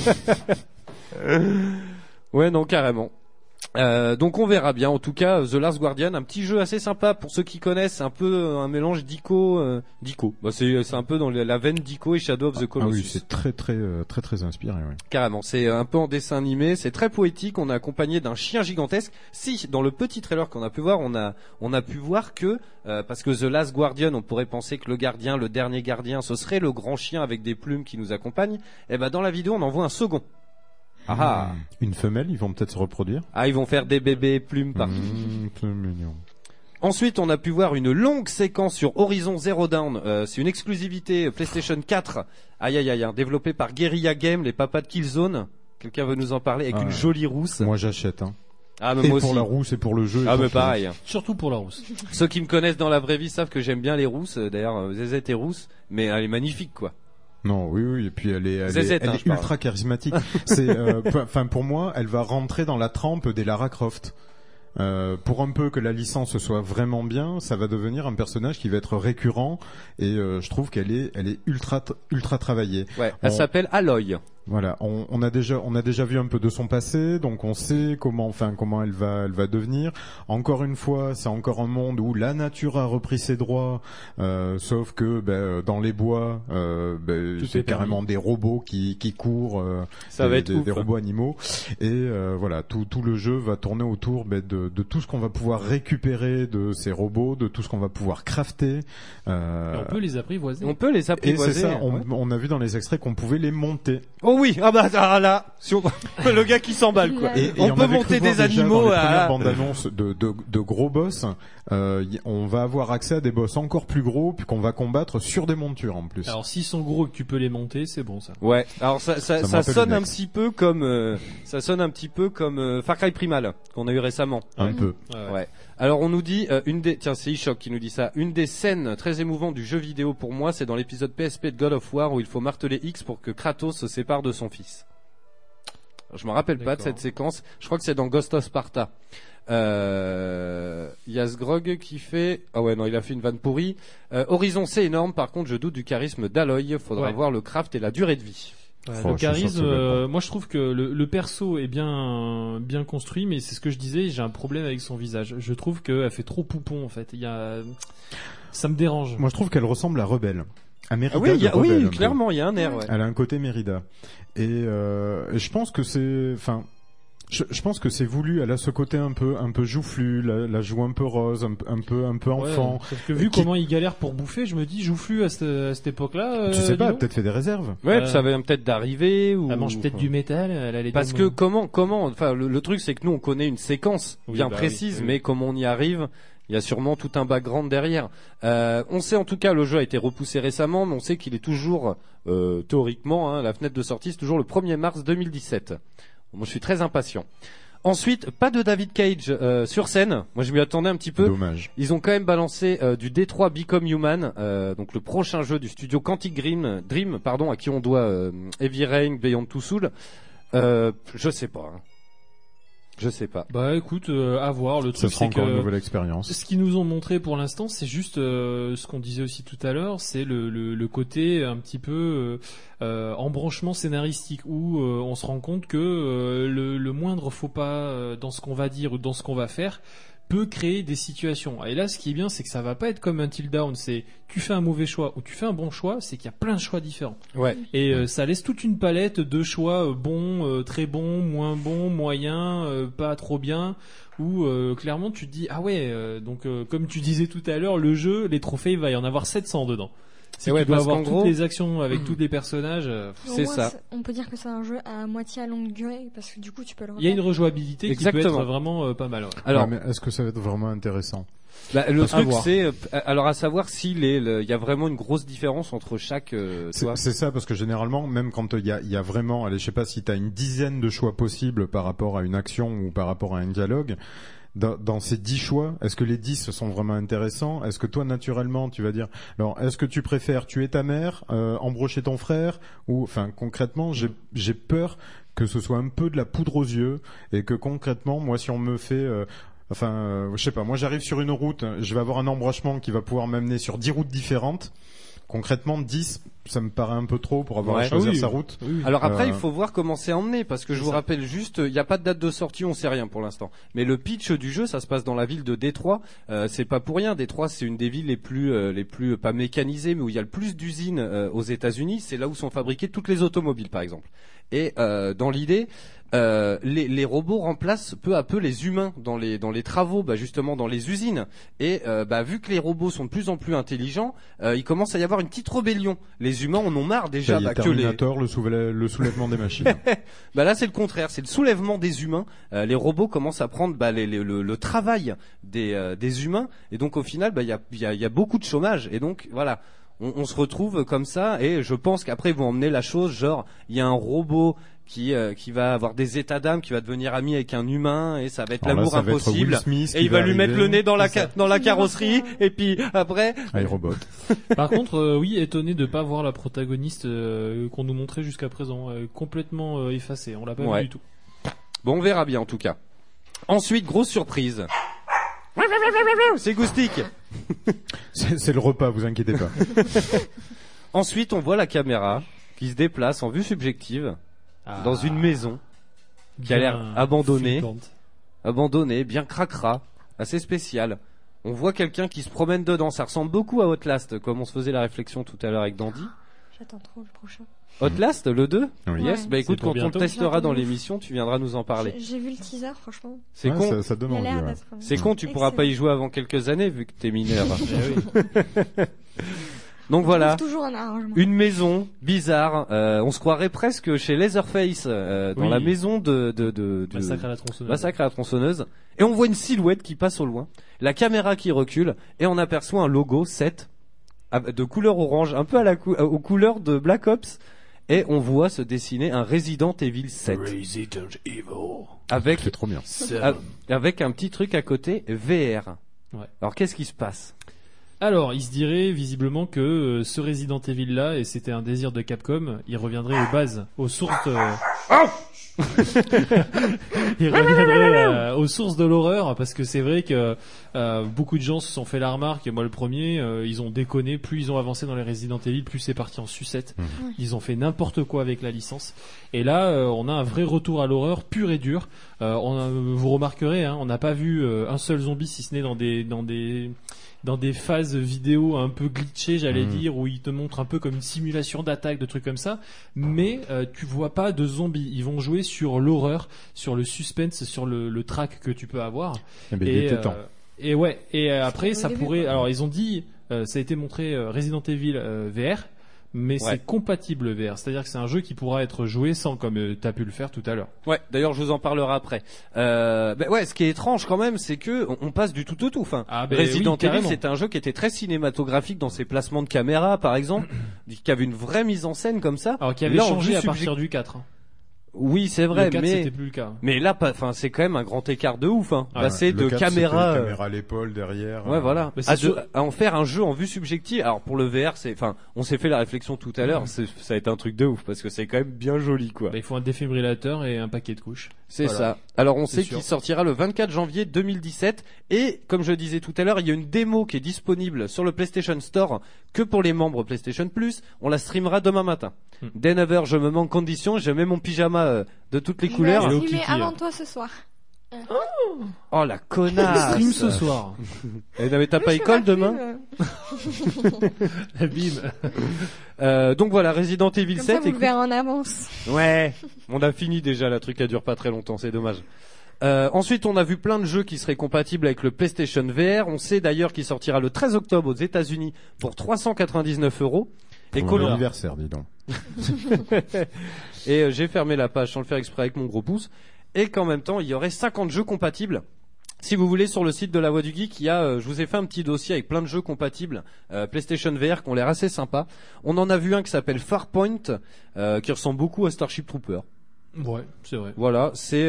Ouais, non, carrément. Euh, donc on verra bien. En tout cas, The Last Guardian, un petit jeu assez sympa pour ceux qui connaissent, un peu un mélange d'Ico, euh, d'Ico. Bah, c'est c'est un peu dans la veine d'Ico et Shadow of the Ah Colossus. oui, c'est très très euh, très très inspiré. Oui. Carrément, c'est un peu en dessin animé, c'est très poétique. On est accompagné d'un chien gigantesque. Si dans le petit trailer qu'on a pu voir, on a on a pu voir que euh, parce que The Last Guardian, on pourrait penser que le gardien, le dernier gardien, ce serait le grand chien avec des plumes qui nous accompagne. Et ben dans la vidéo, on en voit un second. Ah ah. Une femelle, ils vont peut-être se reproduire. Ah, ils vont faire des bébés plumes partout. Mmh, c'est mignon. Ensuite, on a pu voir une longue séquence sur Horizon Zero Dawn. Euh, c'est une exclusivité PlayStation quatre. Aïe aïe aïe, hein, développée par Guerrilla Games, les papas de Killzone. Quelqu'un veut nous en parler avec Ah, une jolie rousse. Moi, j'achète. Hein. Ah, mais Et moi pour aussi. la rousse et pour le jeu. Ah, et mais pour pareil. Surtout pour la rousse. Ceux qui me connaissent dans la vraie vie savent que j'aime bien les rousses. D'ailleurs, euh, Zezette est rousse, mais elle est magnifique, quoi. Non, oui, oui, et puis elle est, elle Zezette, est, elle hein, est je parle. ultra charismatique. C'est, enfin, pour moi, elle va rentrer dans la trempe des Lara Croft. Euh, pour un peu que la licence soit vraiment bien, ça va devenir un personnage qui va être récurrent et euh, je trouve qu'elle est, elle est ultra, ultra travaillée. Ouais, elle On- s'appelle Aloy. Voilà, on, on a déjà, on a déjà vu un peu de son passé, donc on sait comment, enfin, comment elle va, elle va devenir. Encore une fois, c'est encore un monde où la nature a repris ses droits, euh, sauf que ben, dans les bois, euh, ben, Tout c'est est carrément des robots qui, qui courent, euh, Ça des, va être des, ouf. des robots animaux, et euh, voilà, tout, tout le jeu va tourner autour ben, de, de tout ce qu'on va pouvoir récupérer de ces robots, de tout ce qu'on va pouvoir crafter. Euh, Et on peut les apprivoiser. On peut les et c'est apprivoiser. ça, on, ouais. on a vu dans les extraits qu'on pouvait les monter. Oh oui, ah bah ah là, si on- le gars qui s'emballe quoi. Et, et on on peut avait monter cru voir des déjà animaux dans les à premières bandes annonces de, de, de gros boss. Euh, y- on va avoir accès à des boss encore plus gros puis qu'on va combattre sur des montures en plus. Alors s'ils sont gros et que tu peux les monter, c'est bon ça. Ouais, alors ça, ça, Ça me ça rappelle sonne le un Next. petit peu comme, euh, ça sonne un petit peu comme euh, Far Cry Primal qu'on a eu récemment. Un peu. Ouais, ouais. Ouais. Alors on nous dit euh, une des, tiens c'est eShock qui nous dit ça, une des scènes très émouvantes du jeu vidéo pour moi, c'est dans l'épisode P S P de God of War où il faut marteler X pour que Kratos se sépare de son fils. Alors, je me rappelle pas de D'accord. cette séquence. Je crois que c'est dans Ghost of Sparta. Euh, il y a Sgrog qui fait, ah ouais non il a fait une vanne pourrie. Euh, Horizon c'est énorme, par contre je doute du charisme d'Aloy. Faudra Ouais. voir le craft et la durée de vie. Ouais, Oh, le je suis sûr que charisme, ça va être euh, moi je trouve que le, le perso est bien bien construit, mais c'est ce que je disais, j'ai un problème avec son visage. Je trouve qu'elle fait trop poupon en fait. Il y a, ça me dérange. Moi je trouve qu'elle ressemble à Rebelle. À Mérida Ah oui, il y a- de Rebelle, oui un peu. clairement il y a un air. Ouais. Elle a un côté Mérida. Et, euh, et je pense que c'est, enfin, je, je pense que c'est voulu. Elle a ce côté un peu, un peu joufflu, la, la joue un peu rose, un, peu- un peu, un peu enfant. Ouais, sauf que vu Qui- comment il galère pour bouffer, je me dis joufflu à cette, à cette époque-là. euh, tu sais dis pas, elle a donc. peut-être fait des réserves. Ouais, Euh, puis ça vient peut-être d'arriver ou. Elle mange peut-être du métal, elle a les Parce dents- que comment, comment, enfin le, le truc c'est que nous on connaît une séquence Oui, bien bah précise, oui, oui. mais comment on y arrive, il y a sûrement tout un background derrière. Euh, on sait en tout cas le jeu a été repoussé récemment, mais on sait qu'il est toujours euh, théoriquement hein, la fenêtre de sortie c'est toujours le premier mars deux mille dix-sept. Moi je suis très impatient. Ensuite, pas de David Cage euh, sur scène. Moi je m'y attendais un petit peu. Dommage. Ils ont quand même balancé euh, du D trois Become Human, euh, donc le prochain jeu du studio Quantic Dream, Dream pardon, à qui on doit euh, Heavy Rain, Beyond Two Souls. Euh, je sais pas. hein. Je sais pas. Bah écoute, euh, à voir. Le Ça truc sera c'est encore une que nouvelle expérience. ce qu'ils nous ont montré pour l'instant, c'est juste euh, ce qu'on disait aussi tout à l'heure, c'est le, le, le côté un petit peu euh, euh, embranchement scénaristique où euh, on se rend compte que euh, le, le moindre faux pas euh, dans ce qu'on va dire ou dans ce qu'on va faire peut créer des situations. Et là, ce qui est bien, c'est que ça va pas être comme Until Dawn, c'est tu fais un mauvais choix ou tu fais un bon choix, c'est qu'il y a plein de choix différents. Ouais. Et euh, ça laisse toute une palette de choix euh, bons, euh, très bons, moins bons, moyens, euh, pas trop bien, où euh, clairement tu te dis ah ouais, euh, donc euh, comme tu disais tout à l'heure, le jeu, les trophées, il va y en avoir sept cents dedans. Si Et ouais, tu dois parce avoir qu'en toutes gros- les actions avec tous les personnages, euh, Au C'est moins, ça. On peut dire que c'est un jeu à moitié à longue durée parce que du coup tu peux le il y a une refaire. rejouabilité qui peut Exactement. être vraiment euh, pas mal. Ouais. Alors, Ouais, mais est-ce que ça va être vraiment intéressant? bah, le à truc voir. c'est, euh, alors à savoir s'il est, le- il y a vraiment une grosse différence entre chaque. Euh, tu C'est vois. c'est ça, parce que généralement, même quand il y a, il y a vraiment, allez, je sais pas si tu as une dizaine de choix possibles par rapport à une action ou par rapport à un dialogue, dans, dans ces dix choix, est-ce que les dix sont vraiment intéressants? Est-ce que toi, naturellement, tu vas dire, alors, est-ce que tu préfères tuer ta mère, euh, embrocher ton frère, ou, enfin, concrètement, j'ai, j'ai peur que ce soit un peu de la poudre aux yeux, et que concrètement, moi, si on me fait, euh, enfin, euh, je sais pas, moi, j'arrive sur une route, je vais avoir un embranchement qui va pouvoir m'amener sur dix routes différentes. Concrètement, dix, ça me paraît un peu trop pour avoir Ouais. à choisir Ah oui. sa route. Oui, oui. Alors après, Euh, il faut voir comment c'est emmené, parce que je C'est vous ça. rappelle juste, il n'y a pas de date de sortie, on sait rien pour l'instant. Mais le pitch du jeu, ça se passe dans la ville de Détroit. Euh, c'est pas pour rien. Détroit, c'est une des villes les plus, euh, les plus pas mécanisées, mais où il y a le plus d'usines euh, aux États-Unis. C'est là où sont fabriquées toutes les automobiles, par exemple. Et euh, dans l'idée, euh, les, les robots remplacent peu à peu les humains dans les dans les travaux, bah justement dans les usines. Et euh, bah vu que les robots sont de plus en plus intelligents, euh, il commence à y avoir une petite rébellion. Les humains en ont marre déjà Ça y est, bah, que les Terminator, le, soulè- le soulèvement des machines. bah là c'est le contraire, c'est le soulèvement des humains. Euh, les robots commencent à prendre bah, les, les- le, le travail des, euh, des humains, et donc au final bah il y a, y, a, y a beaucoup de chômage, et donc voilà, on, on se retrouve comme ça. Et je pense qu'après ils vont emmener la chose genre il y a un robot qui euh, qui va avoir des états d'âme, qui va devenir ami avec un humain, et ça va être Alors là, l'amour ça va être impossible. Will Smith Et qui il va lui arriver. mettre le nez dans la C'est ça. ca- dans la Il va carrosserie, faire- et puis après iRobot. Par contre, euh, oui, étonné de pas voir la protagoniste euh, qu'on nous montrait jusqu'à présent, euh, complètement euh, effacée. On l'a pas Ouais. vu du tout. bon, on verra bien en tout cas. Ensuite, grosse surprise. C'est Goustic. C'est c'est le repas, vous inquiétez pas. Ensuite, on voit la caméra qui se déplace en vue subjective dans une maison qui a l'air Bien abandonnée. flippante. abandonnée, bien cracra, assez spéciale. On voit quelqu'un qui se promène dedans. Ça ressemble beaucoup à Outlast, comme on se faisait la réflexion tout à l'heure avec Dandy. J'attends trop le prochain. Outlast, le deux Oui. Yes. Ouais. Bah écoute, C'est pour quand on le bientôt. testera dans Bientôt. l'émission, tu viendras nous en parler. J'ai j'ai vu le teaser, franchement. C'est Ouais, con. Ça, ça donne Il a envie. l'air ouais. d'être. C'est con, tu pourras pas y jouer avant quelques années vu que t'es mineur. Eh oui. Donc voilà. Trouve toujours un arrangement. Une maison bizarre. Euh, on se croirait presque chez Leatherface, euh, dans Oui. la maison de, de, de, de Massacre à la tronçonneuse. Massacre à la tronçonneuse. Et on voit une silhouette qui passe au loin, la caméra qui recule, et on aperçoit un logo sept av- de couleur orange, un peu à la cou- aux couleurs de Black Ops. Et on voit se dessiner un Resident Evil sept Resident Evil. avec C'est trop bien. a- avec un petit truc à côté V R. Ouais. Alors qu'est-ce qui se passe? Alors, il se dirait visiblement que euh, ce Resident Evil là, et c'était un désir de Capcom, il reviendrait aux bases, aux sources. euh, il reviendrait euh, aux sources de l'horreur, parce que c'est vrai que euh, beaucoup de gens se sont fait la remarque, et moi le premier, euh, ils ont déconné. Plus ils ont avancé dans les Resident Evil, plus c'est parti en sucette. Mhm. Ils ont fait n'importe quoi avec la licence. Et là, euh, on a un vrai retour à l'horreur pur et dur. Euh, on a- vous remarquerez, hein, on n'a pas vu euh, un seul zombie, si ce n'est dans des dans des dans des phases vidéo un peu glitchées, j'allais Mhm. dire, où ils te montrent un peu comme une simulation d'attaque, de trucs comme ça. Mais euh, tu vois pas de zombies. Ils vont jouer sur l'horreur, sur le suspense, sur le, le track que tu peux avoir. Eh ben, il Et, était temps. euh, et ouais. Et euh, après, Au ça début, pourrait. quoi. Alors, ils ont dit, euh, ça a été montré euh, Resident Evil euh, V R. Mais Ouais. c'est compatible V R, c'est-à-dire que c'est un jeu qui pourra être joué sans, comme euh, t'as pu le faire tout à l'heure. Ouais, d'ailleurs je vous en parlerai après. Euh, ben ouais, ce qui est étrange quand même, c'est que on, on passe du tout au tout. Enfin, Ah, ben Resident oui, Evil, carrément. c'était un jeu qui était très cinématographique dans ses placements de caméra, par exemple, qui avait une vraie mise en scène comme ça. Alors, qui avait Là, en changé vue à subject- partir du quatre. hein. Oui, c'est vrai, le quatre, mais c'était plus le cas. mais là, pas- enfin, c'est quand même un grand écart de ouf. Hein. Ah, Passer Le de quatre, caméra. c'était euh, caméra à l'épaule derrière. Ouais, euh, voilà. Mais c'est À, de- sûr- à en faire un jeu en vue subjective. Alors pour le V R, c'est, enfin, on s'est fait la réflexion tout à l'heure. c'est- Ça a été un truc de ouf parce que c'est quand même bien joli, quoi. Bah, il faut un défibrillateur et un paquet de couches. C'est Voilà. ça. Alors on C'est sait sûr. qu'il sortira le vingt-quatre janvier deux mille dix-sept, et comme je disais tout à l'heure, il y a une démo qui est disponible sur le PlayStation Store que pour les membres PlayStation Plus. On la streamera demain matin. Hmm. Dès neuf heures, je me mets en condition, je mets mon pyjama euh, de toutes les Je couleurs. vais Hello streamer Kitty, avant hein. toi ce soir. Oh la connasse. Stream ce soir. Eh, non, mais t'as Oui, pas je fais école ma pub, demain? euh. Bim. Euh, donc voilà, Resident Evil Comme sept. ça, vous le écoute- verrez en avance. Ouais, on a fini déjà, la truc elle dure pas très longtemps, c'est dommage. Euh, ensuite, on a vu plein de jeux qui seraient compatibles avec le PlayStation V R. On sait d'ailleurs qu'il sortira le treize octobre aux États-Unis pour trois cent quatre-vingt-dix-neuf euros. Et Pour Call mon of- anniversaire, dis donc. Et euh, j'ai fermé la page sans le faire exprès avec mon gros pouce. Et qu'en même temps, il y aurait cinquante jeux compatibles. Si vous voulez, sur le site de La Voix du Geek, il y a, euh, je vous ai fait un petit dossier avec plein de jeux compatibles euh, PlayStation V R qui ont l'air assez sympas. On en a vu un qui s'appelle Farpoint, euh, qui ressemble beaucoup à Starship Trooper. Ouais, c'est vrai. Voilà, c'est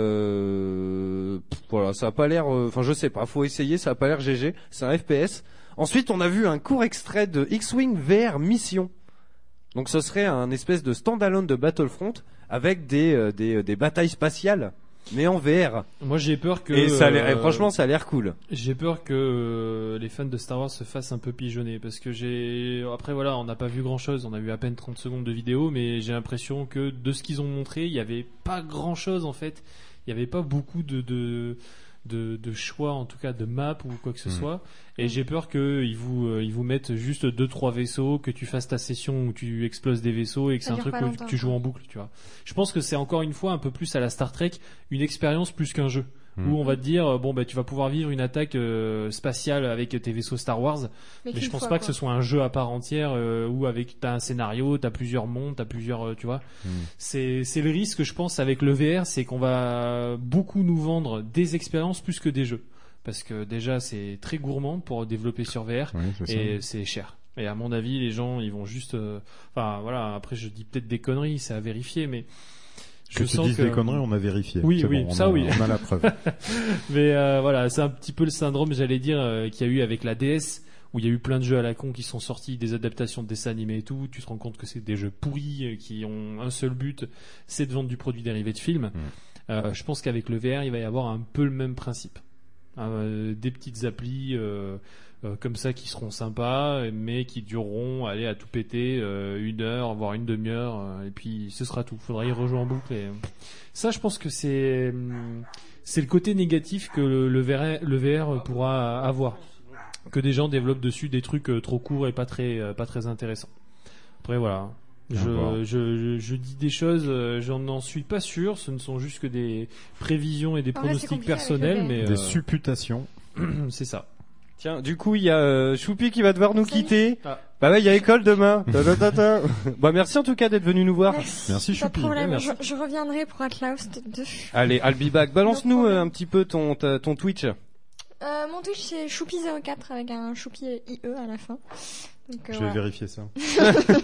euh... pff, voilà, ça a pas l'air, enfin je sais pas, faut essayer, ça a pas l'air G G. C'est un F P S. Ensuite, on a vu un court extrait de X-Wing V R Mission. Donc, ce serait un espèce de standalone de Battlefront avec des euh, des, des batailles spatiales, mais en V R. Moi, j'ai peur que. Et ça a l'air, euh, et franchement, ça a l'air cool. J'ai peur que euh, les fans de Star Wars se fassent un peu pigeonner parce que j'ai après voilà, on n'a pas vu grand-chose, on a vu à peine trente secondes de vidéo, mais j'ai l'impression que de ce qu'ils ont montré, il y avait pas grand-chose en fait. Il y avait pas beaucoup de de de, de choix, en tout cas de map ou quoi que ce Mmh. soit. Et j'ai peur que ils vous euh, ils vous mettent juste deux trois vaisseaux, que tu fasses ta session où tu exploses des vaisseaux et que Ça c'est un dure truc pas où longtemps, tu joues quoi. en boucle, tu vois. Je pense que c'est encore une fois un peu plus à la Star Trek, une expérience plus qu'un jeu. Mm. Où on va te dire euh, bon bah tu vas pouvoir vivre une attaque euh, spatiale avec tes vaisseaux Star Wars, mais qu'une je pense fois, pas quoi. que ce soit un jeu à part entière euh, où avec t'as un scénario, t'as plusieurs mondes, t'as plusieurs euh, tu vois. Mm. C'est c'est le risque je pense avec le V R, c'est qu'on va beaucoup nous vendre des expériences plus que des jeux parce que déjà c'est très gourmand pour développer sur V R Oui, c'est ça. et c'est cher. Et à mon avis les gens ils vont juste euh, enfin voilà, après je dis peut-être des conneries, c'est à vérifier mais Que je tu sens dises que des conneries, on a vérifié. Oui, C'est oui, bon, on ça a, oui. On a la preuve. Mais euh, voilà, c'est un petit peu le syndrome, j'allais dire, euh, qu'il y a eu avec la D S, où il y a eu plein de jeux à la con qui sont sortis, des adaptations de dessins animés et tout. Tu te rends compte que c'est des jeux pourris euh, qui ont un seul but, c'est de vendre du produit dérivé de film. Euh, je pense qu'avec le V R, il va y avoir un peu le même principe. Euh, des petites applis euh, euh, comme ça qui seront sympas, mais qui dureront, allez, à tout péter, euh, une heure, voire une demi-heure, euh, et puis ce sera tout. Faudra y rejouer en boucle. Et... Ça, je pense que c'est hum, c'est le côté négatif que le, le, V R, le V R pourra avoir, que des gens développent dessus des trucs euh, trop courts et pas très euh, pas très intéressants. Après voilà. voir. Je, je, je, je dis des choses, euh, j'en n'en suis pas sûr, ce ne sont juste que des prévisions et des En vrai, c'est pronostics compliqué avec personnels, le V R. mais Des euh, supputations. c'est ça. Tiens, du coup, il y a euh, Choupi qui va devoir nous Salut. quitter. Ah. Bah ouais, il y a école demain. Ta, ta, ta, ta. Bah merci en tout cas d'être venu nous voir. Merci, Merci, pas de Choupi. problème. Ouais, merci. Je, je reviendrai pour Outloud deux. Allez, I'll be back. Balance-nous No euh, problem. un petit peu ton ta- ton Twitch. Euh, mon Twitch c'est choupi zéro quatre avec un choupi I E à la fin. Donc, euh, Je vais voilà. vérifier ça. Et,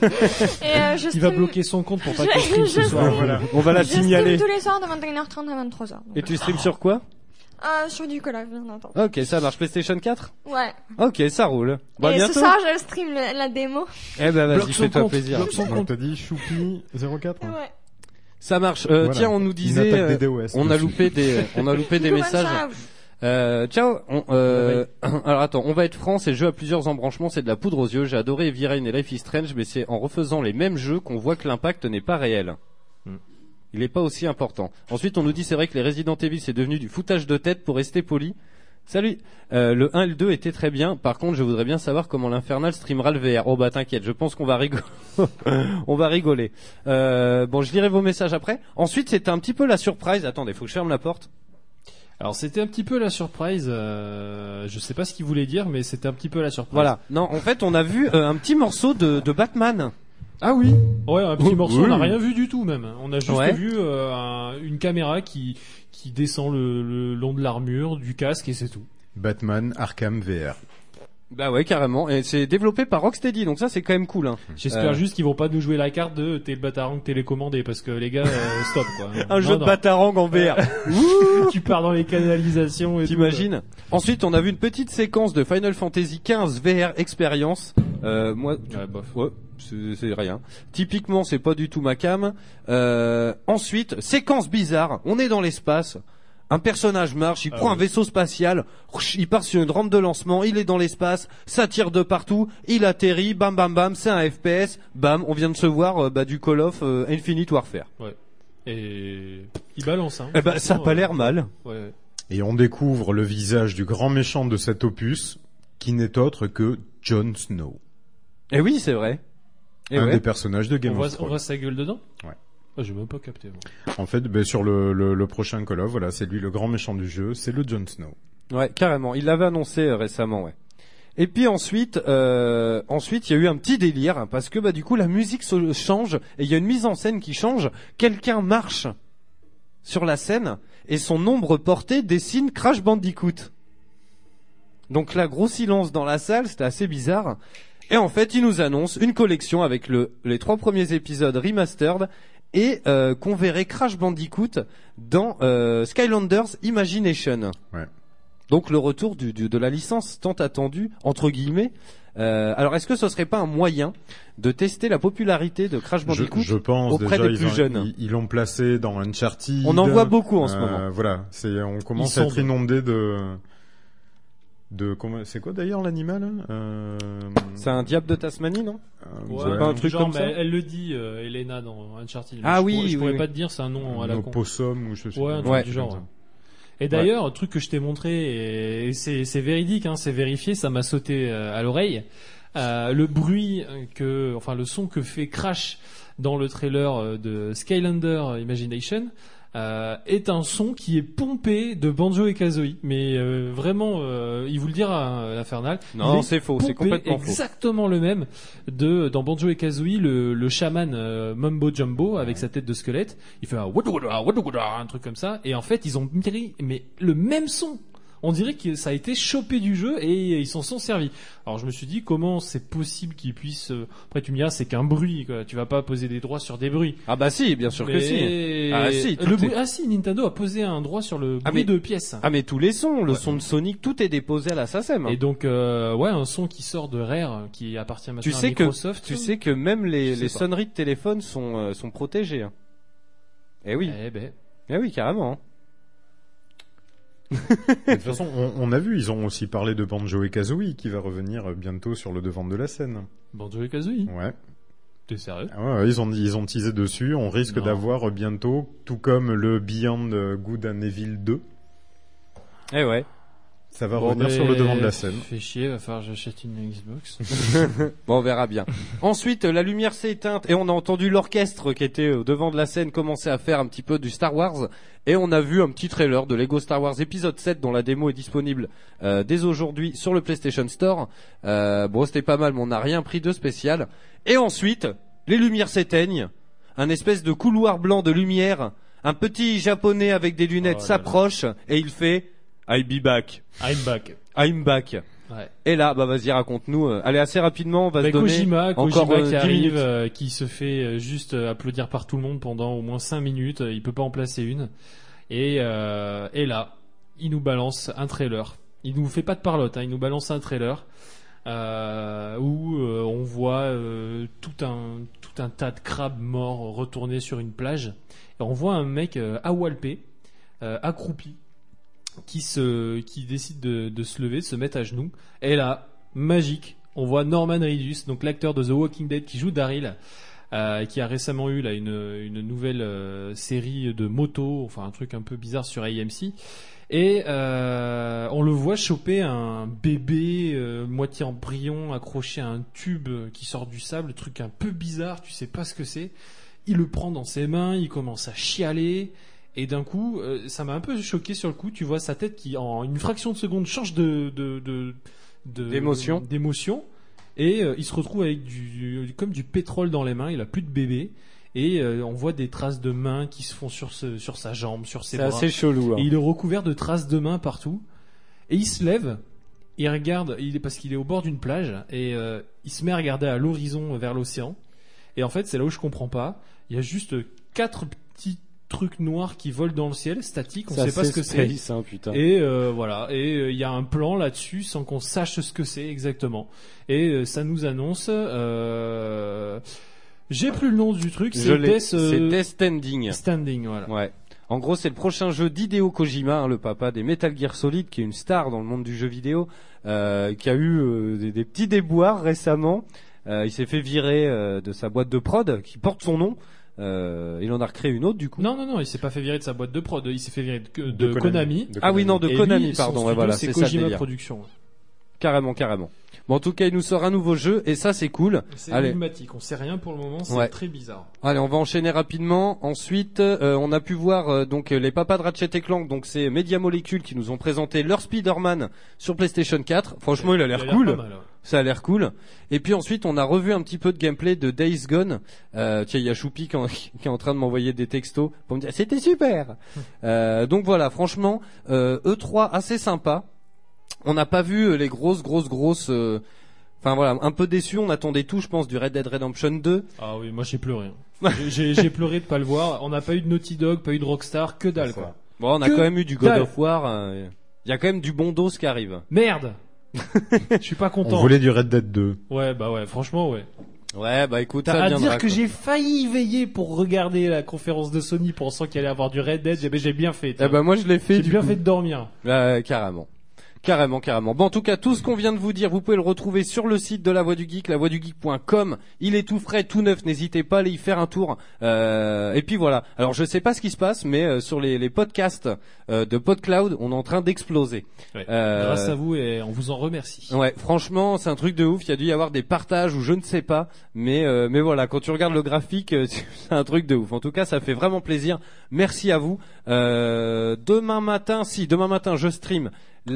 euh, je Il va stream- bloquer son compte pour pas Je- qu'il stream ce je soir. stream. Voilà. On va la je stream signaler. tous les soirs de vingt et une heures trente à vingt-trois heures. Donc, Et tu streams sur quoi? euh, sur du Call of, bien entendu. Ok, ça marche. PlayStation quatre. Ouais. Ok, ça roule. Bah Et bientôt. ce soir, je stream le- la démo. Eh ben vas-y, Bloque son fais-toi compte, plaisir. bloque son Donc compte. t'as dit Choupi zéro quatre. Ouais. Ça marche. Euh, Voilà. Tiens, on nous Une disait, attaque des euh, DOS on a dessus. loupé des, on a loupé des Coucou, messages. bonne soirée. Euh, ciao. On, euh, alors attends, on va être franc, ces jeux à plusieurs embranchements, c'est de la poudre aux yeux. J'ai adoré Heavy Rain et Life is Strange, mais c'est en refaisant les mêmes jeux qu'on voit que l'impact n'est pas réel. Hmm. Il n'est pas aussi important. Ensuite, on nous dit c'est vrai que les Resident Evil c'est devenu du foutage de tête pour rester poli. Salut. Euh, le un et le deux étaient très bien. Par contre, je voudrais bien savoir comment l'Infernal streamera le V R. Oh bah t'inquiète, je pense qu'on va rigoler. On va rigoler. Euh, bon, je lirai vos messages après. Ensuite, c'était un petit peu la surprise. Attendez, faut que je ferme la porte. Alors c'était un petit peu la surprise, euh, je sais pas ce qu'il voulait dire, mais c'était un petit peu la surprise. Voilà. Non, en fait, on a vu euh, un petit morceau de, de Batman. Ah oui. Ouais, un petit Oui. morceau, on n'a rien vu du tout même. On a juste Ouais. vu euh, un- une caméra qui qui descend le, le long de l'armure, du casque et c'est tout. Batman Arkham V R. Bah ouais, carrément. Et c'est développé par Rocksteady, donc ça c'est quand même cool. Hein. J'espère Euh. juste qu'ils vont pas nous jouer la carte de t'es le batarang télécommandé parce que les gars, euh, stop quoi. Un Non, jeu de non. Batarang en V R. Tu pars dans les canalisations et tout. T'imagines? Ensuite, on a vu une petite séquence de Final Fantasy quinze V R Experience. Euh, moi, Ouais, bof. ouais, c'est c'est rien. Typiquement, c'est pas du tout ma cam. Euh, ensuite, séquence bizarre. On est dans l'espace. Un personnage marche, il Ah prend un ouais. vaisseau spatial, il part sur une rampe de lancement, il est dans l'espace, ça tire de partout, il atterrit, bam bam bam, c'est un F P S, bam, on vient de se voir euh, bah, du Call of euh, Infinite Warfare. Ouais. Et il balance. Hein. Eh ben, ça a Franchement, pas euh, l'air mal. Ouais. Et on découvre le visage du grand méchant de cet opus, qui n'est autre que Jon Snow, Eh oui, c'est vrai. Eh un ouais. des personnages de Game On voit, of on Thrones. voit sa gueule dedans. Ouais. Ah, j'ai même pas capté. Moi. En fait, ben, sur le, le, le prochain Call of, voilà, c'est lui le grand méchant du jeu, c'est le Jon Snow. Ouais, carrément. Il l'avait annoncé euh, récemment, ouais. Et puis ensuite, euh, ensuite, il y a eu un petit délire hein, parce que bah du coup la musique se change et il y a une mise en scène qui change. Quelqu'un marche sur la scène et son ombre portée dessine Crash Bandicoot. Donc là, gros silence dans la salle, c'était assez bizarre. Et en fait, il nous annonce une collection avec le, les trois premiers épisodes remastered et euh, qu'on verrait Crash Bandicoot dans euh, Skylanders Imagination. Ouais. Donc le retour du, du, de la licence tant attendue, entre guillemets. Euh, alors est-ce que ce serait pas un moyen de tester la popularité de Crash Je, Bandicoot je pense auprès déjà des ils plus ont- jeunes ils- Ils l'ont placé dans Uncharted. On en voit beaucoup en ce Euh, moment. Voilà, c'est on commence Ils à être sondent. inondé de de comment c'est quoi d'ailleurs l'animal hein euh... C'est un diable de Tasmanie, non euh, Ouais, pas un truc genre, comme mais ça elle, elle le dit, euh, Elena dans Uncharted. Ah je oui, pourrais, je oui, pourrais oui. pas te dire, c'est un nom à la un con. opossum ou je sais Ouais, un pas. truc Ouais. du genre. ouais. Et d'ailleurs, un truc que je t'ai montré, et c'est, c'est véridique, hein, c'est vérifié, ça m'a sauté euh, à l'oreille. Euh, le bruit que, enfin le son que fait Crash dans le trailer euh, de Skylander Imagination euh, est un son qui est pompé de Banjo et Kazooie. Mais euh, vraiment, euh, il vous le dira, hein, l'Infernal. Non, il est c'est faux, c'est pompé complètement faux. exactement le même de dans Banjo et Kazooie, le, le chaman euh, Mumbo Jumbo avec sa tête de squelette. Il fait un wada wada, wada wada, un truc comme ça. Et en fait, ils ont mis mais le même son. On dirait que ça a été chopé du jeu et ils s'en sont servis. Alors je me suis dit comment c'est possible qu'ils puissent. euh, Après tu me diras c'est qu'un bruit, quoi. Tu vas pas poser des droits sur des bruits. Ah bah si, bien sûr que Mais- si. Ah si, tout le est- bruit... ah si, Nintendo a posé un droit sur le Ah, bruit mais- de pièces. Ah mais tous les sons, le son de Sonic, tout est déposé à la S A C E M. Et donc euh, ouais, un son qui sort de Rare, qui appartient maintenant Tu à sais que Microsoft. tu sais que même les, Je les sais pas. sonneries de téléphone sont euh, sont protégées. Hein. Eh oui, Eh ben. eh oui, carrément. hein. De toute façon, on, on a vu, ils ont aussi parlé de Banjo et Kazooie qui va revenir bientôt sur le devant de la scène. Banjo et Kazooie. Ouais. T'es sérieux? Ah ouais, ouais, ils ont ils ont teasé dessus. On risque Non. d'avoir bientôt, tout comme le Beyond Good and Evil deux, Eh ouais. ça va Bon, revenir ben, sur le devant de la scène. Fait chier, va falloir que j'achète une Xbox. Bon, on verra bien. Ensuite, la lumière s'est éteinte et on a entendu l'orchestre qui était au devant de la scène commencer à faire un petit peu du Star Wars. Et on a vu un petit trailer de Lego Star Wars épisode sept dont la démo est disponible euh, dès aujourd'hui sur le PlayStation Store. Euh, bon, c'était pas mal, mais on n'a rien pris de spécial. Et ensuite, les lumières s'éteignent. Un espèce de couloir blanc de lumière. Un petit japonais avec des lunettes Oh là là. s'approche et il fait « I'll be back. I'm back. I'm back. » Ouais. Et là, bah vas-y, raconte-nous. Euh, Allez, assez rapidement, on va Bah, se donner Kojima, encore Kojima euh, qui dix arrive, minutes. euh, qui se fait euh, juste euh, applaudir par tout le monde pendant au moins cinq minutes. euh, Il peut pas en placer une. Et, euh, et là, il nous balance un trailer. Il nous fait pas de parlotte, hein, il nous balance un trailer euh, où euh, on voit euh, tout un tout un tas de crabes morts retournés sur une plage. Et on voit un mec euh, awalpé, euh, accroupi, qui se qui décide de, de se lever, de se mettre à genoux. Et là, magique, on voit Norman Reedus, donc l'acteur de The Walking Dead qui joue Daryl, euh, qui a récemment eu là une une nouvelle euh, série de motos, enfin un truc un peu bizarre sur A M C. Et euh, on le voit choper un bébé euh, moitié embryon accroché à un tube qui sort du sable, truc un peu bizarre, tu sais pas ce que c'est. Il le prend dans ses mains, il commence à chialer. Et d'un coup, euh, ça m'a un peu choqué sur le coup. Tu vois sa tête qui, en une fraction de seconde, change de de de de- D'émotion. d'émotion. Et euh, il se retrouve avec du, du- comme du pétrole dans les mains. Il a plus de bébé. Et euh, on voit des traces de mains qui se font sur ce, sur sa jambe, sur ses C'est bras. assez chelou. Hein. Et il est recouvert de traces de mains partout. Et il se lève. Il regarde. Il est parce qu'il est au bord d'une plage et euh, il se met à regarder à l'horizon vers l'océan. Et en fait, c'est là où je comprends pas. Il y a juste quatre petits trucs noirs qui volent dans le ciel, statiques. On C'est sait pas assez ce que c'est. space, hein, putain. Et euh, voilà, et euh, il y a un plan là-dessus sans qu'on sache ce que c'est exactement. Et euh, ça nous annonce. Euh... J'ai plus le nom du truc. Je C'est l'ai. Death, euh, C'est Death Standing. Standing, voilà. Ouais. En gros, c'est le prochain jeu d'Hideo Kojima, hein, le papa des Metal Gear Solid, qui est une star dans le monde du jeu vidéo, euh, qui a eu euh, des, des petits déboires récemment. Euh, il s'est fait virer euh, de sa boîte de prod, qui porte son nom. Euh, il en a recréé une autre du coup. Non, non, non, il s'est pas fait virer de sa boîte de prod. Il s'est fait virer de, de, De Konami. Konami. De Ah oui, non, de Et Konami, lui, son pardon. Ouais, studio, voilà, c'est c'est ça le Kojima délire. Productions. Carrément, carrément. Bon, en tout cas, il nous sort un nouveau jeu et ça, c'est cool. C'est Allez. énigmatique. On sait rien pour le moment. C'est Ouais. très bizarre. Allez, on va enchaîner rapidement. Ensuite, euh, on a pu voir euh, donc euh, les papas de Ratchet et Clank, donc c'est Media Molecule qui nous ont présenté leur Spider-Man sur PlayStation quatre. Franchement, il a l'air cool. pas mal, ouais. Ça a l'air cool. Et puis ensuite, on a revu un petit peu de gameplay de Days Gone. Euh, tiens, il y a Choupi qui, en- qui est en train de m'envoyer des textos pour me dire c'était super. euh, donc voilà, franchement, euh, E trois assez sympa. On n'a pas vu euh, les grosses, grosses, grosses. euh, Enfin voilà, un peu déçu. On attendait tout, je pense, du Red Dead Redemption deux. Ah oui, moi j'ai pleuré. hein. J'ai- J'ai j'ai pleuré de pas le voir. On n'a pas eu de Naughty Dog, pas eu de Rockstar, que dalle quoi. Bon, on a Que quand même eu du God dalle. of War. euh, Il y a quand même du bon dos qui arrive. Merde. Je suis pas On content. voulait du Red Dead deux. Ouais, bah ouais, franchement ouais. Ouais, bah écoute, T'as ça à viendra. dire que quoi. j'ai failli veiller pour regarder la conférence de Sony pensant qu'il allait avoir du Red Dead. Eh ben, j'ai bien fait. tiens. Eh ben moi je l'ai fait j'ai du bien coup. fait de dormir. Ouais, carrément. Carrément, carrément. Bon, en tout cas, tout ce qu'on vient de vous dire, vous pouvez le retrouver sur le site de La Voix du Geek, la voix du geek point com. Il est tout frais, tout neuf. N'hésitez pas à aller y faire un tour. Euh, et puis voilà. Alors, je sais pas ce qui se passe, mais euh, sur les, les podcasts euh, de PodCloud, on est en train d'exploser. Ouais. Euh, Grâce à vous et on vous en remercie. Ouais, franchement, c'est un truc de ouf. Il y a dû y avoir des partages ou je ne sais pas, mais euh, mais voilà, quand tu regardes le graphique, euh, c'est un truc de ouf. En tout cas, ça fait vraiment plaisir. Merci à vous. Euh, demain matin, si demain matin je stream.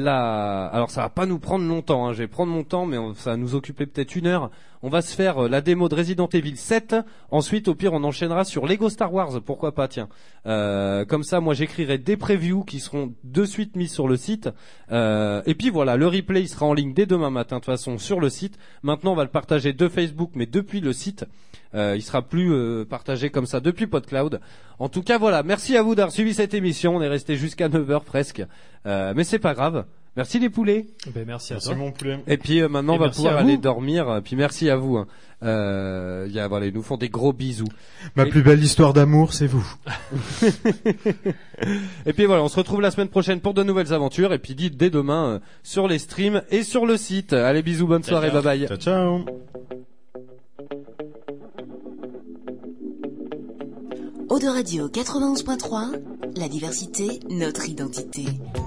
Là, alors ça va pas nous prendre longtemps. Hein. Je vais prendre mon temps, mais on- ça va nous occuper peut-être une heure. On va se faire euh, la démo de Resident Evil sept. Ensuite, au pire, on enchaînera sur Lego Star Wars. Pourquoi pas, tiens. Euh, comme ça, moi, j'écrirai des previews qui seront de suite mises sur le site. Euh, et puis voilà, le replay il sera en ligne dès demain matin, de toute façon, sur le site. Maintenant, on va le partager de Facebook, mais depuis le site. Euh, il sera plus euh, partagé comme ça depuis PodCloud. En tout cas, voilà. Merci à vous d'avoir suivi cette émission. On est resté jusqu'à neuf heures presque. Euh, mais c'est pas grave. Merci les poulets. Ben, merci à Merci toi. mon poulet. Et puis euh, maintenant, Et on va merci pouvoir à aller vous. dormir. Puis merci à vous. Hein. Euh, il y a, voilà, ils nous font des gros bisous. Ma Et- plus belle histoire d'amour, c'est vous. Et puis voilà, on se retrouve la semaine prochaine pour de nouvelles aventures. Et puis dites dès demain euh, sur les streams et sur le site. Allez, bisous, bonne Ciao, soirée, ciao. bye bye. Ciao, ciao. Eau de Radio quatre-vingt-onze point trois, la diversité, notre identité.